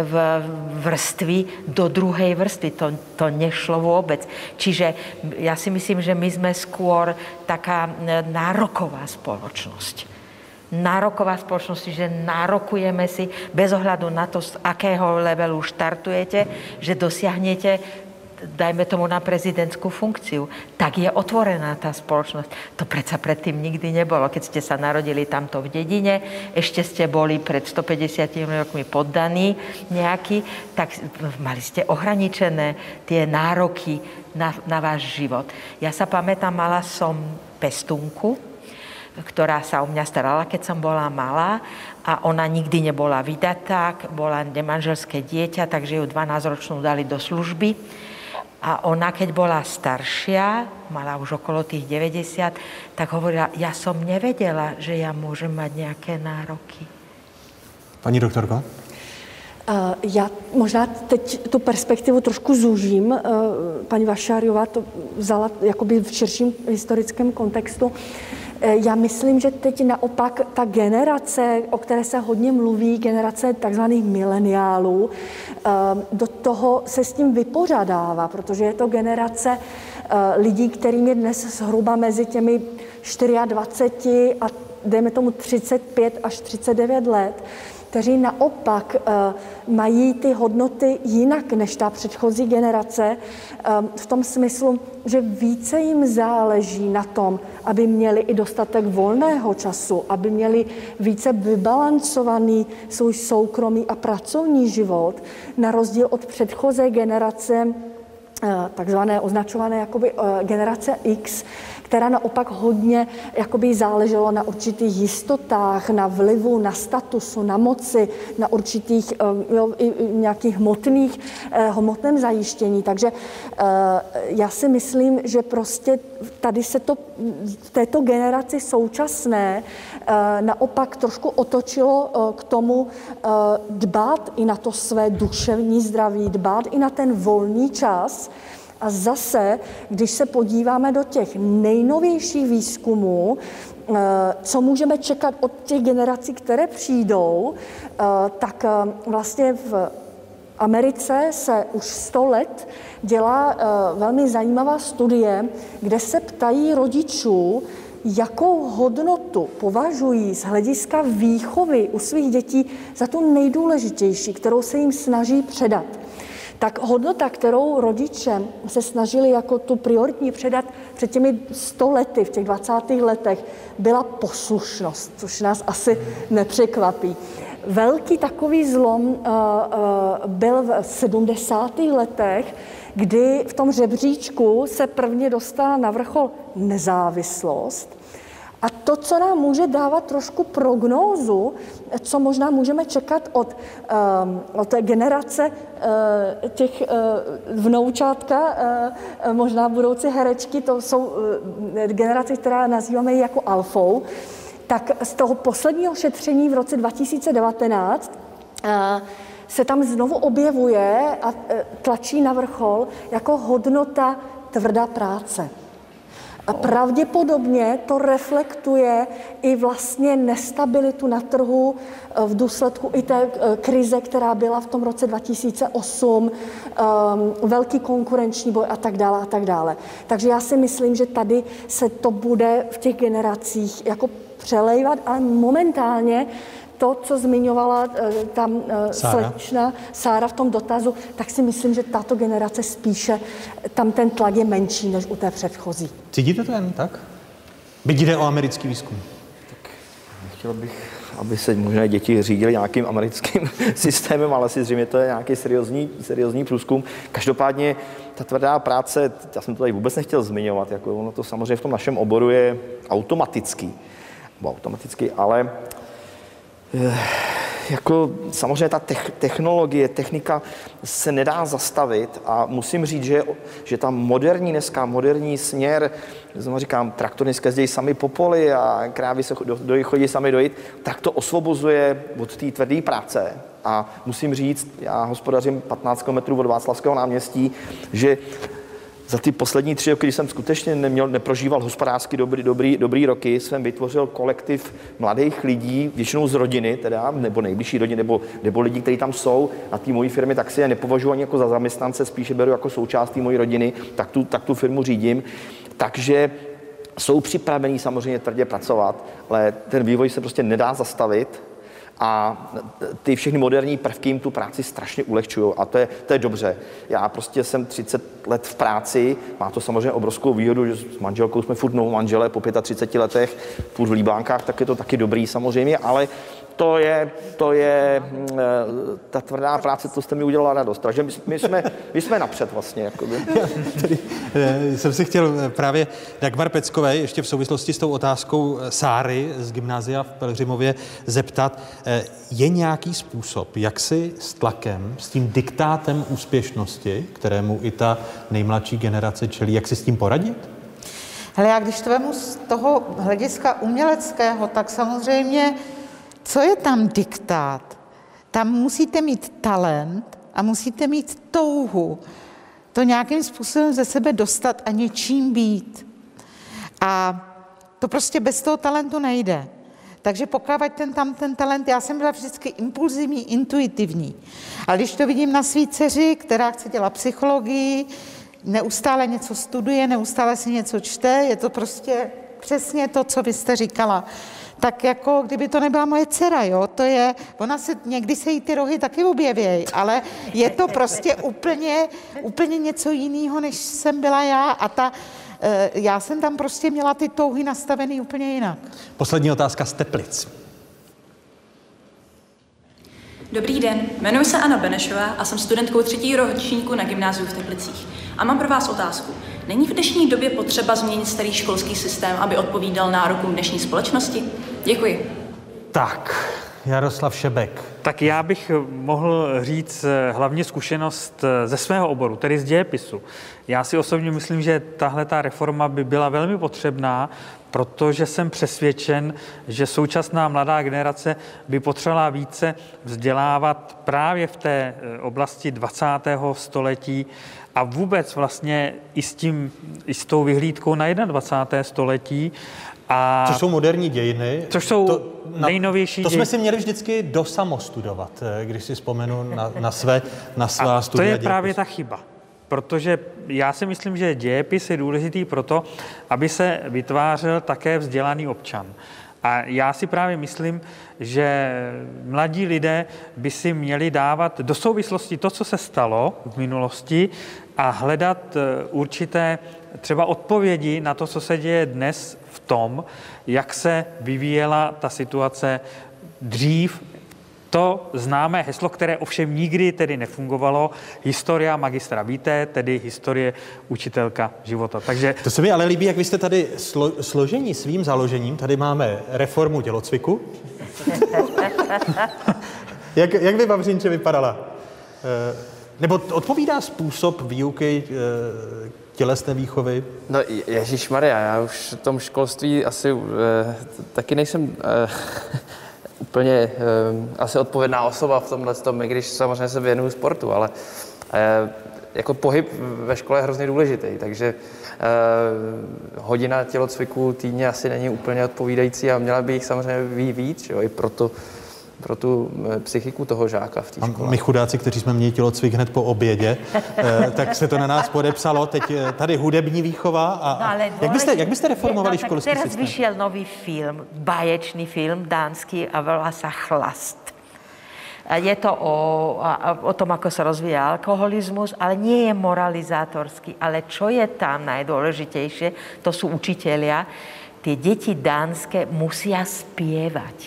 S12: vrstvy do druhej vrstvy. To, to nešlo vôbec. Čiže ja si myslím, že my sme skôr taká nároková spoločnosť. Nároková spoločnosť, že nárokujeme si bez ohľadu na to, z akého levelu štartujete, že dosiahnete dajme tomu na prezidentskú funkciu, tak je otvorená tá spoločnosť. To predsa predtým nikdy nebolo. Keď ste sa narodili tamto v dedine, ešte ste boli pred stopäťdesiatimi rokmi poddaní nejaký, tak mali ste ohraničené tie nároky na, na váš život. Ja sa pamätám, mala som pestúnku, ktorá sa o mňa starala, keď som bola malá a ona nikdy nebola vydatá, bola nemanželské dieťa, takže ju dvanásťročnú dali do služby. A ona, keď bola staršia, mala už okolo tých deväťdesiat, tak hovorila, ja som nevedela, že ja môžem mať nejaké nároky.
S17: Paní doktorko?
S23: Já možná teď tu perspektivu trošku zúžím. Paní Vašáriová to vzala jakoby v širším historickém kontextu. Já myslím, že teď naopak ta generace, o které se hodně mluví, generace takzvaných mileniálů, do toho se s tím vypořádává, protože je to generace lidí, kterým je dnes zhruba mezi těmi dvaceti čtyřmi a dejme tomu třicet pět až třicet devět let, kteří naopak uh, mají ty hodnoty jinak než ta předchozí generace, um, v tom smyslu, že více jim záleží na tom, aby měli i dostatek volného času, aby měli více vybalancovaný svůj soukromý a pracovní život, na rozdíl od předchozí generace, uh, takzvané označované jakoby uh, generace X, která naopak hodně jakoby záleželo na určitých jistotách, na vlivu, na statusu, na moci, na určitých jo, i, i nějakých hmotných, eh, hmotném zajištění. Takže eh, já si myslím, že prostě tady se to v této generaci současné eh, naopak trošku otočilo eh, k tomu eh, dbát i na to své duševní zdraví, dbát i na ten volný čas. A zase, když se podíváme do těch nejnovějších výzkumů, co můžeme čekat od těch generací, které přijdou, tak vlastně v Americe se už sto let dělá velmi zajímavá studie, kde se ptají rodičů, jakou hodnotu považují z hlediska výchovy u svých dětí za tu nejdůležitější, kterou se jim snaží předat. Tak hodnota, kterou rodiče se snažili jako tu prioritní předat před těmi sto lety, v těch dvacátých letech, byla poslušnost, což nás asi nepřekvapí. Velký takový zlom uh, uh, byl v sedmdesátých letech, kdy v tom žebříčku se prvně dostala na vrchol nezávislost. A to, co nám může dávat trošku prognózu, co možná můžeme čekat od, um, od té generace uh, těch uh, vnoučátka, uh, možná budoucí herečky, to jsou uh, generace, která nazýváme jako alfou, tak z toho posledního šetření v roce dva tisíce devatenáct uh, se tam znovu objevuje a uh, tlačí na vrchol jako hodnota tvrdá práce. A pravděpodobně to reflektuje i vlastně nestabilitu na trhu v důsledku i té krize, která byla v tom roce dva tisíce osm, um, velký konkurenční boj a tak dále a tak dále. Takže já si myslím, že tady se to bude v těch generacích jako přelejvat, ale momentálně to, co zmiňovala tam slečna Sára v tom dotazu, tak si myslím, že tato generace spíše, tam ten tlak je menší než u té předchozí.
S17: Cítíte to jen tak? Byť jde o americký výzkum.
S3: Tak chtěl bych, aby se možná děti řídily nějakým americkým systémem, ale si zřejmě to je nějaký seriózní, seriózní průzkum. Každopádně ta tvrdá práce, já jsem to tady vůbec nechtěl zmiňovat, jako ono to samozřejmě v tom našem oboru je automatický, automatický, ale jako samozřejmě ta technologie, technika se nedá zastavit a musím říct, že, že ta moderní dneska, moderní směr, znovu říkám, traktory dneska jezdí sami po poli a krávy se do, do, chodí sami dojít, tak to osvobozuje od té tvrdé práce. A musím říct, já hospodařím patnáct kilometrů od Václavského náměstí, že za ty poslední tři roky, kdy jsem skutečně neměl, neprožíval hospodářsky dobrý, dobrý, dobrý roky, jsem vytvořil kolektiv mladých lidí, většinou z rodiny, teda, nebo nejbližší rodiny, nebo, nebo lidí, kteří tam jsou na té mojí firmě, tak si je nepovažuji ani jako za zaměstnance, spíše beru jako součást té mojí rodiny, tak tu, tak tu firmu řídím. Takže jsou připravení samozřejmě tvrdě pracovat, ale ten vývoj se prostě nedá zastavit. A ty všechny moderní prvky jim tu práci strašně ulehčují a to je, to je dobře. Já prostě jsem třicet let v práci, má to samozřejmě obrovskou výhodu, že s manželkou jsme furt novou manželé po třiceti pěti letech, furt v Líbánkách, tak je to taky dobrý samozřejmě, ale to je, to je ta tvrdá práce, to jste mi udělala radost. Takže my, my, jsme, my jsme napřed vlastně. Jakoby.
S7: Tady, jsem si chtěl právě Dagmar Peckové ještě v souvislosti s tou otázkou Sáry z gymnázia v Pelhřimově zeptat, je nějaký způsob, jak si s tlakem, s tím diktátem úspěšnosti, kterému i ta nejmladší generace čelí, jak si s tím poradit?
S14: Hele, já když to vemu z toho hlediska uměleckého, tak samozřejmě co je tam diktát? Tam musíte mít talent a musíte mít touhu to nějakým způsobem ze sebe dostat a něčím být. A to prostě bez toho talentu nejde. Takže pokud ten tam ten talent, já jsem byla vždycky impulzivní, intuitivní. Ale když to vidím na svý dceři, která chce dělat psychologii, neustále něco studuje, neustále si něco čte, je to prostě přesně to, co vy jste říkala. Tak jako kdyby to nebyla moje dcera, jo, to je, ona se, někdy se jí ty rohy taky objevějí, ale je to prostě úplně, úplně něco jiného, než jsem byla já a ta, já jsem tam prostě měla ty touhy nastavený úplně jinak.
S7: Poslední otázka z Teplic.
S10: Dobrý den, jmenuji se Anna Benešová a jsem studentkou třetího ročníku na gymnáziu v Teplicích. A mám pro vás otázku. Není v dnešní době potřeba změnit starý školský systém, aby odpovídal nárokům dnešní společnosti? Děkuji.
S7: Tak, Jaroslav Šebek.
S16: Tak já bych mohl říct hlavně zkušenost ze svého oboru, tedy z dějepisu. Já si osobně myslím, že tahle ta reforma by byla velmi potřebná, protože jsem přesvědčen, že současná mladá generace by potřebovala více vzdělávat právě v té oblasti dvacátého století a vůbec vlastně i s tím, i s tou vyhlídkou na dvacátého prvního století. A
S7: což jsou moderní dějiny.
S16: Což jsou
S7: to, na,
S16: nejnovější
S7: To
S16: dějiny.
S7: jsme si měli vždycky dosamostudovat, když si vzpomenu na, na své na svá
S16: a
S7: studia
S16: to je
S7: dějepisu.
S16: právě ta chyba. Protože já si myslím, že dějepis je důležitý proto, aby se vytvářel také vzdělaný občan. A já si právě myslím, že mladí lidé by si měli dávat do souvislosti to, co se stalo v minulosti a hledat určité třeba odpovědi na to, co se děje dnes v tom, jak se vyvíjela ta situace dřív. To známé heslo, které ovšem nikdy tedy nefungovalo, historia magistra vitae, tedy historie učitelka života. Takže
S7: to se mi ale líbí, jak vy jste tady slo, složení svým založením. Tady máme reformu tělocviku. jak, jak by Vavřínče vypadala? E, nebo odpovídá způsob výuky e, tělesné výchovy?
S15: No ježišmarja, já už v tom školství asi e, taky nejsem... E, úplně e, asi odpovědná osoba v tomhle tom, i když samozřejmě se věnuju sportu, ale e, jako pohyb ve škole je hrozně důležitý, takže e, hodina tělocviku týdně asi není úplně odpovídající a měla by jich samozřejmě být víc, jo, i proto, pro tu psychiku toho žáka v té škole.
S7: My chudáci, kteří jsme měli tělocvik hned po obědě, tak se to na nás podepsalo. Teď tady hudební výchova. A,
S12: no, ale
S7: jak, byste, jak byste reformovali
S12: no,
S7: školský
S12: teraz
S7: systém?
S12: Teraz vyšiel nový film, báječný film, dánsky a volá sa Chlast. Je to o, o tom, ako sa rozvíja alkoholizmus, ale nie je moralizátorský. Ale čo je tam najdôležitejšie, to sú učitelia. Tie deti dánske musia spievať.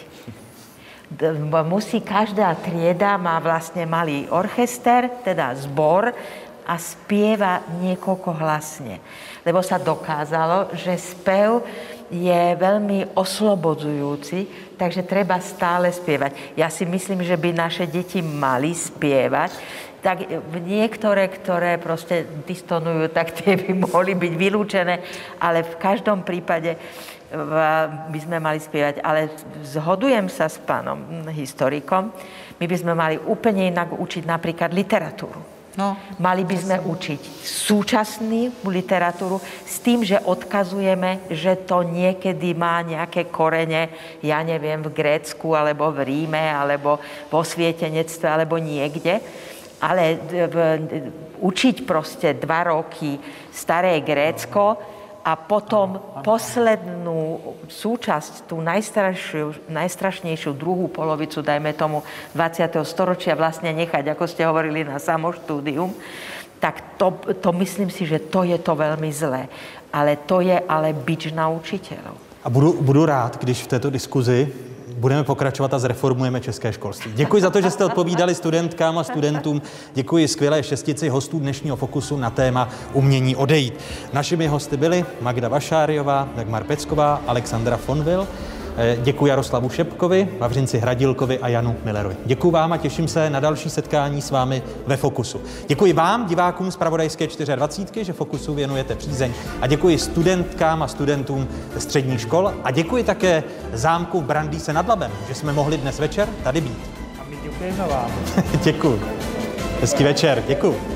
S12: Musí, každá trieda má vlastne malý orchester, teda zbor, a spieva niekoľkohlasne. Lebo sa dokázalo, že spev je veľmi oslobodzujúci, takže treba stále spievať. Ja si myslím, že by naše deti mali spievať, tak niektoré, ktoré proste distonujú, tak tie by mohli byť vylúčené, ale v každom prípade by sme mali spievať. Ale zhodujem sa s pánom historikom, my by sme mali úplne inak učiť napríklad literatúru. No, mali by sme učiť súčasnú literatúru s tým, že odkazujeme, že to niekedy má nejaké korene, ja neviem, v Grécku, alebo v Ríme, alebo vo osvietenectve, alebo niekde. Ale učiť proste dva roky staré Grécko a potom poslednú súčasť, tú najstrašnejšiu druhú polovicu, dajme tomu dvadsiateho storočia vlastne nechať, ako ste hovorili, na samoštúdium, tak to, to myslím si, že to je to veľmi zlé. Ale to je ale bič na učiteľov.
S7: A budu, budu rád, když v této diskuzi budeme pokračovat a zreformujeme české školství. Děkuji za to, že jste odpovídali studentkám a studentům. Děkuji skvělé šestici hostů dnešního Fokusu na téma umění odejít. Našimi hosty byli Magda Vašáriová, Dagmar Pecková, Alexandra Fonvil. Děkuji Jaroslavu Šepkovi, Vavřinci Hradilkovi a Janu Millerovi. Děkuji vám a těším se na další setkání s vámi ve Fokusu. Děkuji vám, divákům z Zpravodajské dvacet čtyři, že Fokusu věnujete přízeň, a děkuji studentkám a studentům středních škol a děkuji také zámku v Brandýse nad Labem, že jsme mohli dnes večer tady být.
S16: A my děkujeme vám.
S7: Děkuji. Hezký večer, děkuji.